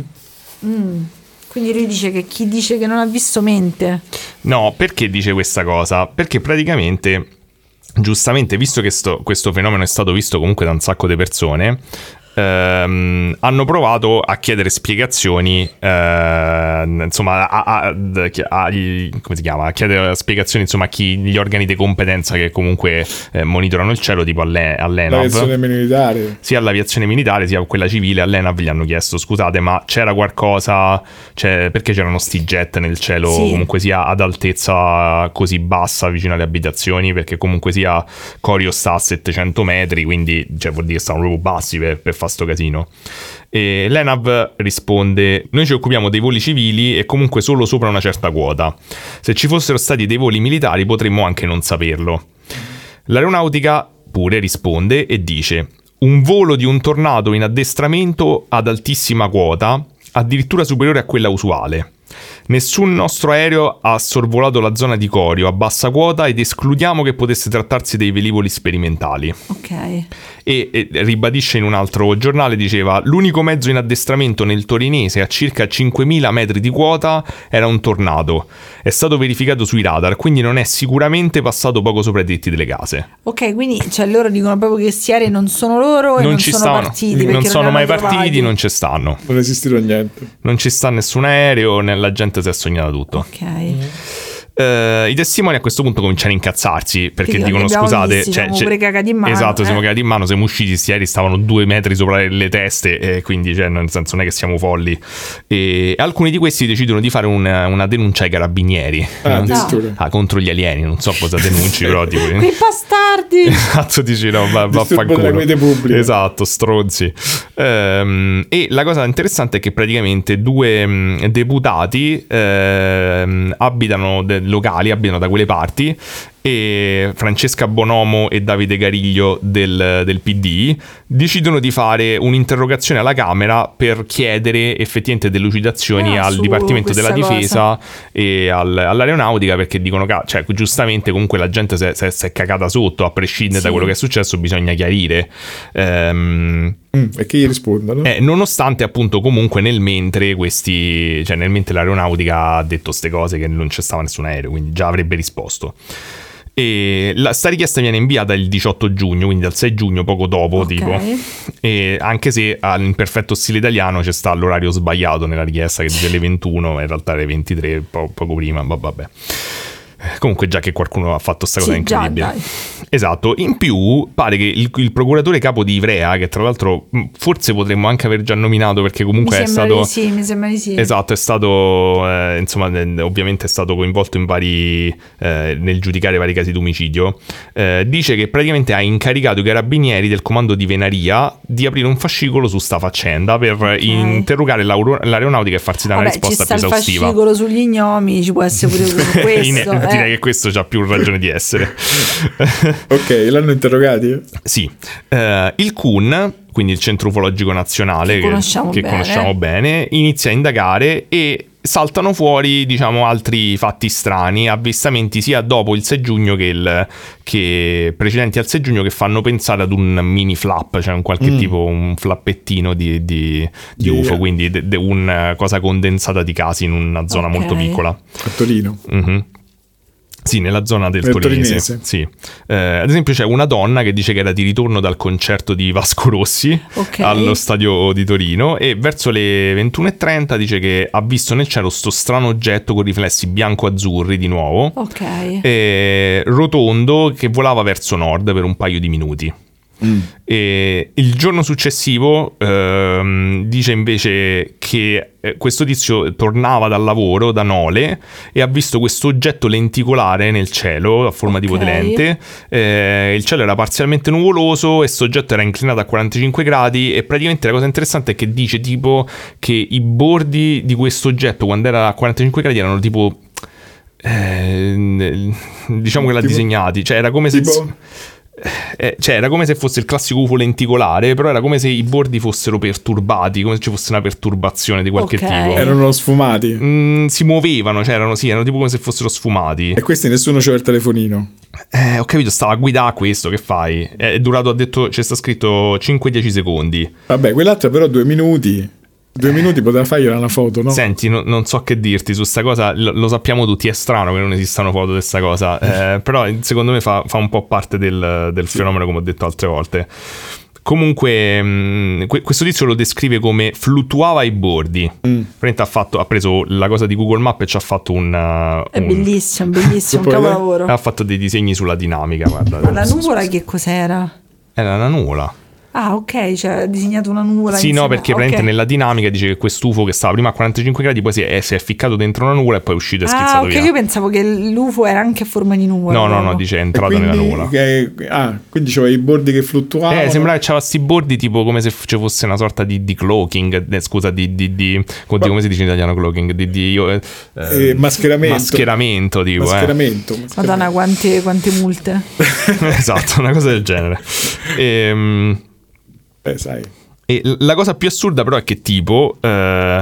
Quindi lui dice che chi dice che non ha visto mente. No, perché dice questa cosa? Perché praticamente, giustamente, visto che sto- questo fenomeno è stato visto comunque da un sacco di persone, ehm, hanno provato a chiedere spiegazioni, eh, insomma, a, a- a- agli- come si chiama? A chiedere spiegazioni, insomma, a chi gli organi di competenza che comunque eh, monitorano il cielo, tipo alle, all'ENAV. L'aviazione militare. Sia all'aviazione militare sia a quella civile, all'ENAV gli hanno chiesto scusate ma c'era qualcosa, cioè, perché c'erano sti jet nel cielo Sì. comunque sia ad altezza così bassa vicino alle abitazioni, perché comunque sia Corio sta a settecento metri, quindi cioè, vuol dire che stanno proprio bassi per, per fare sto casino. E l'ENAV risponde: noi ci occupiamo dei voli civili e comunque solo sopra una certa quota, se ci fossero stati dei voli militari potremmo anche non saperlo. L'aeronautica pure risponde e dice: un volo di un Tornado in addestramento ad altissima quota, addirittura superiore a quella usuale. Nessun nostro aereo ha sorvolato la zona di Corio a bassa quota ed escludiamo che potesse trattarsi dei velivoli sperimentali. Ok. E, e ribadisce in un altro giornale, diceva: l'unico mezzo in addestramento nel torinese a circa cinquemila metri di quota era un Tornado. È stato verificato sui radar, quindi non è sicuramente passato poco sopra i tetti delle case. Ok, quindi cioè, loro dicono proprio che questi aerei non sono loro e non, ci sono stanno, partiti. non perché sono li mai hanno partiti, trovati. non ci stanno. Non è esistito niente. Non ci sta nessun aereo, né la gente si è sognata tutto. Ok. Eh, I testimoni a questo punto cominciano a incazzarsi perché Sì, dicono: li abbiamo scusate, visti, cioè, siamo c'è- pure cagati in mano, esatto, siamo eh. cagati in mano, siamo usciti, sti aerei stavano due metri sopra le teste, e quindi cioè, nel senso non è che siamo folli. E alcuni di questi decidono di fare una, una denuncia ai carabinieri, Ah, no? addirittura. Ah, contro gli alieni, non so cosa denunci, però tipo, Quei bastardi! esatto, dici no, va, va a Disturbo della fanculo. quiete pubblica. Esatto, stronzi. Ehm, e la cosa interessante è che praticamente due mh, deputati ehm, abitano de- locali, abitano da quelle parti, e Francesca Bonomo e Davide Gariglio del, del P D decidono di fare un'interrogazione alla Camera per chiedere effettivamente delucidazioni Ah, al su Dipartimento della questa Difesa e al- all'aeronautica, perché dicono che cioè, giustamente comunque la gente si è, si è- si è cagata sotto, a prescindere Sì. da quello che è successo bisogna chiarire. Ehm, Mm, e che gli rispondono? eh, nonostante appunto comunque nel mentre questi, cioè nel mentre l'aeronautica ha detto ste cose che non c'è stava nessun aereo, quindi già avrebbe risposto. E la, sta richiesta viene inviata il diciotto giugno, quindi al sei giugno, poco dopo, Ok. tipo. E anche se ah, in perfetto stile italiano c'è sta l'orario sbagliato nella richiesta che dice le ventuno, ma in realtà le ventitré, po- poco prima, ma vabbè. Comunque già che qualcuno ha fatto sta cosa Sì, già, incredibile. dai. Esatto, in più pare che il, il procuratore capo di Ivrea, che tra l'altro mh, forse potremmo anche aver già nominato perché comunque mi è sembra stato... di sì, mi sembra di sì. Esatto, è stato, eh, insomma, eh, ovviamente è stato coinvolto in vari, eh, nel giudicare vari casi di omicidio. Eh, dice che praticamente ha incaricato i carabinieri del comando di Venaria di aprire un fascicolo su sta faccenda per Ok. interrogare l'auro- l'aeronautica e farsi dare Vabbè, una risposta ci sta più il esaustiva. fascicolo sugli gnomi, ci può essere pure questo. In- eh. Direi che questo c'ha più ragione di essere. Ok, l'hanno interrogati? Sì, eh, il C U N, quindi il Centro Ufologico Nazionale, Che conosciamo che bene. conosciamo bene, inizia a indagare e saltano fuori, diciamo, altri fatti strani, avvistamenti sia dopo il sei giugno che, il, che precedenti al sei giugno, che fanno pensare ad un mini flap, cioè un qualche Mm. tipo, un flappettino di, di, di Di- U F O, quindi de- de- una cosa condensata di casi in una zona Ok. molto piccola. A Torino. Mhm. Sì, nella zona del Nel torinese. torinese. Sì. Eh, ad esempio c'è una donna che dice che era di ritorno dal concerto di Vasco Rossi Ok. allo stadio di Torino e verso le ventuno e trenta dice che ha visto nel cielo sto strano oggetto con riflessi bianco-azzurri di nuovo, Ok. e rotondo, che volava verso nord per un paio di minuti. Mm. E il giorno successivo ehm, dice invece che eh, questo tizio tornava dal lavoro da Nole e ha visto questo oggetto lenticolare nel cielo a forma tipo Ok. di lente. Eh, il cielo era parzialmente nuvoloso e questo oggetto era inclinato a quarantacinque gradi, e praticamente la cosa interessante è che dice tipo che i bordi di questo oggetto quando era a quarantacinque gradi erano tipo eh, diciamo che l'ha Tipo- disegnati, cioè era come se Tipo? eh, cioè era come se fosse il classico U F O lenticolare, però era come se i bordi fossero perturbati, come se ci fosse una perturbazione di qualche Ok. tipo. Erano sfumati. Mm, si muovevano, cioè erano, sì, erano tipo come se fossero sfumati. E questi nessuno c'aveva il telefonino. Eh, ho capito, stava a guidare questo, che fai? È durato, ha detto, c'è sta scritto cinque dieci secondi. Vabbè, quell'altra però due minuti. Due minuti poteva fargliela una foto, no? Senti, no- non so che dirti su sta cosa, lo, lo sappiamo tutti, è strano che non esistano foto di sta cosa, eh, però secondo me fa, fa un po' parte del, del fenomeno, come ho detto altre volte. Comunque, mh, que- questo tizio lo descrive come fluttuava ai bordi. Mm. Praticamente ha, fatto, ha preso la cosa di Google Maps e ci ha fatto un... uh, È un- bellissimo, bellissimo, un Poi lei- capolavoro. ha fatto dei disegni sulla dinamica, guarda. Ma la nuvola che cos'era? Era una nuvola. Ah, ok, cioè ha disegnato una nuvola. Sì, insieme- no, perché ok. praticamente nella dinamica dice che quest'U F O che stava prima a quarantacinque gradi poi si è, si è ficcato dentro una nuvola e poi è uscito e Ah, schizzato ok, via. io pensavo che l'U F O era anche a forma di nuvola. No, no, no, proprio. dice è E entrato quindi, nella nuvola. che- ah, quindi c'aveva i bordi che fluttuavano. Eh, sembrava che c'aveva sti bordi tipo come se f- ci fosse una sorta di, di cloaking, eh, scusa, di, di, di oddio, come si dice in italiano cloaking? Di, di eh, Eh, mascheramento. mascheramento, tipo, eh. Mascheramento. mascheramento. Madonna, quante, quante multe. Esatto, una cosa del genere. Ehm, Eh, sai. E l- la cosa più assurda però è che tipo eh,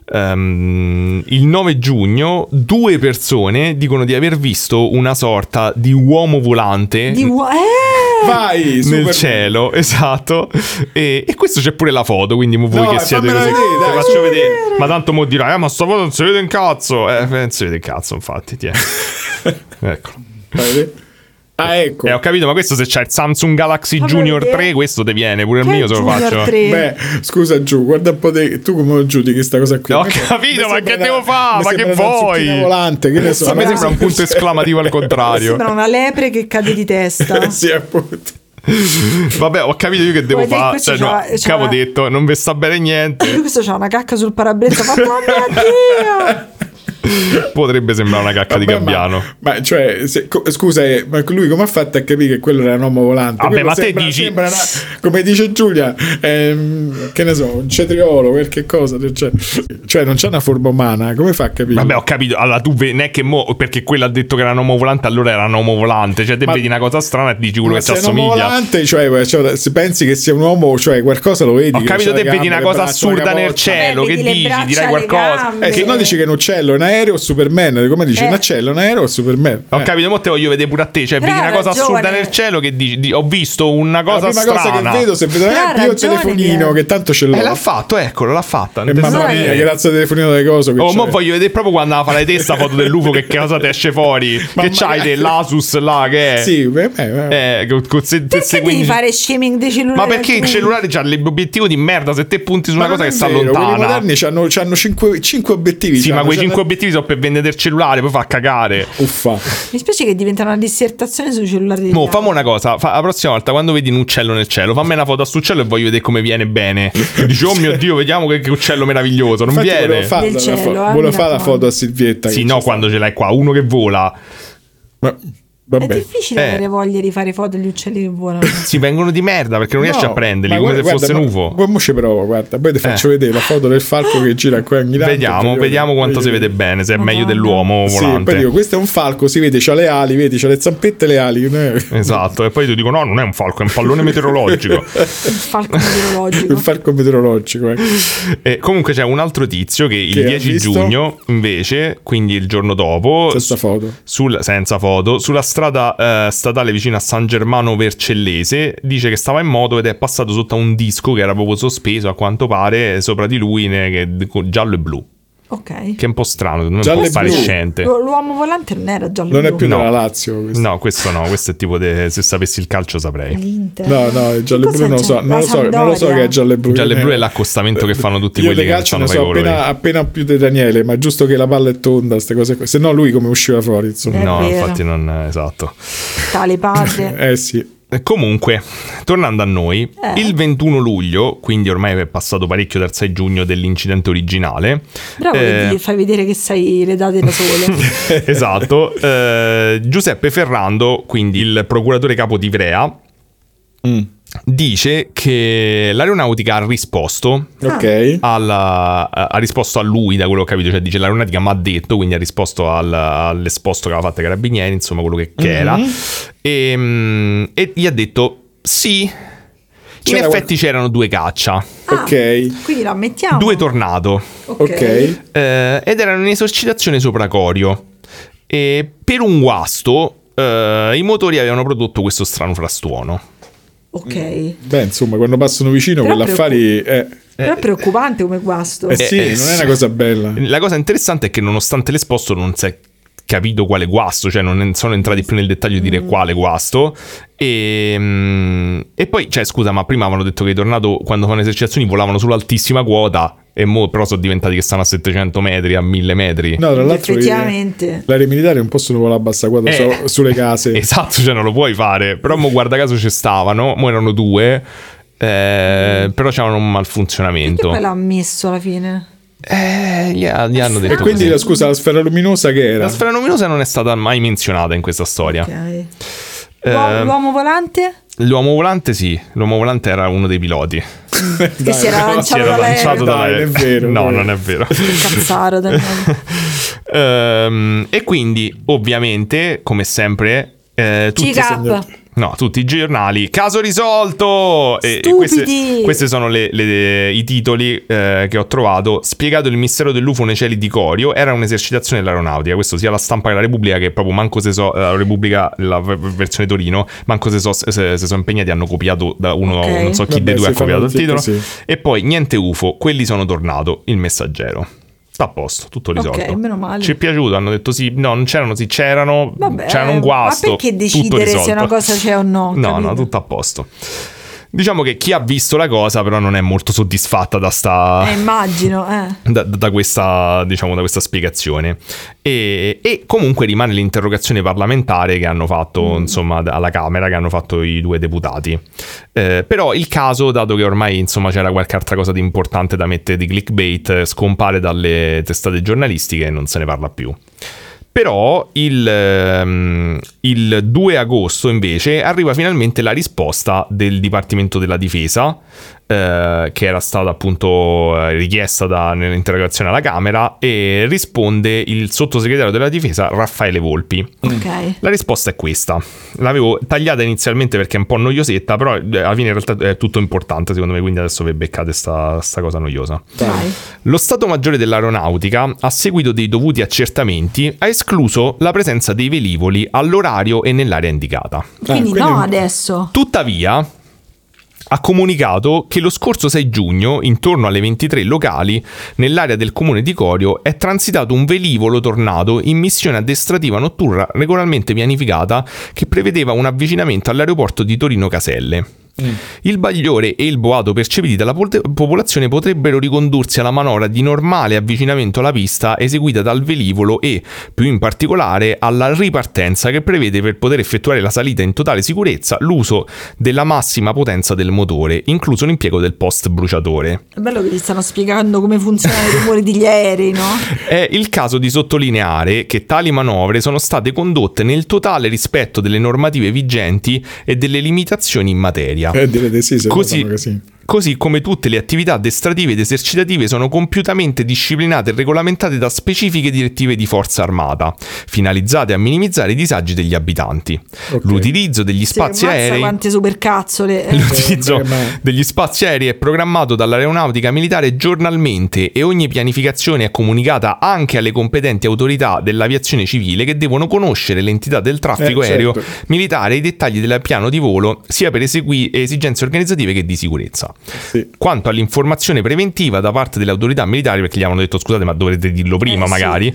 ehm, il nove giugno due persone dicono di aver visto una sorta di uomo volante Di uo- eh! Vai, nel super- cielo, esatto. E, e questo c'è pure la foto, quindi mo voi No, che siete fammela così vedere, te dai, faccio su. vedere. Ma tanto mo dirai, eh, ma sta foto non si vede un cazzo. Eh, non si vede un cazzo, infatti, tiè. Eccolo. Vai, vedere. Ah, ecco. Eh, ho capito, ma questo se c'è il Samsung Galaxy Fammi Junior vedere. tre, questo te viene, pure il Che mio se lo Junior faccio. tre? Beh, scusa Giù, guarda un po' te, tu come lo giudichi sta cosa qui? Ho A me- capito, mi ma sembra che una- devo fare? mi Ma che sembra una vuoi? zucchina volante, che ne so. A me sembra un punto esclamativo al contrario. Sembra una lepre che cade di testa. Sì, appunto. Vabbè, ho capito io che devo Vuoi dire, fare. questo Cioè, no, c'ha- c'ha- cavo detto, non vi sta bene niente. Questo c'ha una cacca sul parabrezza. Ma oh mio Dio! Potrebbe sembrare una cacca di Vabbè, gabbiano. Ma, ma cioè, se- co- scusa, eh, ma lui come ha fatto a capire che quello era un uomo volante? Vabbè, Quello ma te sembra- dici- sembra una- come dice Giulia, ehm, che ne so, un cetriolo, qualche cosa del genere. Cioè, non c'è una forma umana, come fa a capire? Vabbè, ho capito. Allora, tu ve- non è che mo, perché quello ha detto che era un uomo volante, allora era un uomo volante. Cioè, te Ma- vedi una cosa strana e dici quello Ma che ci se è un uomo assomiglia. volante, cioè, cioè, se pensi che sia un uomo, cioè qualcosa lo vedi. Ho che capito, c'ha te le vedi gambe, una le cosa braccia, assurda una nel capoccia. cielo. Eh, Che vedi le dici? braccia, Dirai le qualcosa. gambe. Eh, se no dici che è un uccello, un aereo o Superman, come dici? Eh. Un uccello, un aereo o Superman? Ho Eh. capito, mo te voglio vedere pure a te. Cioè, Però vedi una ha cosa ragione. assurda nel cielo che dici, di- ho visto una La cosa prima strana. cosa che vedo, se vedo Però ha eh, io il ragione, telefonino, Piero. che tanto ce l'ho. Eh, l'ha fatto, eccolo, l'ha fatta. E Non te mamma so mia, dire. grazie al telefonino delle cose. Che Oh, c'è. mo voglio vedere proprio quando la fa la testa foto dell'U F O che cosa ti esce fuori. Ma che c'hai magari- te, l'Asus là che è. Sì, beh, beh, beh. Eh, con, con se, Perché se devi quindici fare shaming dei cellulari? Ma perché il altrui? cellulare c'ha l'obiettivo di merda? Se te punti su una Ma cosa non che è sta vero, quelli lontana. moderni c'hanno, c'hanno cinque, cinque obiettivi. Sì, ma c'hanno- quei c'hanno cinque il obiettivi sono per vendere il cellulare, poi fa cagare. Uffa. Mi spiace che diventa una dissertazione sui cellulari degli Mo, altri. fammi una cosa, fa, la prossima volta quando vedi un uccello nel cielo, fammi una foto a sto uccello e voglio vedere come viene bene. E dici, oh mio Dio, vediamo che, che uccello meraviglioso, non Infatti viene. volevo fare Del la, cielo, fo- eh, volevo mi fare la raccomando. foto a Silvietta. Sì, che no, ci sta. quando ce l'hai qua, uno che vola. Ma, È vabbè. difficile Eh. avere voglia di fare foto agli uccelli che volano. Si vengono di merda perché non riesci No, a prenderli ma come guarda, se fosse un guarda, U F O. Ma, ma mo ci provo, guarda, poi ti faccio Eh. vedere la foto del falco che gira qua ogni tanto. Vediamo, vediamo quanto si vede bene, se è Madonna. meglio dell'uomo Sì, volante. poi dico, questo è un falco, si vede, c'ha le ali, vedi, c'ha le zampette e le ali. Esatto, e poi ti dico no, non è un falco, è un pallone meteorologico. Il falco meteorologico. Il falco meteorologico. Ecco. E comunque c'è un altro tizio che il Che ha dieci visto? giugno, invece, quindi il giorno dopo, Senza foto. sul- senza foto, sulla strada eh, statale vicino a San Germano Vercellese, dice che stava in moto ed è passato sotto a un disco che era proprio sospeso, a quanto pare, sopra di lui, ne- che- con giallo e blu. Ok. Che è un po' strano, secondo me è Giallo un e po' blu. fariscente. L'u- L'uomo volante non era giallo Non è blu. più No. della Lazio. Questo. No, questo no, questo è tipo de- se sapessi il calcio saprei. L'Inter. No, no, il giallo e Che blu non lo cosa so, c'è? non lo La so, non lo so Sampdoria. che è giallo e blu. Giallo e Io blu ne- è l'accostamento che fanno tutti Io quelli di che non calcio sanno ne fare so i colori. appena, appena più di Daniele, ma giusto che la palla è tonda, queste cose qua. Se no lui come usciva fuori, insomma. È No, vero. infatti non esatto. Tale padre. Eh sì. Comunque, tornando a noi, Eh. il ventuno luglio, quindi ormai è passato parecchio dal sei giugno dell'incidente originale. Bravo eh, che fai vedere che sai le date da sole. esatto, eh, Giuseppe Ferrando, quindi il procuratore capo di Ivrea, Mm. dice che l'aeronautica ha risposto Ok. alla- ha risposto a lui, da quello che ho capito, cioè dice l'aeronautica mi ha detto, quindi ha risposto al- all'esposto che aveva fatto ai carabinieri, insomma quello che, che Mm-hmm. era, e, mm, e gli ha detto sì, in C'era effetti c'erano due caccia, Ah, Ok. Quindi lo ammettiamo. due tornado, Ok. Ok. eh, ed erano in esercitazione sopra Corio, e per un guasto eh, i motori avevano prodotto questo strano frastuono. Ok. Beh, insomma, quando passano vicino Però quell'affari eh, Però è preoccupante come guasto. eh sì, eh, non è sì. una cosa bella. La cosa interessante è che nonostante l'esposto non si è capito quale guasto, cioè non ne- sono entrati più nel dettaglio di dire quale guasto. E, mm, e poi, cioè scusa, ma prima avevano detto che i tornado quando fanno esercitazioni volavano solo a altissima quota e mo però sono diventati che stanno a settecento metri, a mille metri. No, tra l'altro Effettivamente. l'aereo militare non possono volare a bassa quota Eh. so- sulle case. Esatto, cioè non lo puoi fare. Però mo guarda caso ci stavano, mo erano due, eh, però c'erano un Perché malfunzionamento. poi l'ha ammesso alla fine. Eh, gli, ha- gli hanno E detto quindi, così. la, scusa, la sfera luminosa che era? La sfera luminosa non è stata mai menzionata in questa storia. Ok. Eh, L'uomo, l'uomo volante? L'uomo volante sì, l'uomo volante era uno dei piloti. Che si era no. lanciato Si era dall'aereo. lanciato Dai, dall'aereo. non è vero, No, dai. non è vero. Cazzaro, Daniele. Ehm, e quindi, ovviamente, come sempre, eh, tutti, G-Cap. no, tutti i giornali, caso risolto! E, e Stupidi! queste, questi sono le- le- i titoli eh, che ho trovato. Spiegato il mistero dell'U F O nei cieli di Corio, era un'esercitazione dell'aeronautica. Questo sia la stampa che la Repubblica, che proprio manco se so, la Repubblica, la v- versione Torino, manco se, so, se, se sono impegnati, hanno copiato da uno, Ok. non so chi Vabbè, dei due si ha copiato il fanno titolo. così. E poi niente U F O, quelli sono tornato, il messaggero. Sta a posto, tutto risolto. Ok, meno male. Ci è piaciuto, hanno detto sì, no, non c'erano, sì, c'erano, Vabbè, c'erano un guasto. ma perché tutto decidere se risolto. una cosa c'è o no? No, capito? no, tutto a posto. Diciamo che chi ha visto la cosa però non è molto soddisfatta da sta... Eh, immagino, eh. Da, da questa, diciamo, da questa spiegazione. E, e comunque rimane l'interrogazione parlamentare che hanno fatto, insomma, alla Camera, che hanno fatto i due deputati. Eh, però il caso, dato che ormai, insomma, c'era qualche altra cosa di importante da mettere di clickbait, scompare dalle testate giornalistiche e non se ne parla più. Però il, ehm, il due agosto invece arriva finalmente la risposta del Dipartimento della Difesa, eh, che era stata appunto eh, richiesta da, nell'interrogazione alla Camera, e risponde il sottosegretario della Difesa Raffaele Volpi. Ok. La risposta è questa. L'avevo tagliata inizialmente perché è un po' noiosetta, però eh, alla fine in realtà è tutto importante secondo me, quindi adesso vi beccate sta, sta cosa noiosa. Vai. Lo Stato Maggiore dell'Aeronautica, a seguito dei dovuti accertamenti, ha escluso la presenza dei velivoli all'orario e nell'area indicata. Quindi, quindi- no adesso. Tuttavia, ha comunicato che lo scorso sei giugno, intorno alle ventitré locali, nell'area del comune di Corio, è transitato un velivolo Tornado in missione addestrativa notturna regolarmente pianificata che prevedeva un avvicinamento all'aeroporto di Torino Caselle. Mm. Il bagliore e il boato percepiti dalla pol- popolazione potrebbero ricondursi alla manovra di normale avvicinamento alla pista eseguita dal velivolo e, più in particolare, alla ripartenza che prevede, per poter effettuare la salita in totale sicurezza, l'uso della massima potenza del motore, incluso l'impiego del post bruciatore. È bello che gli stanno spiegando come funzionano i rumori degli aerei, no? È il caso di sottolineare che tali manovre sono state condotte nel totale rispetto delle normative vigenti e delle limitazioni in materia. Eh, direte sì, se Così, così. Così come tutte le attività addestrative ed esercitative sono compiutamente disciplinate e regolamentate da specifiche direttive di forza armata, finalizzate a minimizzare i disagi degli abitanti. Okay. L'utilizzo degli spazi aerei quante supercazzole. L'utilizzo Eh, ma- degli spazi aerei è programmato dall'aeronautica militare giornalmente e ogni pianificazione è comunicata anche alle competenti autorità dell'aviazione civile, che devono conoscere l'entità del traffico Eh, aereo certo. militare e i dettagli del piano di volo, sia per esegui- esigenze organizzative che di sicurezza. Sì. Quanto all'informazione preventiva da parte delle autorità militari, perché gli avevano detto scusate ma dovrete dirlo prima Eh, magari,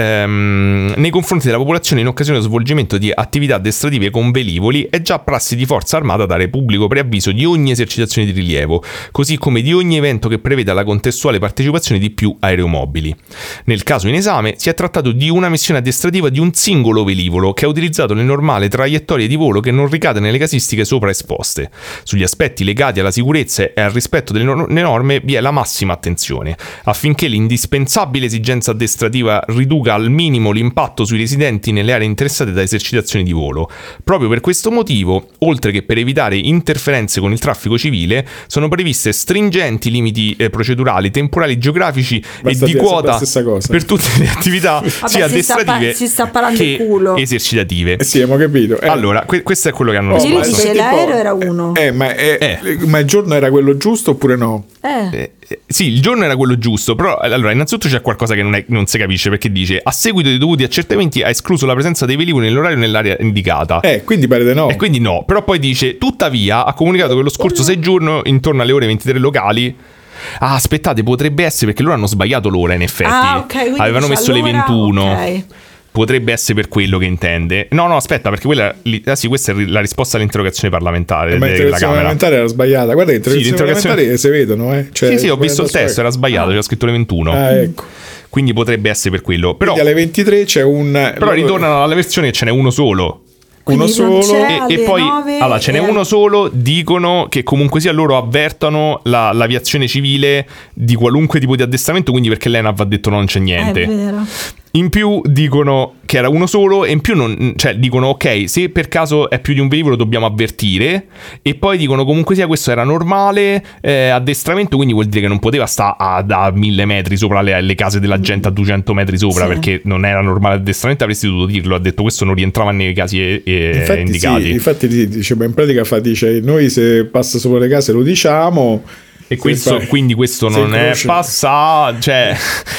ehm, nei confronti della popolazione in occasione dello svolgimento di attività addestrative con velivoli, è già prassi di forza armata dare pubblico preavviso di ogni esercitazione di rilievo, così come di ogni evento che preveda la contestuale partecipazione di più aeromobili. Nel caso in esame si è trattato di una missione addestrativa di un singolo velivolo che ha utilizzato le normali traiettorie di volo che non ricade nelle casistiche sopra esposte. Sugli aspetti legati alla sicurezza e al rispetto delle nor- le norme vi è la massima attenzione, affinché l'indispensabile esigenza addestrativa riduca al minimo l'impatto sui residenti nelle aree interessate da esercitazioni di volo. Proprio per questo motivo, oltre che per evitare interferenze con il traffico civile, sono previste stringenti limiti eh, procedurali, temporali, geografici Basta e di dire sempre quota la stessa cosa. per tutte le attività Vabbè, sia si sta pa- addestrative si sta parando il che culo. esercitative. Eh sì, abbiamo capito. Eh, Allora, que- questo è quello che hanno oh, Quindi lui ma risposto. dice senti un po'. l'aereo era uno. Eh, ma, è- Eh. ma il giorno era quello giusto oppure no? Eh. Eh, eh, sì, il giorno era quello giusto, però allora innanzitutto c'è qualcosa che non, è, non si capisce, perché dice: a seguito dei dovuti accertamenti ha escluso la presenza dei velivoli nell'orario nell'area indicata. Eh, quindi pare di no. E quindi no, però poi dice: tuttavia ha comunicato che lo scorso sei giorno, intorno alle ore ventitré locali. Ah, aspettate, potrebbe essere perché loro hanno sbagliato l'ora, in effetti. Ah, ok, quindi avevano dice messo le allora, ventuno. ok. Potrebbe essere per quello che intende. No, no, aspetta, perché quella lì- ah, sì, questa è la risposta all'interrogazione parlamentare Ma de- della l'interrogazione Camera. parlamentare era sbagliata. Guarda che Sì, l'interrogazione l'interrogazione- parlamentare si vedono, eh. Cioè, sì, sì, ho visto il sbagliata testo, era sbagliato, c'era scritto le ventuno. Ah, ecco. Quindi potrebbe essere per quello. Però, Quindi alle ventitré c'è un... però ritornano alla versione che ce n'è uno solo. uno Quindi non solo. c'è- E, alle e poi nove allora ce n'è e- uno solo. Dicono che comunque sia loro avvertano la- l'aviazione civile di qualunque tipo di addestramento, quindi perché l'ENAV ha detto non c'è È niente. vero. In più dicono che era uno solo, e in più non, cioè dicono ok, se per caso è più di un velivolo dobbiamo avvertire, e poi dicono comunque sia questo era normale eh, addestramento, quindi vuol dire che non poteva stare a, a mille metri sopra le, le case della gente, a duecento metri sopra, Sì. perché non era normale addestramento, avresti dovuto dirlo. Ha detto questo non rientrava nei casi eh, eh, Infatti, indicati. sì, infatti sì, dice, ma in pratica fa, dice, noi se passa sopra le case lo diciamo. E se questo, fa- quindi questo se non è incrocia- passato, cioè...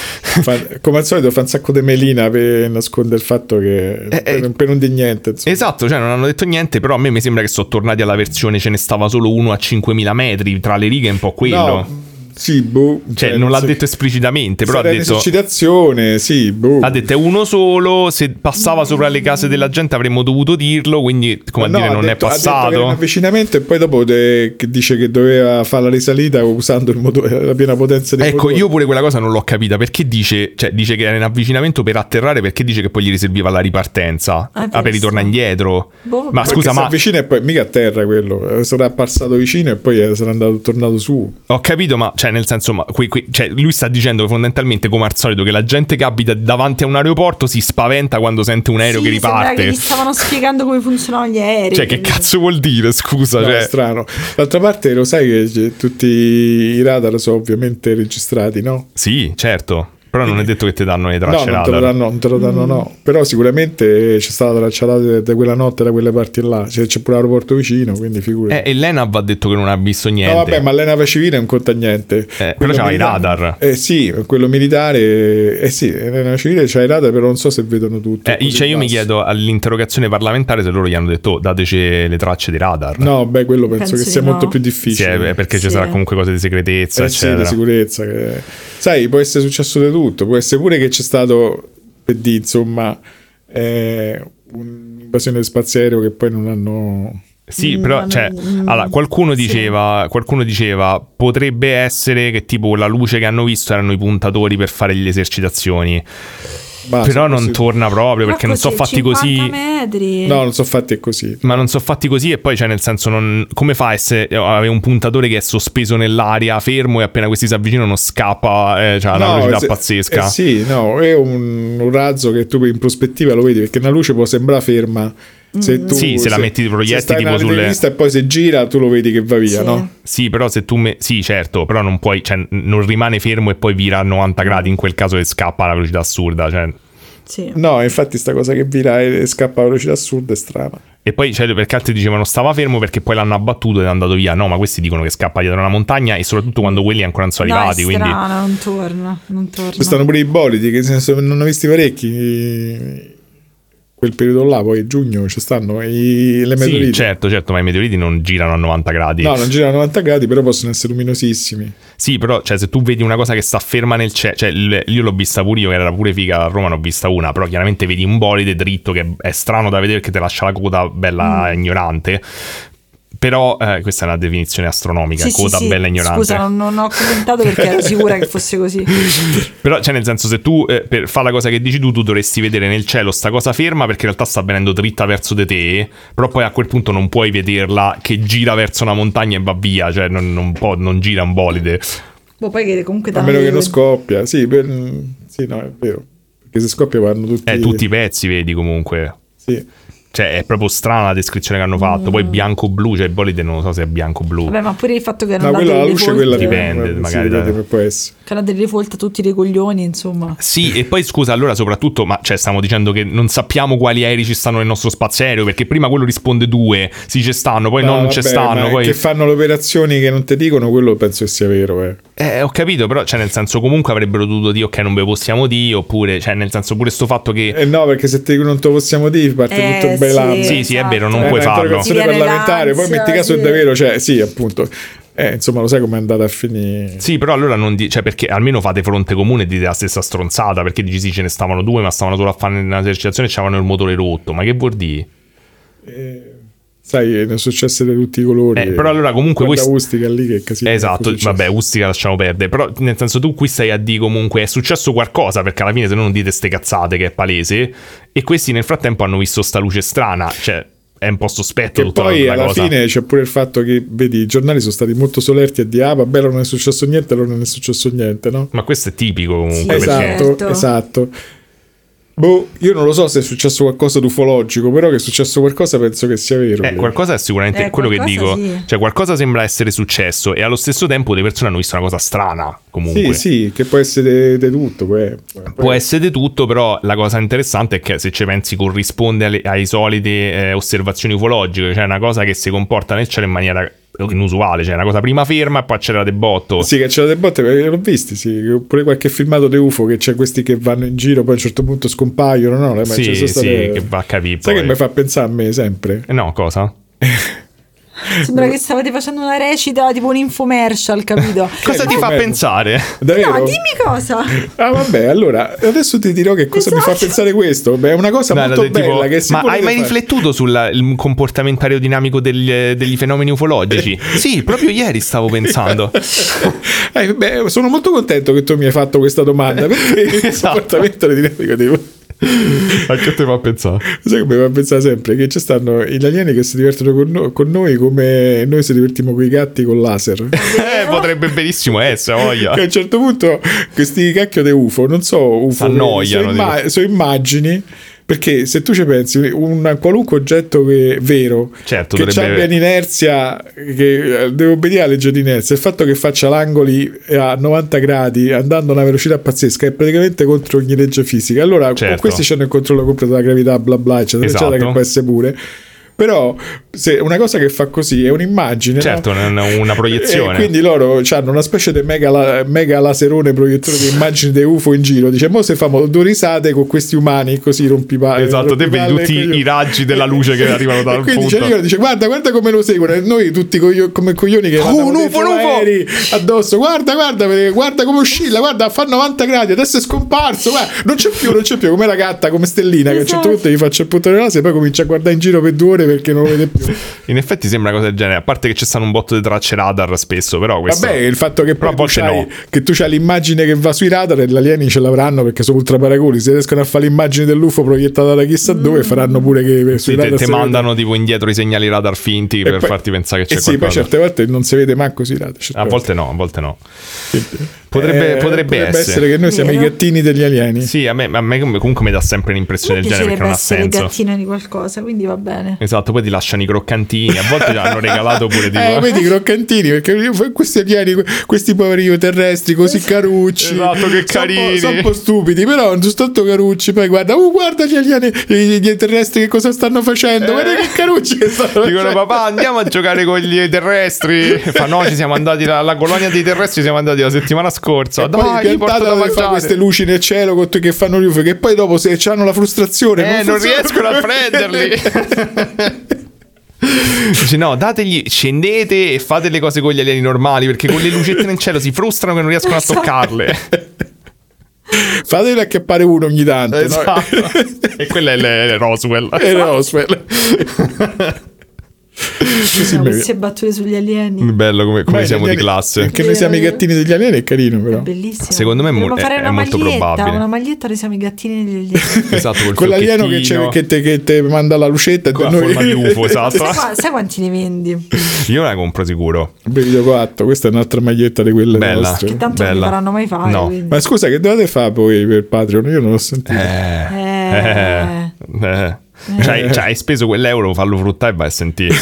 fa- come al solito fa un sacco di melina per nascondere il fatto che Eh, per, eh, per non dire niente, insomma. Esatto, cioè non hanno detto niente, però a me mi sembra che sono tornati alla versione ce ne stava solo uno a cinquemila metri, tra le righe è un po' quello. No, sì, boh, Cioè, non l'ha so- detto esplicitamente, però ha sarà detto, un'esercitazione, sì, boh. ha detto è uno solo, se passava sopra le case della gente avremmo dovuto dirlo, quindi come Ma a no, dire ha non detto- è ha detto che era un passato. avvicinamento e poi dopo de- che dice che doveva fare la risalita usando il motore, la piena potenza del Ecco, motore. io pure quella cosa non l'ho capita, perché dice, cioè dice che era in avvicinamento per atterrare, perché dice che poi gli riserviva la ripartenza, Ah, ah, per pensa. ritornare indietro. Boh, ma perché scusa, si ma avvicina e poi mica a terra quello, eh, sarà passato vicino e poi eh, sarà andato tornato su. ho capito, ma cioè nel senso, ma qui- qui- cioè, lui sta dicendo che fondamentalmente, come al solito, che la gente che abita davanti a un aeroporto si spaventa quando sente un aereo Sì, che sembra riparte. che gli stavano spiegando come funzionano gli aerei. Cioè, che cazzo vuol dire, scusa? No, cioè... è strano. D'altra parte lo sai che c'è- tutti i radar sono ovviamente registrati, no? Sì, certo. Però non è detto che ti danno le No, tracce non te lo radar. danno, non te lo danno, no. Però sicuramente c'è stata la traccia radar da quella notte da quelle parti là. C'è, c'è pure l'aeroporto vicino, quindi figurati. Eh, e l'ENAV ha detto che non ha visto niente. No, vabbè, ma l'AeNAV civile non conta niente. Eh, però Quello c'ha i militare- radar. Eh sì, quello militare, eh sì, l'AeNAV civile c'ha i radar, però non so se vedono tutto. Eh, così cioè io mi basso. chiedo all'interrogazione parlamentare se loro gli hanno detto: oh, dateci le tracce dei radar. No, beh, quello penso, Penso che di sia no. molto più Sì, difficile. eh, perché ci Sì. sarà comunque cose di segretezza, Eh sì, eccetera. di sicurezza. Che... Sai, può essere successo di tutto. Può essere pure che c'è stato, per dire, insomma, eh, un'invasione spaziale che poi non hanno Sì, Mm, però ma cioè, non- allora, qualcuno sì. diceva, qualcuno diceva potrebbe essere che tipo la luce che hanno visto erano i puntatori per fare le esercitazioni. Basta, Però non così. torna proprio perché non Rocco, sono c'è fatti così. cinquanta metri. No, non sono fatti così. Ma non sono fatti così e poi cioè nel senso non, come fa a essere avere un puntatore che è sospeso nell'aria fermo e appena questi si avvicinano scappa, eh, cioè ha una No, velocità se- pazzesca. eh sì, no, è un, un razzo che tu in prospettiva lo vedi perché una luce può sembrare ferma. Se tu, Sì, se la metti di proietti se stai tipo nella sulle- rivista e poi se gira tu lo vedi che va via, Sì. no? Sì, però se tu me... sì, certo, però non puoi, cioè non rimane fermo e poi vira a novanta gradi in quel caso che scappa a una velocità assurda, cioè. Sì. No, infatti sta cosa che vira e scappa a velocità assurda è strana. E poi cioè, perché altri dicevano stava fermo perché poi l'hanno abbattuto ed è andato via. No, ma questi dicono che scappa dietro una montagna e soprattutto quando quelli ancora non sono No, arrivati, è quindi strano, non torna, non torna. Ci stanno pure i bolidi, che nel senso, non ho visti parecchi. Quel periodo là, poi giugno ci stanno i, le meteoriti. sì, certo, certo, ma i meteoriti non girano a novanta gradi. No, non girano a novanta gradi, però possono essere luminosissimi. Sì, però cioè, se tu vedi una cosa che sta ferma nel cielo, cioè il- io l'ho vista pure io, che era pure figa a Roma, ne ho vista una, però chiaramente vedi un bolide dritto che è strano da vedere perché ti lascia la coda bella ignorante. Però eh, questa è una definizione astronomica, Sì, sì, coda sì. bella ignorante. Scusa, non, non ho commentato perché ero sicura che fosse così. Però, cioè, nel senso, se tu eh, per fare la cosa che dici tu, tu dovresti vedere nel cielo sta cosa ferma perché in realtà sta venendo dritta verso di te. Però poi a quel punto non puoi vederla che gira verso una montagna e va via. Cioè, non, non, può, non gira un bolide. Boh, poi che comunque A danno meno che delle- non scoppia. Sì, per- sì, no, è vero. Perché se scoppia vanno tutti... Eh, tutti i pezzi, vedi comunque. Sì. Cioè, è proprio strana la descrizione che hanno fatto. Poi bianco-blu, cioè il bolide non so se è bianco-blu. Vabbè, ma pure il fatto che No, hanno dato quella la delle luce, volte, quella Dipende, sì, magari, dipende, dai. può essere. che hanno delle volte a tutti dei coglioni, insomma. Sì, e poi scusa, allora soprattutto, ma cioè stiamo dicendo che non sappiamo quali aerei ci stanno nel nostro spazio aereo, perché prima quello risponde due, sì ci stanno, poi No, non ci vabbè, stanno, ma poi... che fanno le operazioni che non ti dicono, quello penso che sia vero, eh. Eh, ho capito, però cioè nel senso comunque avrebbero dovuto dire ok non ve possiamo dire, oppure cioè nel senso pure sto fatto che... Eh no, perché se te non te lo possiamo dire parte Eh, tutto sì. bailando. Sì, sì, è vero, non Eh, puoi una farlo. interrogazione Ti viene parlamentare, poi l'ansia, metti caso sì. è davvero, cioè sì, appunto. Eh, insomma, lo sai com'è andata a finire. Sì, però allora non di... cioè perché almeno fate fronte comune e dite la stessa stronzata, perché dici sì ce ne stavano due ma stavano solo a fare una esercitazione e c'avevano il motore rotto, ma che vuol dire? Eh, sai, ne sono successe di tutti i colori. Eh, però allora comunque Guarda questo- Ustica lì che casino. Esatto, che è vabbè, Ustica lasciamo perdere. Però nel senso tu qui stai a dire comunque è successo qualcosa, perché alla fine se no non dite ste cazzate che è palese. E questi nel frattempo hanno visto sta luce strana, cioè è un po' sospetto Che tutta poi la, la alla cosa. fine c'è pure il fatto che, vedi, i giornali sono stati molto solerti a dire ah vabbè non è successo niente, allora non è successo niente, no? Ma questo è tipico comunque, Sì, perché... Esatto, Certo. esatto. Boh, io non lo so se è successo qualcosa di ufologico, però che è successo qualcosa penso che sia vero. Eh, qualcosa è sicuramente Eh, quello che dico. qualcosa sì. Cioè, qualcosa sembra essere successo, e allo stesso tempo le persone hanno visto una cosa strana. Comunque, Sì, sì, che può essere di tutto. Può, può, può essere di tutto, però la cosa interessante è che se ci pensi corrisponde alle, ai solite eh, osservazioni ufologiche, cioè una cosa che si comporta nel cielo in maniera inusuale, cioè una cosa prima ferma e poi accelera de botto. Sì, che c'era delle botte, perché l'ho visti, sì. Oppure qualche filmato di U F O che c'è questi che vanno in giro, poi a un certo punto scompaiono, no? Ma Sì, ci sono sì, state- che va a capire Sai poi. che mi fa pensare a me sempre? Eh, no, cosa? Sembra che stavate facendo una recita tipo un infomercial, capito? Cosa ti fa bello. pensare? Davvero? No, dimmi cosa. Ah, vabbè, allora adesso ti dirò che cosa mi fa Esatto. pensare questo. Beh, è una cosa No, molto no, tipo, bella che si ma può hai mai fare. riflettuto sul comportamento aerodinamico degli, degli fenomeni ufologici? Sì, proprio ieri stavo pensando. Eh, beh, sono molto contento che tu mi hai fatto questa domanda perché il Esatto. comportamento aerodinamico dei A che te fa pensare? sai che mi fa pensare sempre che ci stanno gli alieni che si divertono con, no- con noi come noi ci divertiamo con i gatti con laser. Eh, potrebbe benissimo essere, voglia. Che a un certo punto questi cacchio di U F O non so U F O, S'annoiano, sono, imma- sono immagini. Perché se tu ci pensi, un qualunque oggetto che vero Certo, che dovrebbe- abbia un'inerzia, che deve obbedire alla legge di inerzia, il fatto che faccia l'angoli a novanta gradi andando a una velocità pazzesca è praticamente contro ogni legge fisica. Allora, Certo. questi hanno il controllo completo della gravità, bla bla, eccetera, Esatto. eccetera, che può essere pure. Però se una cosa che fa così è un'immagine, Certo, no? non è una proiezione. E quindi loro hanno una specie di mega, la- mega laserone proiettore di immagini di U F O in giro. Dice, mo se famo due risate con questi umani così rompipalle. Esatto, te vedi tutti i raggi della luce che arrivano dal E quindi punto. dice, dice, guarda, guarda come lo seguono. E noi tutti coglio- come coglioni che Oh, mandano un U F O, dentro un U F O! aerei addosso. Guarda, guarda, perché guarda come oscilla, guarda, fa novanta gradi, adesso è scomparso. Guarda, non c'è più, non c'è più, come la gatta, come stellina, che a un certo Esatto. punto gli faccio il punto della laser e poi comincia a guardare in giro per due ore muore perché non lo vede più. In effetti sembra una cosa del genere, a parte che ci stanno un botto di tracce radar spesso, però questo... Vabbè, il fatto che però poi a tu volte c'hai, no. che tu c'hai l'immagine che va sui radar e gli alieni ce l'avranno perché sono ultra paraculi, se riescono a fare l'immagine dell'U F O proiettata da chissà Mm. dove faranno pure che sui Sì, te, radar te si mandano vede. tipo indietro i segnali radar finti E per poi- farti pensare che c'è eh sì, poi qualcosa. certe volte non si vede manco sui radar. certe A volte no, a volte no. volte. Potrebbe, Eh, potrebbe essere. che noi siamo Vero. i gattini degli alieni. Sì, a me, a me comunque mi dà sempre un'impressione Mi del genere perché piacerebbe non ha essere senso. gattina di qualcosa, quindi va bene. Esatto, poi ti lasciano i croccantini, a volte ci hanno regalato pure tipo... Eh, vedi i croccantini, perché io- questi alieni, questi poveri terrestri così carucci, Esatto, che sono un po'- carini. sono un po' stupidi, però non sono tanto carucci. Poi guarda, uh, guarda gli alieni, i, gli terrestri che cosa stanno facendo, guarda che carucci che stanno Dicono facendo. papà andiamo a giocare con gli terrestri. E fa no, ci siamo andati la, la colonia dei terrestri siamo andati la settimana scorsa. E poi Dai, ti porto da piantata dove fa mangiare. queste luci nel cielo con- che fanno gli U F O, che poi dopo se hanno la frustrazione Eh, non funzionano riescono a come- prenderli. Dice no, dategli, scendete e fate le cose con gli alieni normali perché con le lucette nel cielo si frustrano che non riescono a toccarle. Fatele acchiappare uno ogni tanto, no? Esatto. E quella è le- Roswell. E Roswell. Così No, mi- queste battute sugli alieni. Bello come, come Beh, siamo gli di alieni- classe. Che noi siamo i gattini degli alieni è carino, però. Bellissimo. Secondo me è mo- Dovremmo fare è- una è molto maglietta, probabile. una maglietta noi siamo i gattini degli alieni. Esatto, col Quell'alieno che, c'è, fiocchettino. che, te, che te manda la lucetta e Con la noi forma di U F O, esatto. sai, qua- sai quanti ne vendi? Io la compro sicuro. Video quattro, questa è un'altra maglietta di quelle Bella. nostre. Che tanto non Bella. mi faranno mai fare. No. quindi. Ma scusa, che dovete fare poi per Patreon? Io non l'ho sentito. Eh. Eh. Eh. Cioè, cioè, hai speso quell'euro, fallo fruttare e vai a sentire.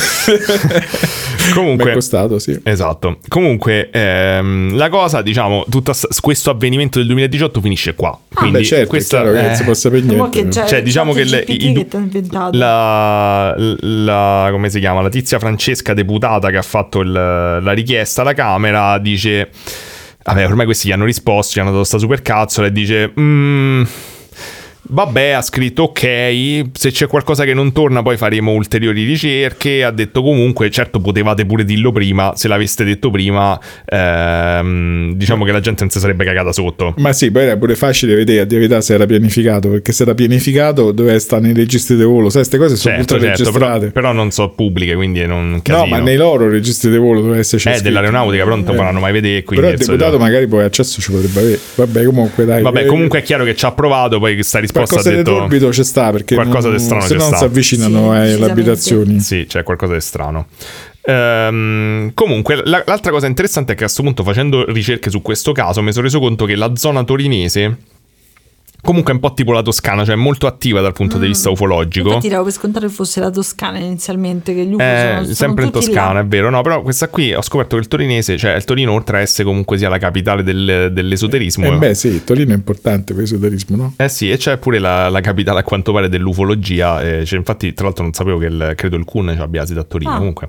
Mi è Comunque, costato, sì. esatto. Comunque, ehm, la cosa, diciamo, tutto questo avvenimento del duemiladiciotto finisce qua. Quindi, Beh, certo, questa è chiaro che non si può sapere Ma niente. che già- cioè, diciamo che le- ChatGPT i- che t'ha inventato. la, la come si chiama la tizia Francesca deputata che ha fatto il- la richiesta alla Camera dice vabbè ormai questi gli hanno risposto, gli hanno dato sta super cazzola e dice "Mm, vabbè, ha scritto ok, se c'è qualcosa che non torna poi faremo ulteriori ricerche". Ha detto comunque, certo potevate pure dirlo prima, se l'aveste detto prima ehm, diciamo che la gente non si sarebbe cagata sotto. Ma sì, poi era pure facile vedere a dire la verità se era pianificato, perché se era pianificato doveva stare nei registri di volo, sai, queste cose sono Certo, ultra certo, però, registrate. però non so pubbliche, quindi non No, casino. ma nei loro registri di volo doveva esserci Eh, scritto. dell'aeronautica, però non te Eh. faranno mai vedere. Quindi Però il il solito- deputato magari poi accesso ci potrebbe avere. Vabbè, comunque dai. Vabbè, Eh, comunque è chiaro che ci ha provato, poi questa risposta ha qualcosa di detto... torbido c'è sta, perché qualcosa non, di strano se c'è no non sta. si avvicinano Sì, alle decisamente. abitazioni. Sì, c'è qualcosa di strano. Ehm, comunque, la- l'altra cosa interessante è che a questo punto, facendo ricerche su questo caso, mi sono reso conto che la zona torinese comunque è un po' tipo la Toscana, cioè è molto attiva dal punto di vista ufologico. Infatti davo per scontato che fosse la Toscana inizialmente, che gli U F O Eh, sono, sono sempre in tutti Toscana, là. è vero. No, però questa qui ho scoperto che il torinese, cioè il Torino, oltre a essere comunque sia la capitale del- dell'esoterismo. Eh beh, sì, Torino è importante per l'esoterismo, no? Eh sì, e c'è pure la, la capitale a quanto pare dell'ufologia. Eh, cioè, infatti, tra l'altro, non sapevo che il, credo il C U N abbia la sede a Torino. Ah. Comunque,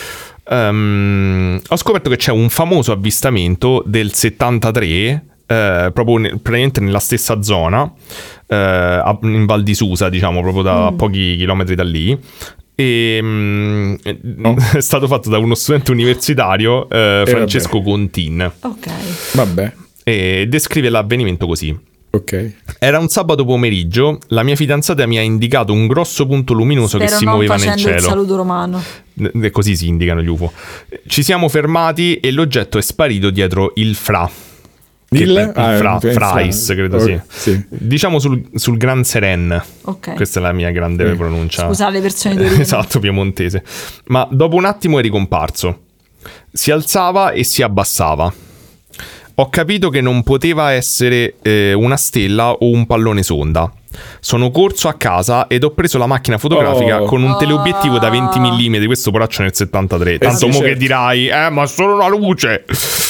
Ehm, ho scoperto che c'è un famoso avvistamento del settantatré, eh, proprio ne- praticamente nella stessa zona, eh, a- in Val di Susa, diciamo, proprio da pochi chilometri da lì. E mm, è stato fatto da uno studente universitario, eh, Francesco Contin, Ok. Vabbè, e descrive l'avvenimento così. ok. Era un sabato pomeriggio, la mia fidanzata mi ha indicato un grosso punto luminoso Spero che si non muoveva nel facendo il cielo. saluto romano. E così si indicano gli U F O. Ci siamo fermati e l'oggetto è sparito dietro il fra. Che- Il? il Ah, fra, il Frais, fra. credo Oh, sì. sì. Diciamo sul, sul Gran Seren. Ok. Questa è la mia grande Sì. pronuncia. Scusa le persone di Torino. Esatto, piemontese. Ma dopo un attimo è ricomparso. Si alzava e si abbassava. Ho capito che non poteva essere eh, una stella o un pallone sonda. Sono corso a casa ed ho preso la macchina fotografica Oh. con un teleobiettivo da venti millimetri. Questo poraccio nel settantatré. Tanto sì, mo certo. che dirai, eh, ma solo una luce.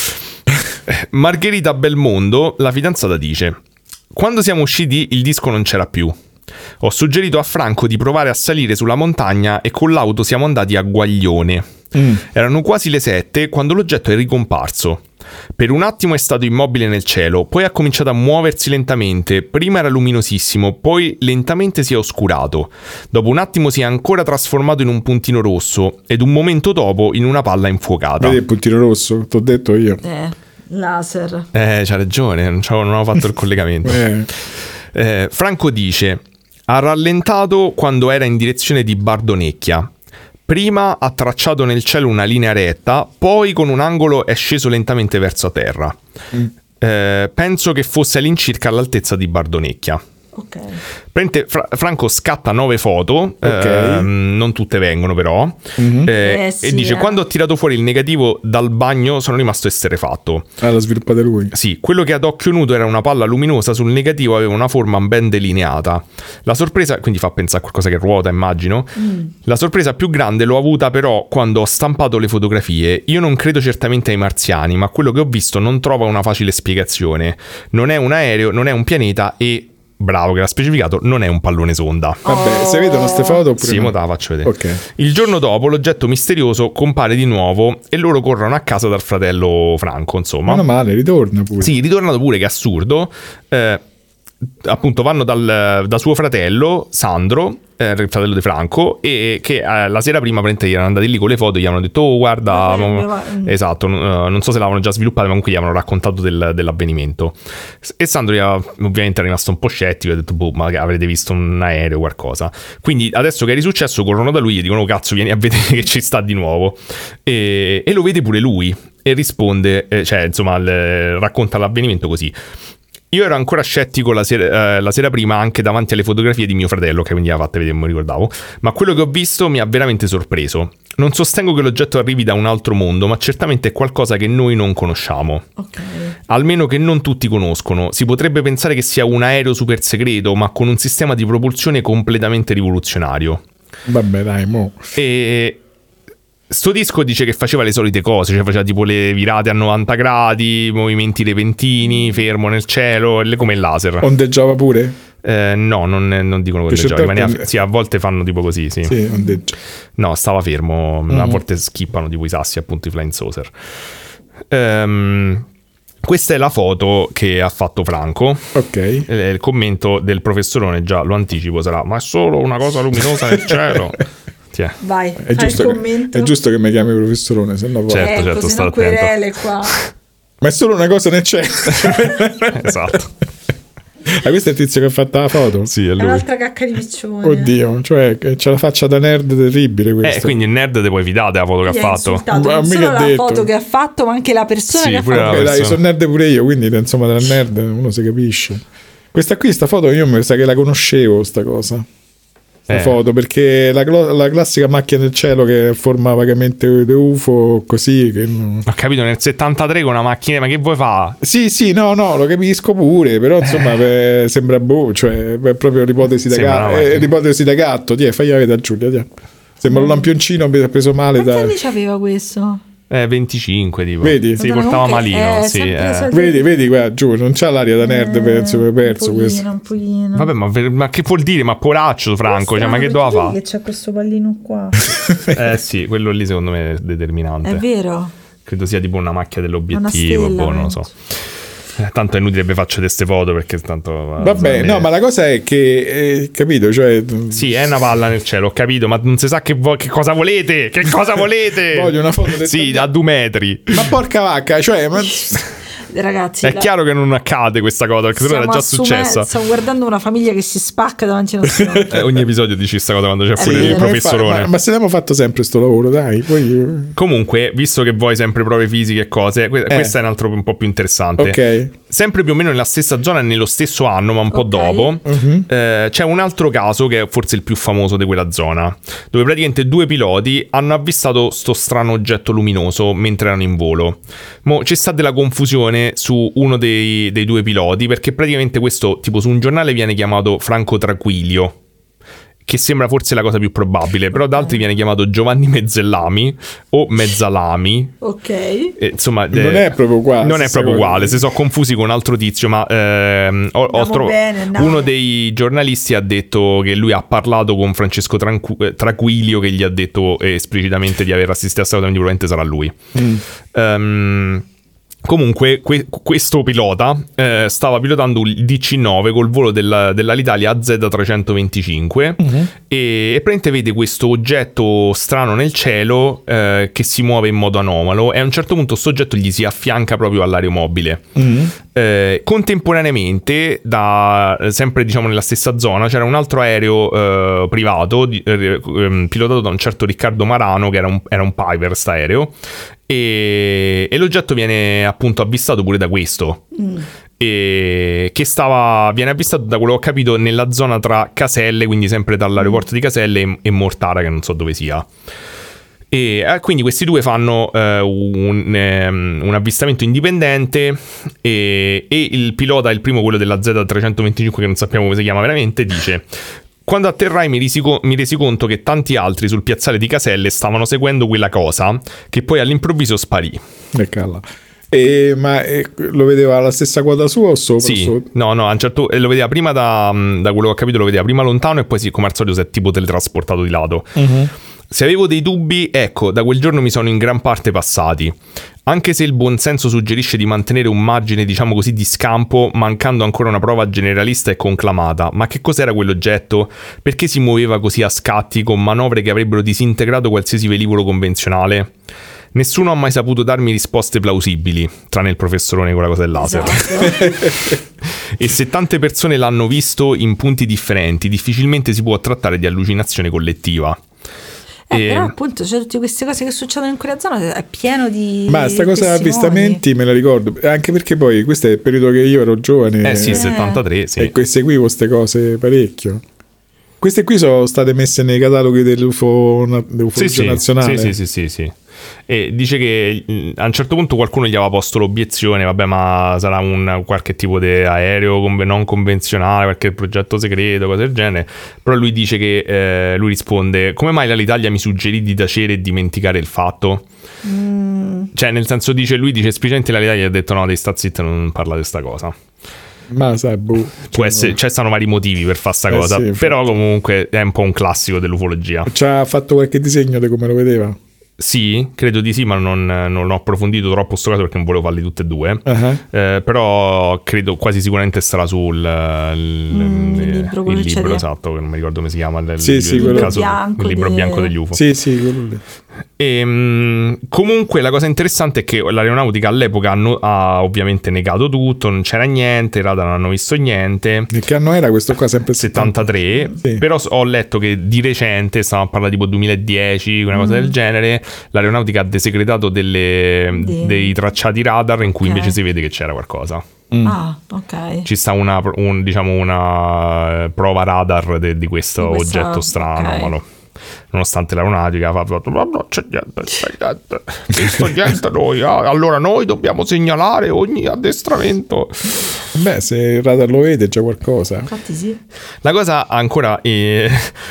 Margherita Belmondo, la fidanzata, dice: quando siamo usciti il disco non c'era più. Ho suggerito a Franco di provare a salire sulla montagna e con l'auto siamo andati a Guaglione. Mm. Erano quasi le sette quando l'oggetto è ricomparso. Per un attimo è stato immobile nel cielo, poi ha cominciato a muoversi lentamente. Prima era luminosissimo, poi lentamente si è oscurato. Dopo un attimo si è ancora trasformato in un puntino rosso ed un momento dopo in una palla infuocata. Vedi il puntino rosso? T'ho detto io. Eh, laser. Eh, c'ha ragione, non, c'avevo- non avevo fatto il collegamento. Eh. Eh, Franco dice: ha rallentato quando era in direzione di Bardonecchia. Prima ha tracciato nel cielo una linea retta, poi con un angolo è sceso lentamente verso terra. Mm. Eh, penso che fosse all'incirca all'altezza di Bardonecchia. Ok. Prende, Fra- Franco scatta nove foto, okay. ehm, non tutte vengono però, mm-hmm. eh, eh, sì, e dice eh. quando ho tirato fuori il negativo dal bagno sono rimasto esterrefatto. Ah, l'ha sviluppata lui? Sì, quello che ad occhio nudo era una palla luminosa, sul negativo aveva una forma ben delineata. La sorpresa, quindi fa pensare a qualcosa che ruota, immagino. Mm. La sorpresa più grande l'ho avuta però quando ho stampato le fotografie. Io non credo certamente ai marziani, ma quello che ho visto non trova una facile spiegazione. Non è un aereo, non è un pianeta e... bravo che l'ha specificato, non è un pallone sonda. Vabbè, oh. se vedono ste foto oppure sì, no? mo te la faccio vedere. Okay. Il giorno dopo l'oggetto misterioso compare di nuovo e loro corrono a casa dal fratello Franco, insomma. Meno male, ritorna pure. Sì, ritornato pure, che assurdo. Eh, appunto vanno dal, da suo fratello Sandro, eh, il fratello di Franco, e che eh, la sera prima gli erano andati lì con le foto e gli avevano detto oh guarda, Vabbè, ma... mm. esatto, non, non so se l'avevano già sviluppata, ma comunque gli avevano raccontato del, dell'avvenimento. E Sandro gli ha, ovviamente è rimasto un po' scettico, ha detto boh, ma avrete visto un aereo o qualcosa. Quindi adesso che è risuccesso corrono da lui e dicono oh, cazzo, vieni a vedere che ci sta di nuovo. E, e lo vede pure lui e risponde, eh, cioè insomma le, racconta l'avvenimento così. Io ero ancora scettico la sera, eh, la sera prima anche davanti alle fotografie di mio fratello, che quindi l'ha fatta vedere, non mi ricordavo, ma quello che ho visto mi ha veramente sorpreso. Non sostengo che l'oggetto arrivi da un altro mondo, ma certamente è qualcosa che noi non conosciamo. Okay. Almeno che non tutti conoscono. Si potrebbe pensare che sia un aereo super segreto, ma con un sistema di propulsione completamente rivoluzionario. Vabbè dai, mo. E... sto disco dice che faceva le solite cose, cioè faceva tipo le virate a novanta gradi, movimenti repentini, fermo nel cielo, come il laser. Ondeggiava pure? Eh, no, non, non dicono che ondeggiava. certo Maniera, sì, a volte fanno tipo così, sì. Sì, ondeggia. No, stava fermo, mm-hmm. A volte schippano tipo i sassi, appunto i flying saucer. Ehm... Questa è la foto che ha fatto Franco. Ok. Il commento del professorone, già lo anticipo, sarà ma è solo una cosa luminosa nel cielo. Tiè. Vai, è giusto, il commento. Che, è giusto che mi chiami professorone, se no certo, ecco, certo, se sta no attento. querele qua. Ma è solo una cosa nel cielo. Esatto. Ah, questo è il tizio che ha fatto la foto? Sì, è lui. È un'altra cacca di piccione. Oddio, cioè c'è la faccia da nerd terribile questa. Eh, quindi il nerd te puoi fidare della foto che Gli ha fatto. insultato Ma non mica solo la detto. foto che ha fatto, ma anche la persona Sì, che ha pure fatto. la Eh, dai, persona. sono nerd pure io, quindi insomma dal nerd uno si capisce. Questa qui, sta foto io mi sa che la conoscevo sta cosa. La Eh. foto, perché la, clo- la classica macchina del cielo che forma vagamente U F O così che non... Ho capito, nel settantatré con una macchina, ma che vuoi fa? Sì, sì, no, no, lo capisco pure, però insomma eh, sembra boh, cioè è proprio l'ipotesi da, Sembra ga- una eh, macchina. l'ipotesi da gatto, ti fagli vedere a Giulia, ti. Sembra un lampioncino preso male Quanti da... anni c'aveva questo? Eh, venticinque tipo. Vedi? Si Madonna, portava comunque, malino, eh, sì. sempre eh. solito- Vedi, vedi qua giù, non c'ha l'aria da nerd, Eh, penso, che hai perso un questo. pochino, un pochino. Vabbè, ma, ver- ma che vuol dire? Ma poraccio Franco, cioè, ma che doveva fare? fare? Che c'è questo pallino qua. Eh sì, quello lì secondo me è determinante. È vero. Credo sia tipo una macchia dell'obiettivo, Una stella, boh, non lo so. Eh, tanto è inutile che faccio queste foto perché tanto... Vabbè, no, ma la cosa è che, eh, capito, cioè... Sì, è una palla nel cielo, ho capito, ma non si sa che, vo- che cosa volete, che cosa volete? Voglio una foto del- Sì, a due metri. Ma porca vacca, cioè... Ma... Ragazzi, È la- chiaro che non accade questa cosa, perché sennò era stiamo già assume- successa. Stiamo guardando una famiglia che si spacca davanti ai nostri occhi. Eh, ogni episodio dici questa cosa quando c'è Sì, pure il non professorone. Ma, ma se abbiamo fatto sempre sto lavoro, dai, poi... Comunque, visto che vuoi sempre prove fisiche e cose, que- questo è un altro un po' più interessante. Ok. Sempre più o meno nella stessa zona, nello stesso anno, ma un po' Ok. dopo, eh, c'è un altro caso che è forse il più famoso di quella zona, dove praticamente due piloti hanno avvistato sto strano oggetto luminoso mentre erano in volo. Mo c'è stata della confusione su uno dei, dei due piloti, perché praticamente questo, tipo su un giornale viene chiamato Franco Tranquillo, che sembra forse la cosa più probabile, però da altri viene chiamato Giovanni Mezzellami o Mezzalami. Ok. E, insomma, Non eh, è proprio uguale, non è stessa proprio cosa. uguale, si sono confusi con un altro tizio, ma ehm, ho, ho Andiamo tro- bene, andiamo. uno dei giornalisti ha detto che lui ha parlato con Francesco Tranqu- eh, Tranquilio, che gli ha detto esplicitamente di aver assistito a questa cosa, quindi probabilmente sarà lui. Mm. Ehm, Comunque que- questo pilota eh, stava pilotando il D C nove col volo della, dell'Alitalia A Z trecentoventicinque uh-huh. e, e praticamente vede questo oggetto strano nel cielo eh, che si muove in modo anomalo e a un certo punto questo oggetto gli si affianca proprio all'aeromobile. Uh-huh. Eh, contemporaneamente, da, sempre diciamo nella stessa zona, c'era un altro aereo eh, privato di, eh, pilotato da un certo Riccardo Marano, che era un, era un Piper sta aereo, e, e l'oggetto viene appunto avvistato pure da questo mm. e che stava viene avvistato, da quello che ho capito, nella zona tra Caselle, quindi sempre dall'aeroporto di Caselle, e, e Mortara, che non so dove sia. E eh, quindi questi due fanno eh, un, um, un avvistamento indipendente e, e il pilota, il primo, quello della Z trecentoventicinque, che non sappiamo come si chiama veramente, dice: quando atterrai mi resi, co- mi resi conto che tanti altri sul piazzale di Caselle stavano seguendo quella cosa, che poi all'improvviso sparì. E calla. E, ma e, lo vedeva alla stessa quota sua o sopra? Sì, sotto? no, no, a un certo, lo vedeva prima da, da quello che ho capito, lo vedeva prima lontano e poi sì, come al solito si è tipo teletrasportato di lato. Uh-huh. Se avevo dei dubbi, ecco, da quel giorno mi sono in gran parte passati. Anche se il buonsenso suggerisce di mantenere un margine, diciamo così, di scampo, mancando ancora una prova generalista e conclamata. Ma che cos'era quell'oggetto? Perché si muoveva così a scatti, con manovre che avrebbero disintegrato qualsiasi velivolo convenzionale? Nessuno ha mai saputo darmi risposte plausibili, tranne il professorone con la cosa del laser. Esatto. E se tante persone l'hanno visto in punti differenti, difficilmente si può trattare di allucinazione collettiva. Eh, però appunto c'è tutte queste cose che succedono in quella zona, è pieno di ma sta cosa degli avvistamenti me la ricordo, anche perché poi questo è il periodo che io ero giovane. Eh sì, eh. settantatré, sì. E seguivo queste cose parecchio. Queste qui sono state messe nei cataloghi dell'UFO, dell'ufologia sì, sì, nazionale. Sì, sì, sì, sì, sì. E dice che a un certo punto qualcuno gli aveva posto l'obiezione: vabbè, ma sarà un qualche tipo di aereo non convenzionale, qualche progetto segreto, cose del genere. Però lui dice che eh, lui risponde: come mai l'Alitalia mi suggerì di tacere e dimenticare il fatto? Mm. Cioè, nel senso, dice lui, dice esplicitamente l'Alitalia gli ha detto: no, devi sta zitto, non parla di sta cosa. Ma sai, boh, può essere, c'è stanno vari motivi per fare sta eh cosa, sì, però comunque è un po' un classico dell'ufologia. Ci ha fatto qualche disegno di come lo vedeva? Sì, credo di sì, ma non, non ho approfondito troppo sto caso perché non volevo farli tutte e due. Uh-huh. Eh, però credo quasi sicuramente sarà sul il, mm, il libro, il libro esatto, che non mi ricordo come si chiama. Il, sì, il, sì, il, caso, bianco il libro de... bianco degli U F O. Sì, sì, quello lì. E, mh, comunque la cosa interessante è che l'aeronautica all'epoca hanno, ha ovviamente negato tutto, non c'era niente, i radar non hanno visto niente. Che anno era questo qua? Sempre settantatré. Sì. Però ho letto che di recente, stiamo a parlare tipo duemiladieci, una cosa mm. del genere, l'aeronautica ha desecretato delle, di... dei tracciati radar in cui okay. invece si vede che c'era qualcosa. Mm. Ah, ok. Ci sta una, un, diciamo una prova radar de, di questo di questa... oggetto strano, okay. anomalo. Nonostante l'aeronautica ha fatto no, no, c'è niente, c'è niente, visto niente noi, ah, allora noi dobbiamo segnalare ogni addestramento. Beh, se il radar lo vede c'è qualcosa. Infatti sì. La cosa ancora eh,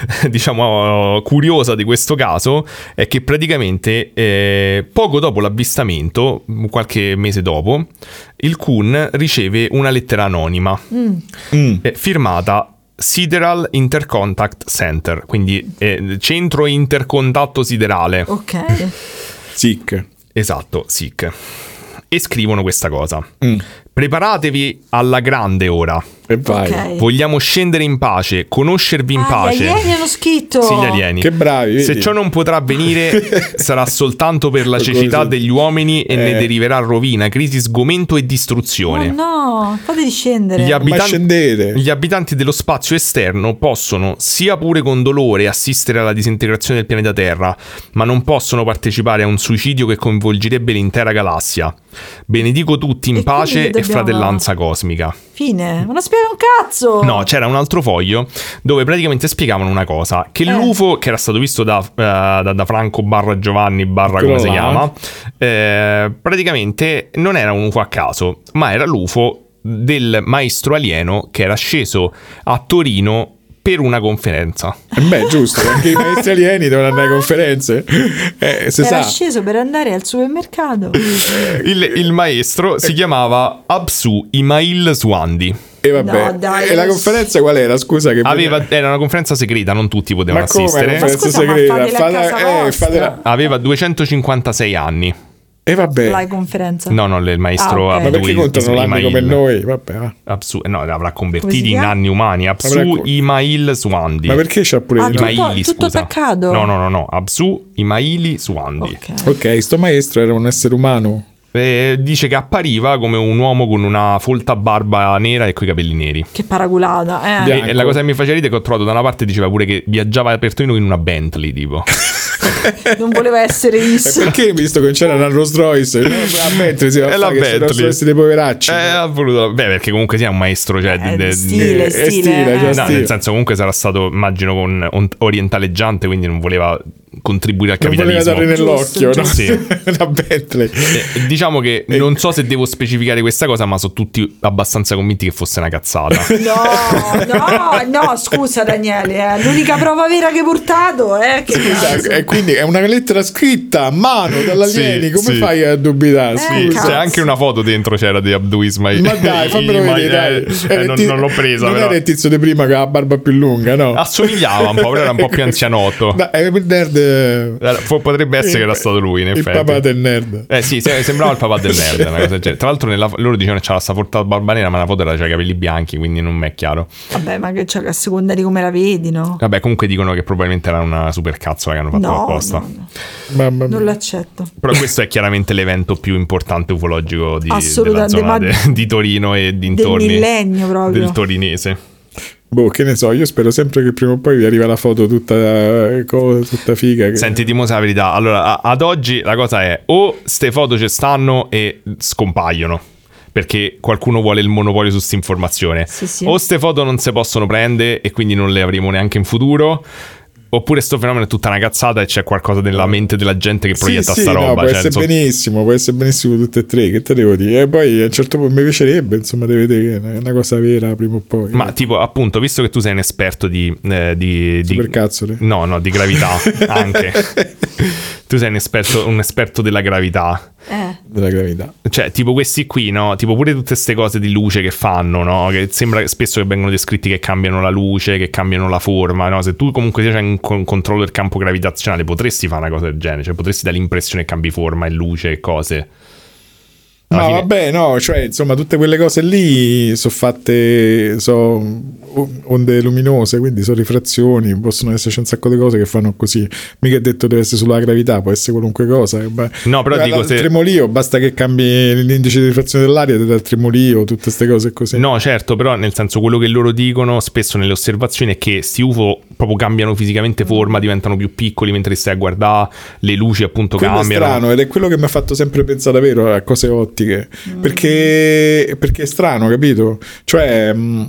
diciamo curiosa di questo caso è che praticamente eh, poco dopo l'avvistamento, qualche mese dopo, il C U N riceve una lettera anonima mm. Mm. Eh, firmata Sideral Intercontact Center, quindi eh, centro intercontatto siderale. Ok. S I C. Esatto, S I C. E scrivono questa cosa. Mm. Preparatevi alla grande ora. E vai. Okay. Vogliamo scendere in pace, conoscervi in ah, pace. Gli alieni hanno scritto. Sì, gli alieni. Che bravi. Vedi? Se ciò non potrà avvenire sarà soltanto per la cecità degli uomini e eh. ne deriverà rovina, crisi, sgomento e distruzione. Oh no, fateli scendere. Gli abitanti, Ma scendete. Gli abitanti dello spazio esterno possono sia pure con dolore assistere alla disintegrazione del pianeta Terra, ma non possono partecipare a un suicidio che coinvolgerebbe l'intera galassia. Benedico tutti in e pace dobbiamo... e fratellanza cosmica. Fine, ma non spiega un cazzo. No, c'era un altro foglio dove praticamente spiegavano una cosa, che eh. l'U F O, che era stato visto da, uh, da, da Franco barra Giovanni barra come si chiama, eh, praticamente non era un U F O a caso, ma era l'U F O del maestro alieno che era sceso a Torino per una conferenza. Beh, giusto, perché i maestri alieni devono andare a conferenze. Eh, se era sa. sceso per andare al supermercato. Il, il maestro si chiamava Absu Imail Swandi. E vabbè, no, dai, e la conferenza qual era? Scusa, che aveva, era una conferenza segreta, non tutti potevano ma come assistere. Conferenza ma scusa, segreta? Ma fate, eh, fatela... Aveva duecentocinquantasei anni. E vabbè. La conferenza. No, no, il maestro Ah, ok. Ma perché Abdul contano Ismail. l'anni come noi? Vabbè, va. Absu, no, avrà Come si convertiti in chiama? anni umani. Absu Avrà co- Imail Suandi. Ma perché c'ha pure Ah, il- tutto- Imaili, tutto scusa. attaccato? No, no, no, no. Absu Imaili Suandi. Ok. Ok, sto maestro era un essere umano. Eh, dice che appariva come un uomo con una folta barba nera e coi capelli neri. Che paraculata, eh. Bianco. E, e la cosa che mi faceva ridere è che ho trovato da una parte diceva pure che viaggiava per Torino in una Bentley, tipo. Non voleva essere E visto. perché visto che c'era una Rolls Royce? No, la Bentley si va a È la fare che c'erano Bentley. questi dei poveracci. Eh, ha voluto. Beh, perché comunque sia un maestro, cioè. Eh, di- di- stile, eh, stile. stile, eh. già No, stile. nel senso comunque sarà stato, immagino, con on- orientaleggiante, quindi non voleva contribuire al Non voleva capitalismo. dare nell'occhio, Giusto, no? giusto. La Bentley. Eh, diciamo che non so se devo specificare questa cosa, ma sono tutti abbastanza convinti che fosse una cazzata. No, no, no, scusa Daniele, eh. L'unica prova vera che hai portato è che Esatto, e quindi è una lettera scritta a mano dall'alieni, Sì, come sì. fai a dubitare? Eh, Scusa. cazzo. C'è anche una foto dentro, c'era di Abdu Ismail. Ma dai, fammelo Ismail, vedere, eh, dai. eh, Era non, il ti- non l'ho presa, non però. era il tizio di prima che ha la barba più lunga, no? Assomigliava un po', però era un po' più anzianotto. No, è il nerd. Eh, fu- Potrebbe essere che era stato lui, in Il effetti. papà del nerd. Eh sì, se- sembrava il papà del nerd, una cosa del genere. Tra l'altro nella, loro dicevano che c'era sta portata barba nera, ma la foto era c'era i capelli bianchi, quindi non mi è chiaro. Vabbè, ma che c'è a seconda di come la vedi, no? Vabbè, comunque dicono che probabilmente era una supercazzola che hanno fatto No, apposta. no, no. Mamma mia. Non l'accetto. Però questo è chiaramente l'evento più importante ufologico di, della Assolutamente, zona ma de- di Torino e dintorni. del millennio proprio. Del torinese. Boh, che ne so, io spero sempre che prima o poi vi arriva la foto tutta, eh, co- tutta figa. Che... Senti, Timo, sa la verità. Allora, a- ad oggi la cosa è o ste foto ci stanno e scompaiono perché qualcuno vuole il monopolio su questa informazione, Sì, sì. o ste foto non si possono prendere e quindi non le avremo neanche in futuro, oppure sto fenomeno è tutta una cazzata e c'è qualcosa nella mente della gente che Sì, proietta sì, sta no, roba. può cioè, essere insomma- benissimo, può essere benissimo tutte e tre, che te devo dire? E poi a un certo punto mi piacerebbe, insomma, di vedere che è una cosa vera prima o poi. Ma tipo, appunto, visto che tu sei un esperto di... Eh, di, di Supercazzole. No, no, di gravità anche. Tu sei un esperto, un esperto della gravità. Eh. Della gravità. Cioè, tipo questi qui, no? Tipo pure tutte queste cose di luce che fanno, no? Che sembra spesso che vengono descritti che cambiano la luce, che cambiano la forma, no? Se tu comunque c'hai un con- controllo del campo gravitazionale, potresti fare una cosa del genere. Cioè, potresti dare l'impressione che cambi forma e luce e cose. Alla No, fine- vabbè, no, cioè, insomma, tutte quelle cose lì sono fatte, sono onde luminose, quindi sono rifrazioni, possono esserci un sacco di cose che fanno così. Mica è detto deve essere sulla gravità, può essere qualunque cosa. No, però Guarda, dico il se- tremolio, basta che cambi l'indice di rifrazione dell'aria, ti dà il tremolio, tutte queste cose così. No, certo, però nel senso quello che loro dicono spesso nelle osservazioni è che sti U F O proprio cambiano fisicamente forma, diventano più piccoli mentre stai a guardare, le luci appunto Quello è cambiano. strano ed è quello che mi ha fatto sempre pensare davvero a cose ottiche, perché, perché è strano, capito? Cioè mh,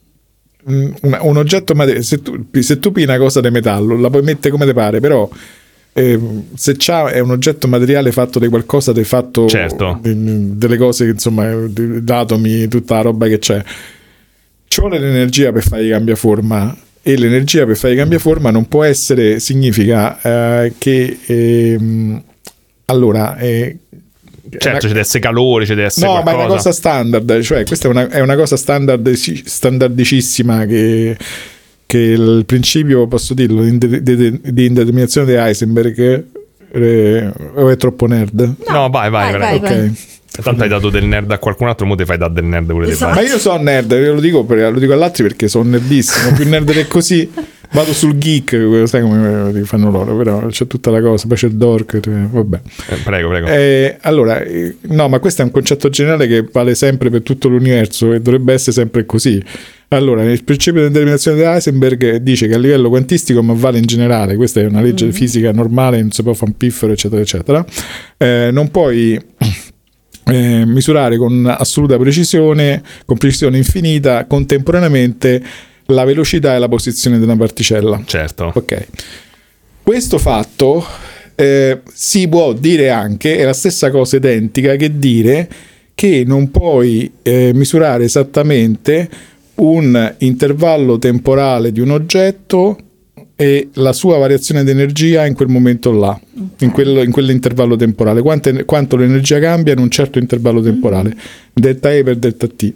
un, un oggetto materiale, se tu, se tu pini una cosa di metallo la puoi mettere come ti pare, però eh, se c'ha, è un oggetto materiale fatto di qualcosa, di fatto Certo. di- delle cose, insomma, di- d'atomi, tutta la roba che c'è, ci vuole l'energia per fargli cambia forma. E l'energia per fargli cambia forma non può essere, significa eh, che ehm, allora eh, Certo, ci deve essere calore, ci deve essere no, qualcosa. ma è una cosa standard, cioè questa è una, è una cosa standard, standardicissima che, che il principio, posso dirlo, di, inde- di- di indeterminazione di Heisenberg eh, o è troppo nerd? No, vai, vai, vai, vai. vai. Ok. Tanto hai dato del nerd a qualcun altro, mo te fai dare del nerd pure te Esatto. fai. Ma io sono nerd, io lo dico, per, lo dico agli altri perché sono nerdissimo, più nerd che così. Vado sul geek, sai come fanno loro, però c'è tutta la cosa, poi c'è il dork, cioè, vabbè. Eh, prego, prego. Eh, allora, eh, no, ma questo è un concetto generale che vale sempre per tutto l'universo e dovrebbe essere sempre così. Allora, nel principio di determinazione di Heisenberg dice che a livello quantistico, ma vale in generale, questa è una legge Mm-hmm. fisica normale, non si può fare un piffero, eccetera, eccetera, eh, non puoi eh, misurare con assoluta precisione, con precisione infinita, contemporaneamente la velocità e la posizione di una particella. Certo. Ok. Questo fatto eh, si può dire anche, è la stessa cosa identica che dire che non puoi eh, misurare esattamente un intervallo temporale di un oggetto e la sua variazione di energia in quel momento là, in, quello, in quell'intervallo temporale, quanto, quanto l'energia cambia in un certo intervallo temporale, delta E per delta T.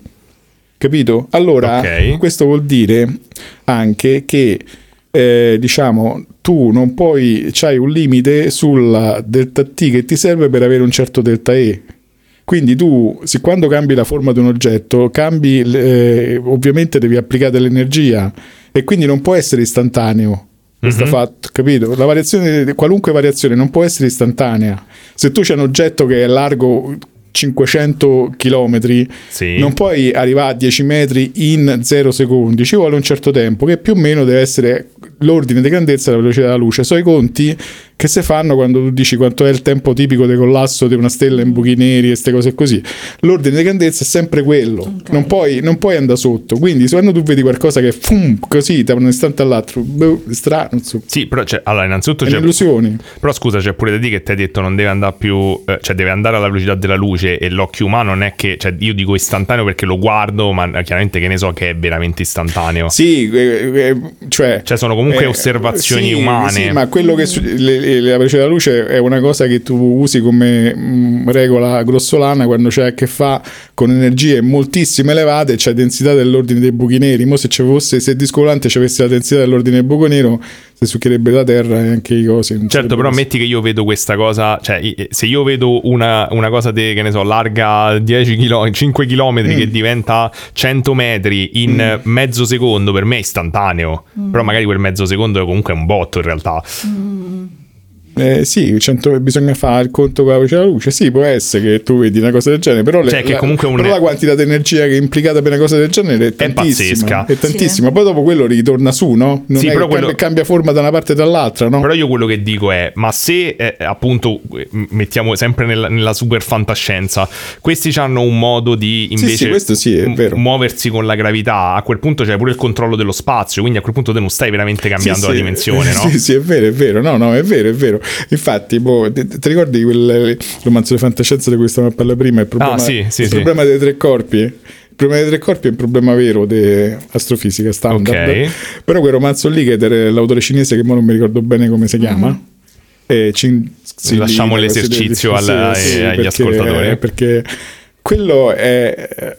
Capito? Allora, Ok. questo vuol dire anche che eh, diciamo tu non puoi, c'hai un limite sulla delta T che ti serve per avere un certo delta E. Quindi tu, se quando cambi la forma di un oggetto, cambi, eh, ovviamente devi applicare dell'energia e quindi non può essere istantaneo. Questo Mm-hmm. fatto, capito? La variazione, qualunque variazione non può essere istantanea. Se tu c'è un oggetto che è largo cinquecento chilometri, Sì. non puoi arrivare a dieci metri in zero secondi, ci vuole un certo tempo che più o meno deve essere l'ordine di grandezza della velocità della luce. So i conti che si fanno quando tu dici quanto è il tempo tipico di collasso di una stella in buchi neri e queste cose così. L'ordine di grandezza è sempre quello, Okay. non puoi, non puoi andare sotto. Quindi se quando tu vedi qualcosa che fum, così da un istante all'altro, boh, strano, insomma, Sì, però c'è, allora innanzitutto è c'è, un'illusione. però scusa, c'è pure da dire che ti hai detto non deve andare più, eh, cioè deve andare alla velocità della luce, e l'occhio umano non è che, cioè io dico istantaneo perché lo guardo, ma chiaramente che ne so che è veramente istantaneo. Sì, eh, eh, cioè, Cioè sono comunque osservazioni sì, umane. Sì, ma quello che su- le- le- la velocità della luce è una cosa che tu usi come mh, regola grossolana quando c'è a che fa con energie moltissimo elevate, c'è densità dell'ordine dei buchi neri. Mo se ci fosse, se il disco volante ci avesse la densità dell'ordine del buco nero, si succhierebbe la terra e anche i cosi. non Certo, sarebbe però così. metti che io vedo questa cosa, cioè i- se io vedo una, una cosa de, che ne so, larga dieci chilometri, cinque chilometri Mm. che diventa cento metri in mezzo secondo, per me è istantaneo. Però magari quel mezzo secondo è comunque un botto in realtà. Eh, sì, cento bisogna fare il conto con la velocità della luce. Sì, può essere che tu vedi una cosa del genere, però, le- Cioè, che la, comunque un- però la quantità di energia che è implicata per una cosa del genere è tantissima. pazzesca. È tantissima. Poi dopo quello ritorna su, no? Non Sì, è però che quello- cambia, cambia forma da una parte e dall'altra, no? Però io quello che dico è, ma se eh, appunto eh, mettiamo sempre nella, nella super fantascienza, questi hanno un modo di invece sì, questo sì, è mu- vero. muoversi con la gravità, a quel punto c'è pure il controllo dello spazio, quindi a quel punto te non stai veramente cambiando Sì, la sì. dimensione, no? Sì, sì, è vero, è vero. No, no, è vero, è vero. Infatti, boh, ti, ti ricordi quel romanzo di fantascienza di cui stavamo a parlare prima? Il problema, Ah, sì, sì, il sì. problema dei tre corpi? Il problema dei tre corpi è un problema vero di astrofisica standard. Ok. Però quel romanzo lì, che era l'autore cinese, che mo non mi ricordo bene come si chiama, e Cin- Zillina, Lasciamo così l'esercizio di- al- sì, sì, agli perché- ascoltatori. Perché quello è,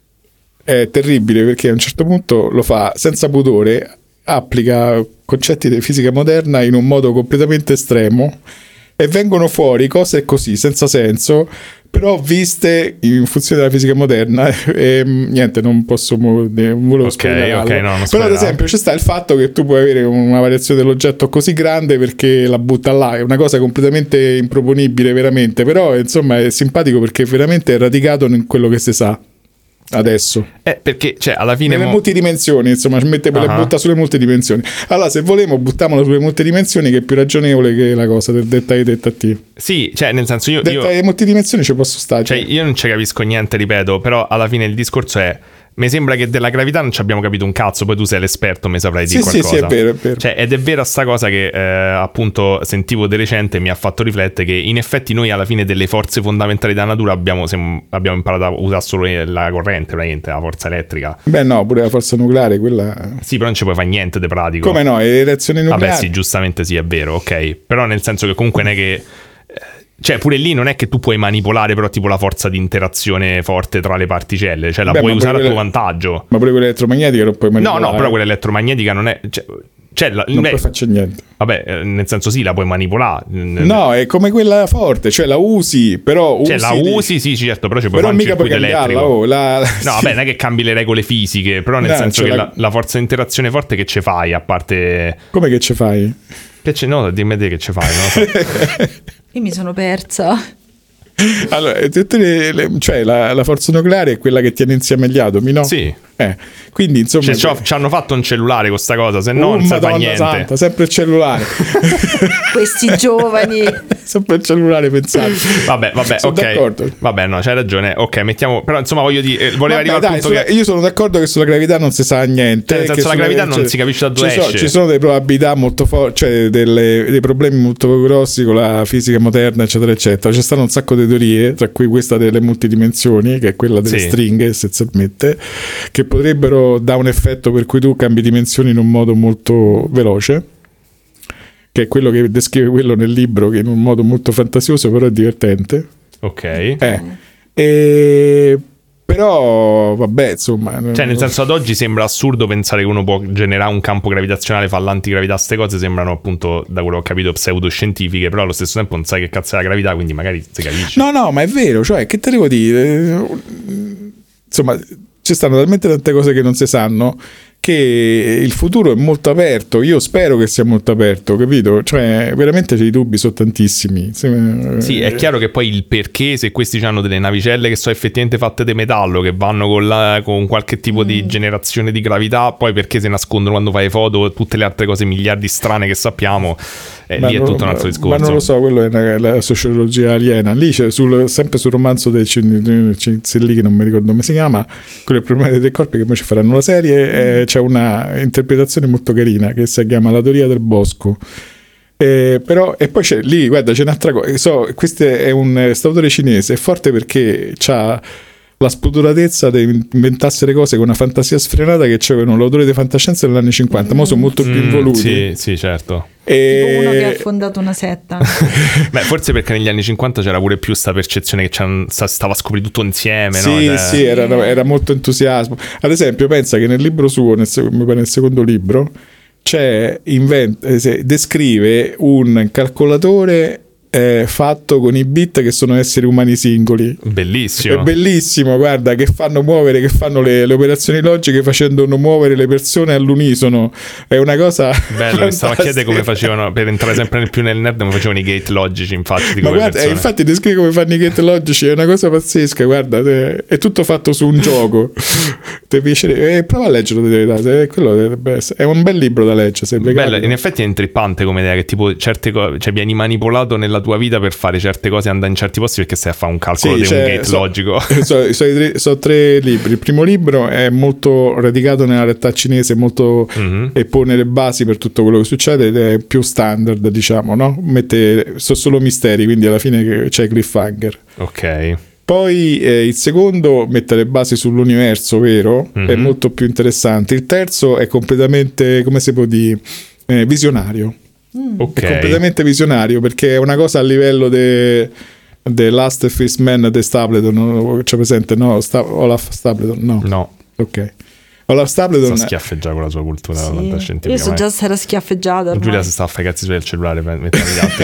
è terribile, perché a un certo punto lo fa senza pudore, applica concetti di fisica moderna in un modo completamente estremo e vengono fuori cose così senza senso, però viste in funzione della fisica moderna. E niente, non posso mo- non volevo Ok, spoilerarlo. ok, no, non Però ad spoilerare. esempio c'è sta il fatto che tu puoi avere una variazione dell'oggetto così grande perché la butta là, è una cosa completamente improponibile veramente, però insomma è simpatico perché veramente è radicato in quello che si sa adesso. Eh, perché cioè alla fine Nelle mo- multidimensioni, insomma, ci mette le Ah. butta sulle multidimensioni. Allora, se volemo, buttiamolo sulle multidimensioni, che è più ragionevole che la cosa del delta E delta T. sì, cioè nel senso io, Delta io E multidimensioni ci posso stare. cioè io non ci capisco niente, ripeto, però alla fine il discorso è, mi sembra che della gravità non ci abbiamo capito un cazzo, poi tu sei l'esperto, mi saprai Sì, dire sì, qualcosa. sì, è vero, è vero. Cioè, ed è vera sta cosa che eh, appunto sentivo di recente, mi ha fatto riflettere che in effetti noi alla fine delle forze fondamentali della natura abbiamo, sem- abbiamo imparato a usare solo la corrente, praticamente, la forza elettrica. Beh, no, pure la forza nucleare, quella. Sì, però non ci puoi fare niente di pratico. Come no? E le reazioni nucleari. Vabbè, sì, giustamente sì, è vero, ok. Però nel senso che comunque non è che... Cioè, pure lì non è che tu puoi manipolare però tipo la forza di interazione forte tra le particelle, cioè la Beh, puoi ma usare a pure tuo quelle- vantaggio. Ma pure quella elettromagnetica non puoi No, manipolare. no, però quella elettromagnetica non è... Cioè, cioè la- Non beh, puoi farci niente. vabbè, eh, nel senso sì, la puoi manipolare. No, è come quella forte, cioè la usi, però Cioè, usi la di- usi, sì, certo, però ci puoi Però fare un mica puoi circuito cambiarla, elettrico. oh, la... No, vabbè, non è che cambi le regole fisiche, però nel No, senso cioè che la- la... la forza di interazione forte che ci fai, a parte... Come che ci fai? Che c'è? No, dimmi te che ci fai, non lo so. Io mi sono persa. Allora, tutte le- le- cioè la, la forza nucleare è quella che tiene insieme gli atomi, no? Sì. Eh, quindi insomma... Cioè, c'ho- ci hanno fatto un cellulare con sta cosa, se no Oh, non serve a Madonna niente. santa, sempre il cellulare. Questi giovani. sempre il cellulare, pensate. Vabbè, vabbè, Sono ok. d'accordo. Vabbè, no, c'hai ragione. Ok, mettiamo. Però insomma, voglio dire, eh, volevo Vabbè, arrivare al dai, punto sulla- che. io sono d'accordo che sulla gravità non si sa niente. Cioè, nel senso, che la sono- gravità non cioè, si capisce da dove ci sono, esce. ci sono delle probabilità molto forti, cioè delle- dei problemi molto grossi con la fisica moderna, eccetera, eccetera. Ci stanno un sacco di teorie, tra cui questa delle multidimensioni, che è quella delle Sì. stringhe, essenzialmente, che potrebbero dare un effetto per cui tu cambi dimensioni in un modo molto veloce, che è quello che descrive quello nel libro, che in un modo molto fantasioso però è divertente. Ok. Eh, e- Però vabbè, insomma, Cioè, nel senso, ad oggi sembra assurdo pensare che uno può generare un campo gravitazionale, fa l'antigravità, ste cose sembrano appunto, da quello che ho capito, pseudoscientifiche, però allo stesso tempo non sai che cazzo è la gravità, quindi magari si capisce. no, no, ma è vero, cioè, che te devo dire? Insomma, ci stanno talmente tante cose che non si sanno che il futuro è molto aperto. Io spero che sia molto aperto, capito? Cioè, veramente i dubbi sono tantissimi. Sì, è chiaro che poi il perché, se questi hanno delle navicelle che sono effettivamente fatte di metallo, che vanno con, la, con qualche tipo mm. di generazione di gravità, poi perché si nascondono quando fai foto, tutte le altre cose miliardi strane che sappiamo, eh, lì non, è tutto un altro discorso. Ma non lo so, quello è una, la sociologia aliena. Lì c'è sul, sempre sul romanzo del Cinzelli, che non mi ricordo come si chiama, quello è il problema dei tre corpi, che poi ci faranno la serie, eh, c'è una interpretazione molto carina che si chiama La teoria del bosco. Eh, però, e poi c'è lì, guarda, c'è un'altra cosa. So, questo è un stautore cinese, è forte perché c'ha la spudoratezza di inventarsi le cose con una fantasia sfrenata, che c'erano l'autore di fantascienza negli anni cinquanta, ma sono molto più involuti. Mm, sì, sì, certo. E... tipo uno che ha fondato una setta. Beh, forse perché negli anni cinquanta c'era pure più sta percezione che stava a scoprire tutto insieme, sì, no? Cioè... sì, era, era molto entusiasmo. Ad esempio, pensa che nel libro suo, nel, mi pare nel secondo libro, c'è invent- descrive un calcolatore eh, fatto con i bit che sono esseri umani singoli. Bellissimo. È bellissimo, guarda, che fanno muovere, che fanno le, le operazioni logiche facendolo muovere le persone all'unisono. È una cosa bello. Mi stavo a chiedere come facevano, per entrare sempre nel più nel nerd, come facevano i gate logici, infatti, di ma guarda, eh, infatti descrive come fanno i gate logici, è una cosa pazzesca, guarda, te, è tutto fatto su un gioco. Te piacerebbe, eh, prova a leggerlo, te, quello dovrebbe essere, è un bel libro da leggere, se bello, in effetti è intrippante come idea, che tipo certe cose, cioè vieni manipolato nella tua vita per fare certe cose e andare in certi posti perché stai a fare un calcolo sì, di un gate so, logico. Sono so, so, so tre libri. Il primo libro è molto radicato nella realtà cinese, molto mm-hmm. e pone le basi per tutto quello che succede, ed è più standard, diciamo, no? Mette sono solo misteri, quindi alla fine c'è cliffhanger. Ok. Poi eh, il secondo mette le basi sull'universo vero, mm-hmm. è molto più interessante. Il terzo è completamente, come si può dire, eh, visionario. Mm. Okay. È completamente visionario, perché è una cosa a livello de, de Last First Man de Stapleton. C'è presente? No, Sta, Olaf Stapleton? No. No. Ok. Olaf Stapleton sta schiaffeggiando con la sua cultura sì. fantascientifica. Io so già se era schiaffeggiata. Giulia si sta a fare cazzi sul cellulare per mettere gli altri.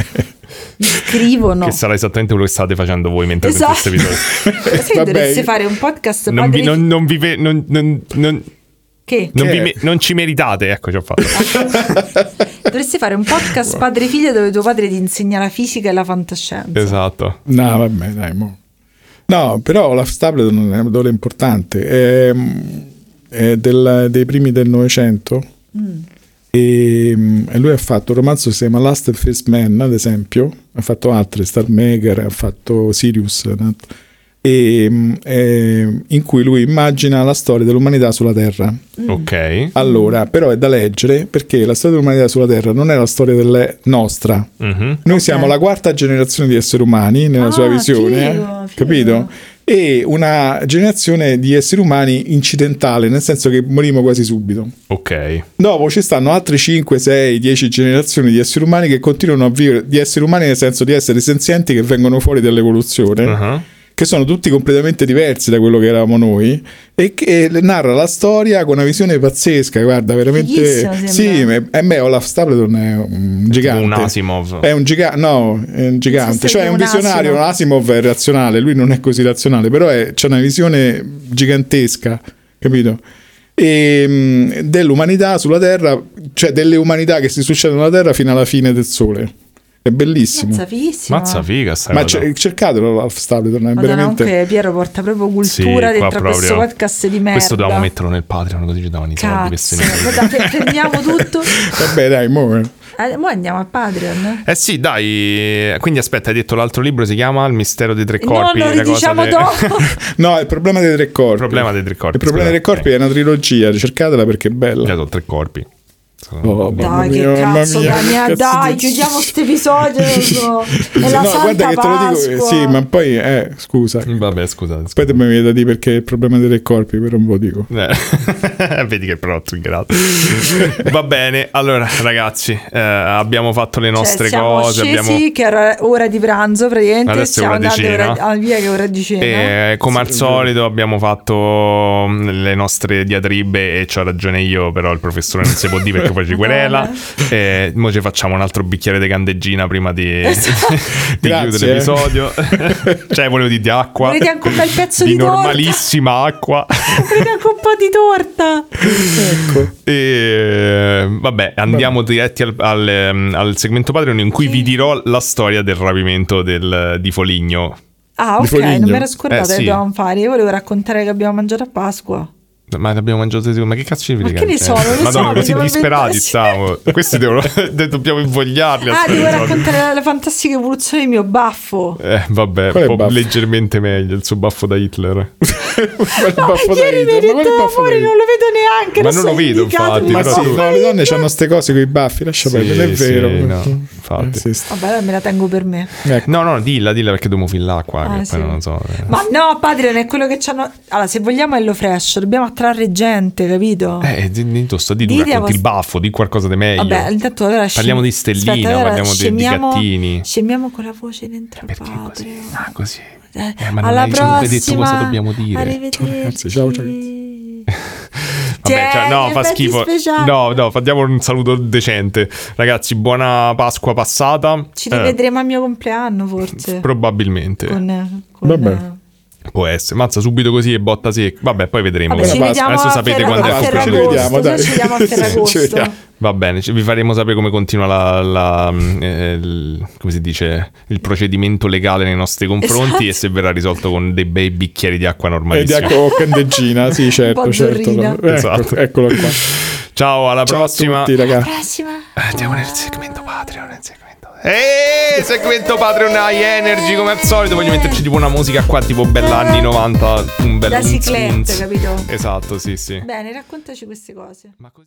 Scrivono. Che sarà esattamente quello che state facendo voi mentre esatto. questo episodio. Sai, dovreste fare un podcast. Non vi, non, non vi ve, non, non, non, che? Non, che vi, non ci meritate, ecco, ci ho fatto. Dovresti fare un podcast padre figlio dove tuo padre ti insegna la fisica e la fantascienza. Esatto. No, vabbè, dai, mo. No, però la Stapleton non è un autore importante, è, è del, dei primi del Novecento. Mm. E, e lui ha fatto un romanzo che si chiama Last and First Man, ad esempio, ha fatto altre, Star Maker, ha fatto Sirius, no? E, e in cui lui immagina la storia dell'umanità sulla Terra. Ok. Allora, però è da leggere, perché la storia dell'umanità sulla Terra non è la storia delle nostra. Mm-hmm. Noi okay. siamo la quarta generazione di esseri umani nella ah, sua visione, figo, figo. Capito? E una generazione di esseri umani incidentale, nel senso che morimmo quasi subito. Ok. Dopo ci stanno altre cinque, sei, dieci generazioni di esseri umani che continuano a vivere, di esseri umani nel senso di essere senzienti che vengono fuori dall'evoluzione. Uh-huh. Che sono tutti completamente diversi da quello che eravamo noi, e che narra la storia con una visione pazzesca, guarda, veramente sì, e me Olaf Stapleton è un gigante, un Asimov, è un gigante, no, è un gigante, cioè è un, un visionario. Asimov. Asimov è razionale, lui non è così razionale, però è, c'è una visione gigantesca, capito? E dell'umanità sulla Terra, cioè delle umanità che si succedono sulla Terra fino alla fine del Sole. È bellissimo. Mazza figissima. Mazza figa sta Ma cosa. cercatelo Olaf Stapleton, è veramente... Comunque Piero porta proprio cultura sì, dentro proprio. Questo podcast di merda. Questo dovevamo metterlo nel Patreon, così ci davano i soldi per se prendiamo tutto. Vabbè dai, mo, eh. Eh, mo andiamo al Patreon. Eh sì, dai. Quindi aspetta, hai detto l'altro libro si chiama Il mistero dei tre corpi. No, lo ridiciamo de... dopo. No, è il problema dei tre corpi. Il problema dei tre corpi. Il problema dei tre corpi okay. è una trilogia, cercatela perché è bella. Io ho tre corpi. Oh, mamma Dai, mia, che mamma cazzo, mia, Daniel, che cazzo dai, di- chiudiamo questo episodio. No. È la no, Santa guarda che te lo dico, Pasqua. sì, ma poi, eh, scusa. Vabbè, scusate. Poi te mi viene da dire perché è il problema dei tre corpi, però non ve lo dico. Eh, vedi che però triggerato. Va bene, allora ragazzi, eh, abbiamo fatto le Cioè, nostre siamo cose. scesi abbiamo... che era ora di pranzo praticamente. Adesso è siamo ora di andati cena. ora- ah, via che è ora di cena. E come al solito abbiamo fatto le nostre diatribe e c'ho ragione io, però il professore non si può dire perché poi ci querela. E mo ci facciamo un altro bicchiere di candeggina prima di, di Grazie, chiudere eh. l'episodio. Cioè volevo dire di acqua. Volete anche un bel pezzo di di torta? normalissima acqua. Volete anche un po' di torta? Ecco. E vabbè, andiamo diretti al, al, ehm, al segmento Patreon in cui vi dirò la storia del rapimento del, di Foligno. Ah, Di ok, Foligno. non mi era scordato Eh, che sì. dobbiamo fare. Io volevo raccontare che abbiamo mangiato a Pasqua. Ma l'abbiamo mangiato ma che cazzo ci Ma frega? che ne so, non lo Madonna, so, così devo disperati inventare- stiamo. Questi devono, dobbiamo invogliarli. a Ah, sta devo episodio. raccontare la, la fantastica evoluzione del mio baffo. Eh, vabbè, Qual è un il po' baffo? leggermente meglio il suo baffo da Hitler. Quel No, baffo da ieri mi Hitler, hai ma quale detto baffo da fuori, Hitler? non lo vedo neanche. Ma lo non so lo vedo, indicato, infatti, Ma però sì, tu- no, le donne hanno ste cose con i baffi, lascia Sì, perdere, è sì, vero. no, infatti. Eh, sì, sì. Vabbè, allora me la tengo per me. Ecco. No, no, dilla, dilla perché dobbiamo filare qua, Ah, che sì. poi non lo so. eh. Ma no, Patreon è quello che c'hanno. Allora, se vogliamo Hello Fresh, dobbiamo attrarre gente, capito? Eh, di, di, sto di tu Dite a racconti il vos- baffo, di qualcosa di meglio. Vabbè, intanto allora scem- Parliamo di stellina, Aspetta, allora parliamo di- di scemiamo- gattini. Scemiamo con la voce dentro il Perché così? Patreon. Ah, così. Eh, Eh, ma non alla hai sempre prossima. detto cosa dobbiamo dire. Arrivederci. Ciao, ragazzi, ciao, ciao, Vabbè, cioè, no, gli fa effetti schifo. speciali. No, no, facciamo un saluto decente. Ragazzi, buona Pasqua passata. Ci Eh, rivedremo al mio compleanno, forse. probabilmente. Con, con Vabbè. Può essere. Mazza subito così e botta secca. Vabbè, poi vedremo. Vabbè, ci Buona vediamo Adesso a sapete Ferra- quando è a il Pasqua, ci Ferragosto. vediamo, dai. Ci vediamo a Ci Ferragosto. vediamo. Va bene, ci- vi faremo sapere come continua la, la, eh, il, come si dice, il procedimento legale nei nostri confronti Esatto. e se verrà risolto con dei bei bicchieri di acqua E di normalissimi. acqua o candeggina, sì, certo, Un po' certo. zorrina. Ecco, Esatto. Eccolo qua. Ciao, alla Ciao prossima. a tutti, ragazzi. Prossima. Eh, Andiamo nel segmento Patreon, nel segmento. Eeeh, segmento Patreon High Energy come al solito. Voglio metterci tipo una musica qua tipo bella anni novanta, un bel Da unz, ciclette, unz. capito? Esatto, sì, sì. Bene, raccontaci queste cose. Ma così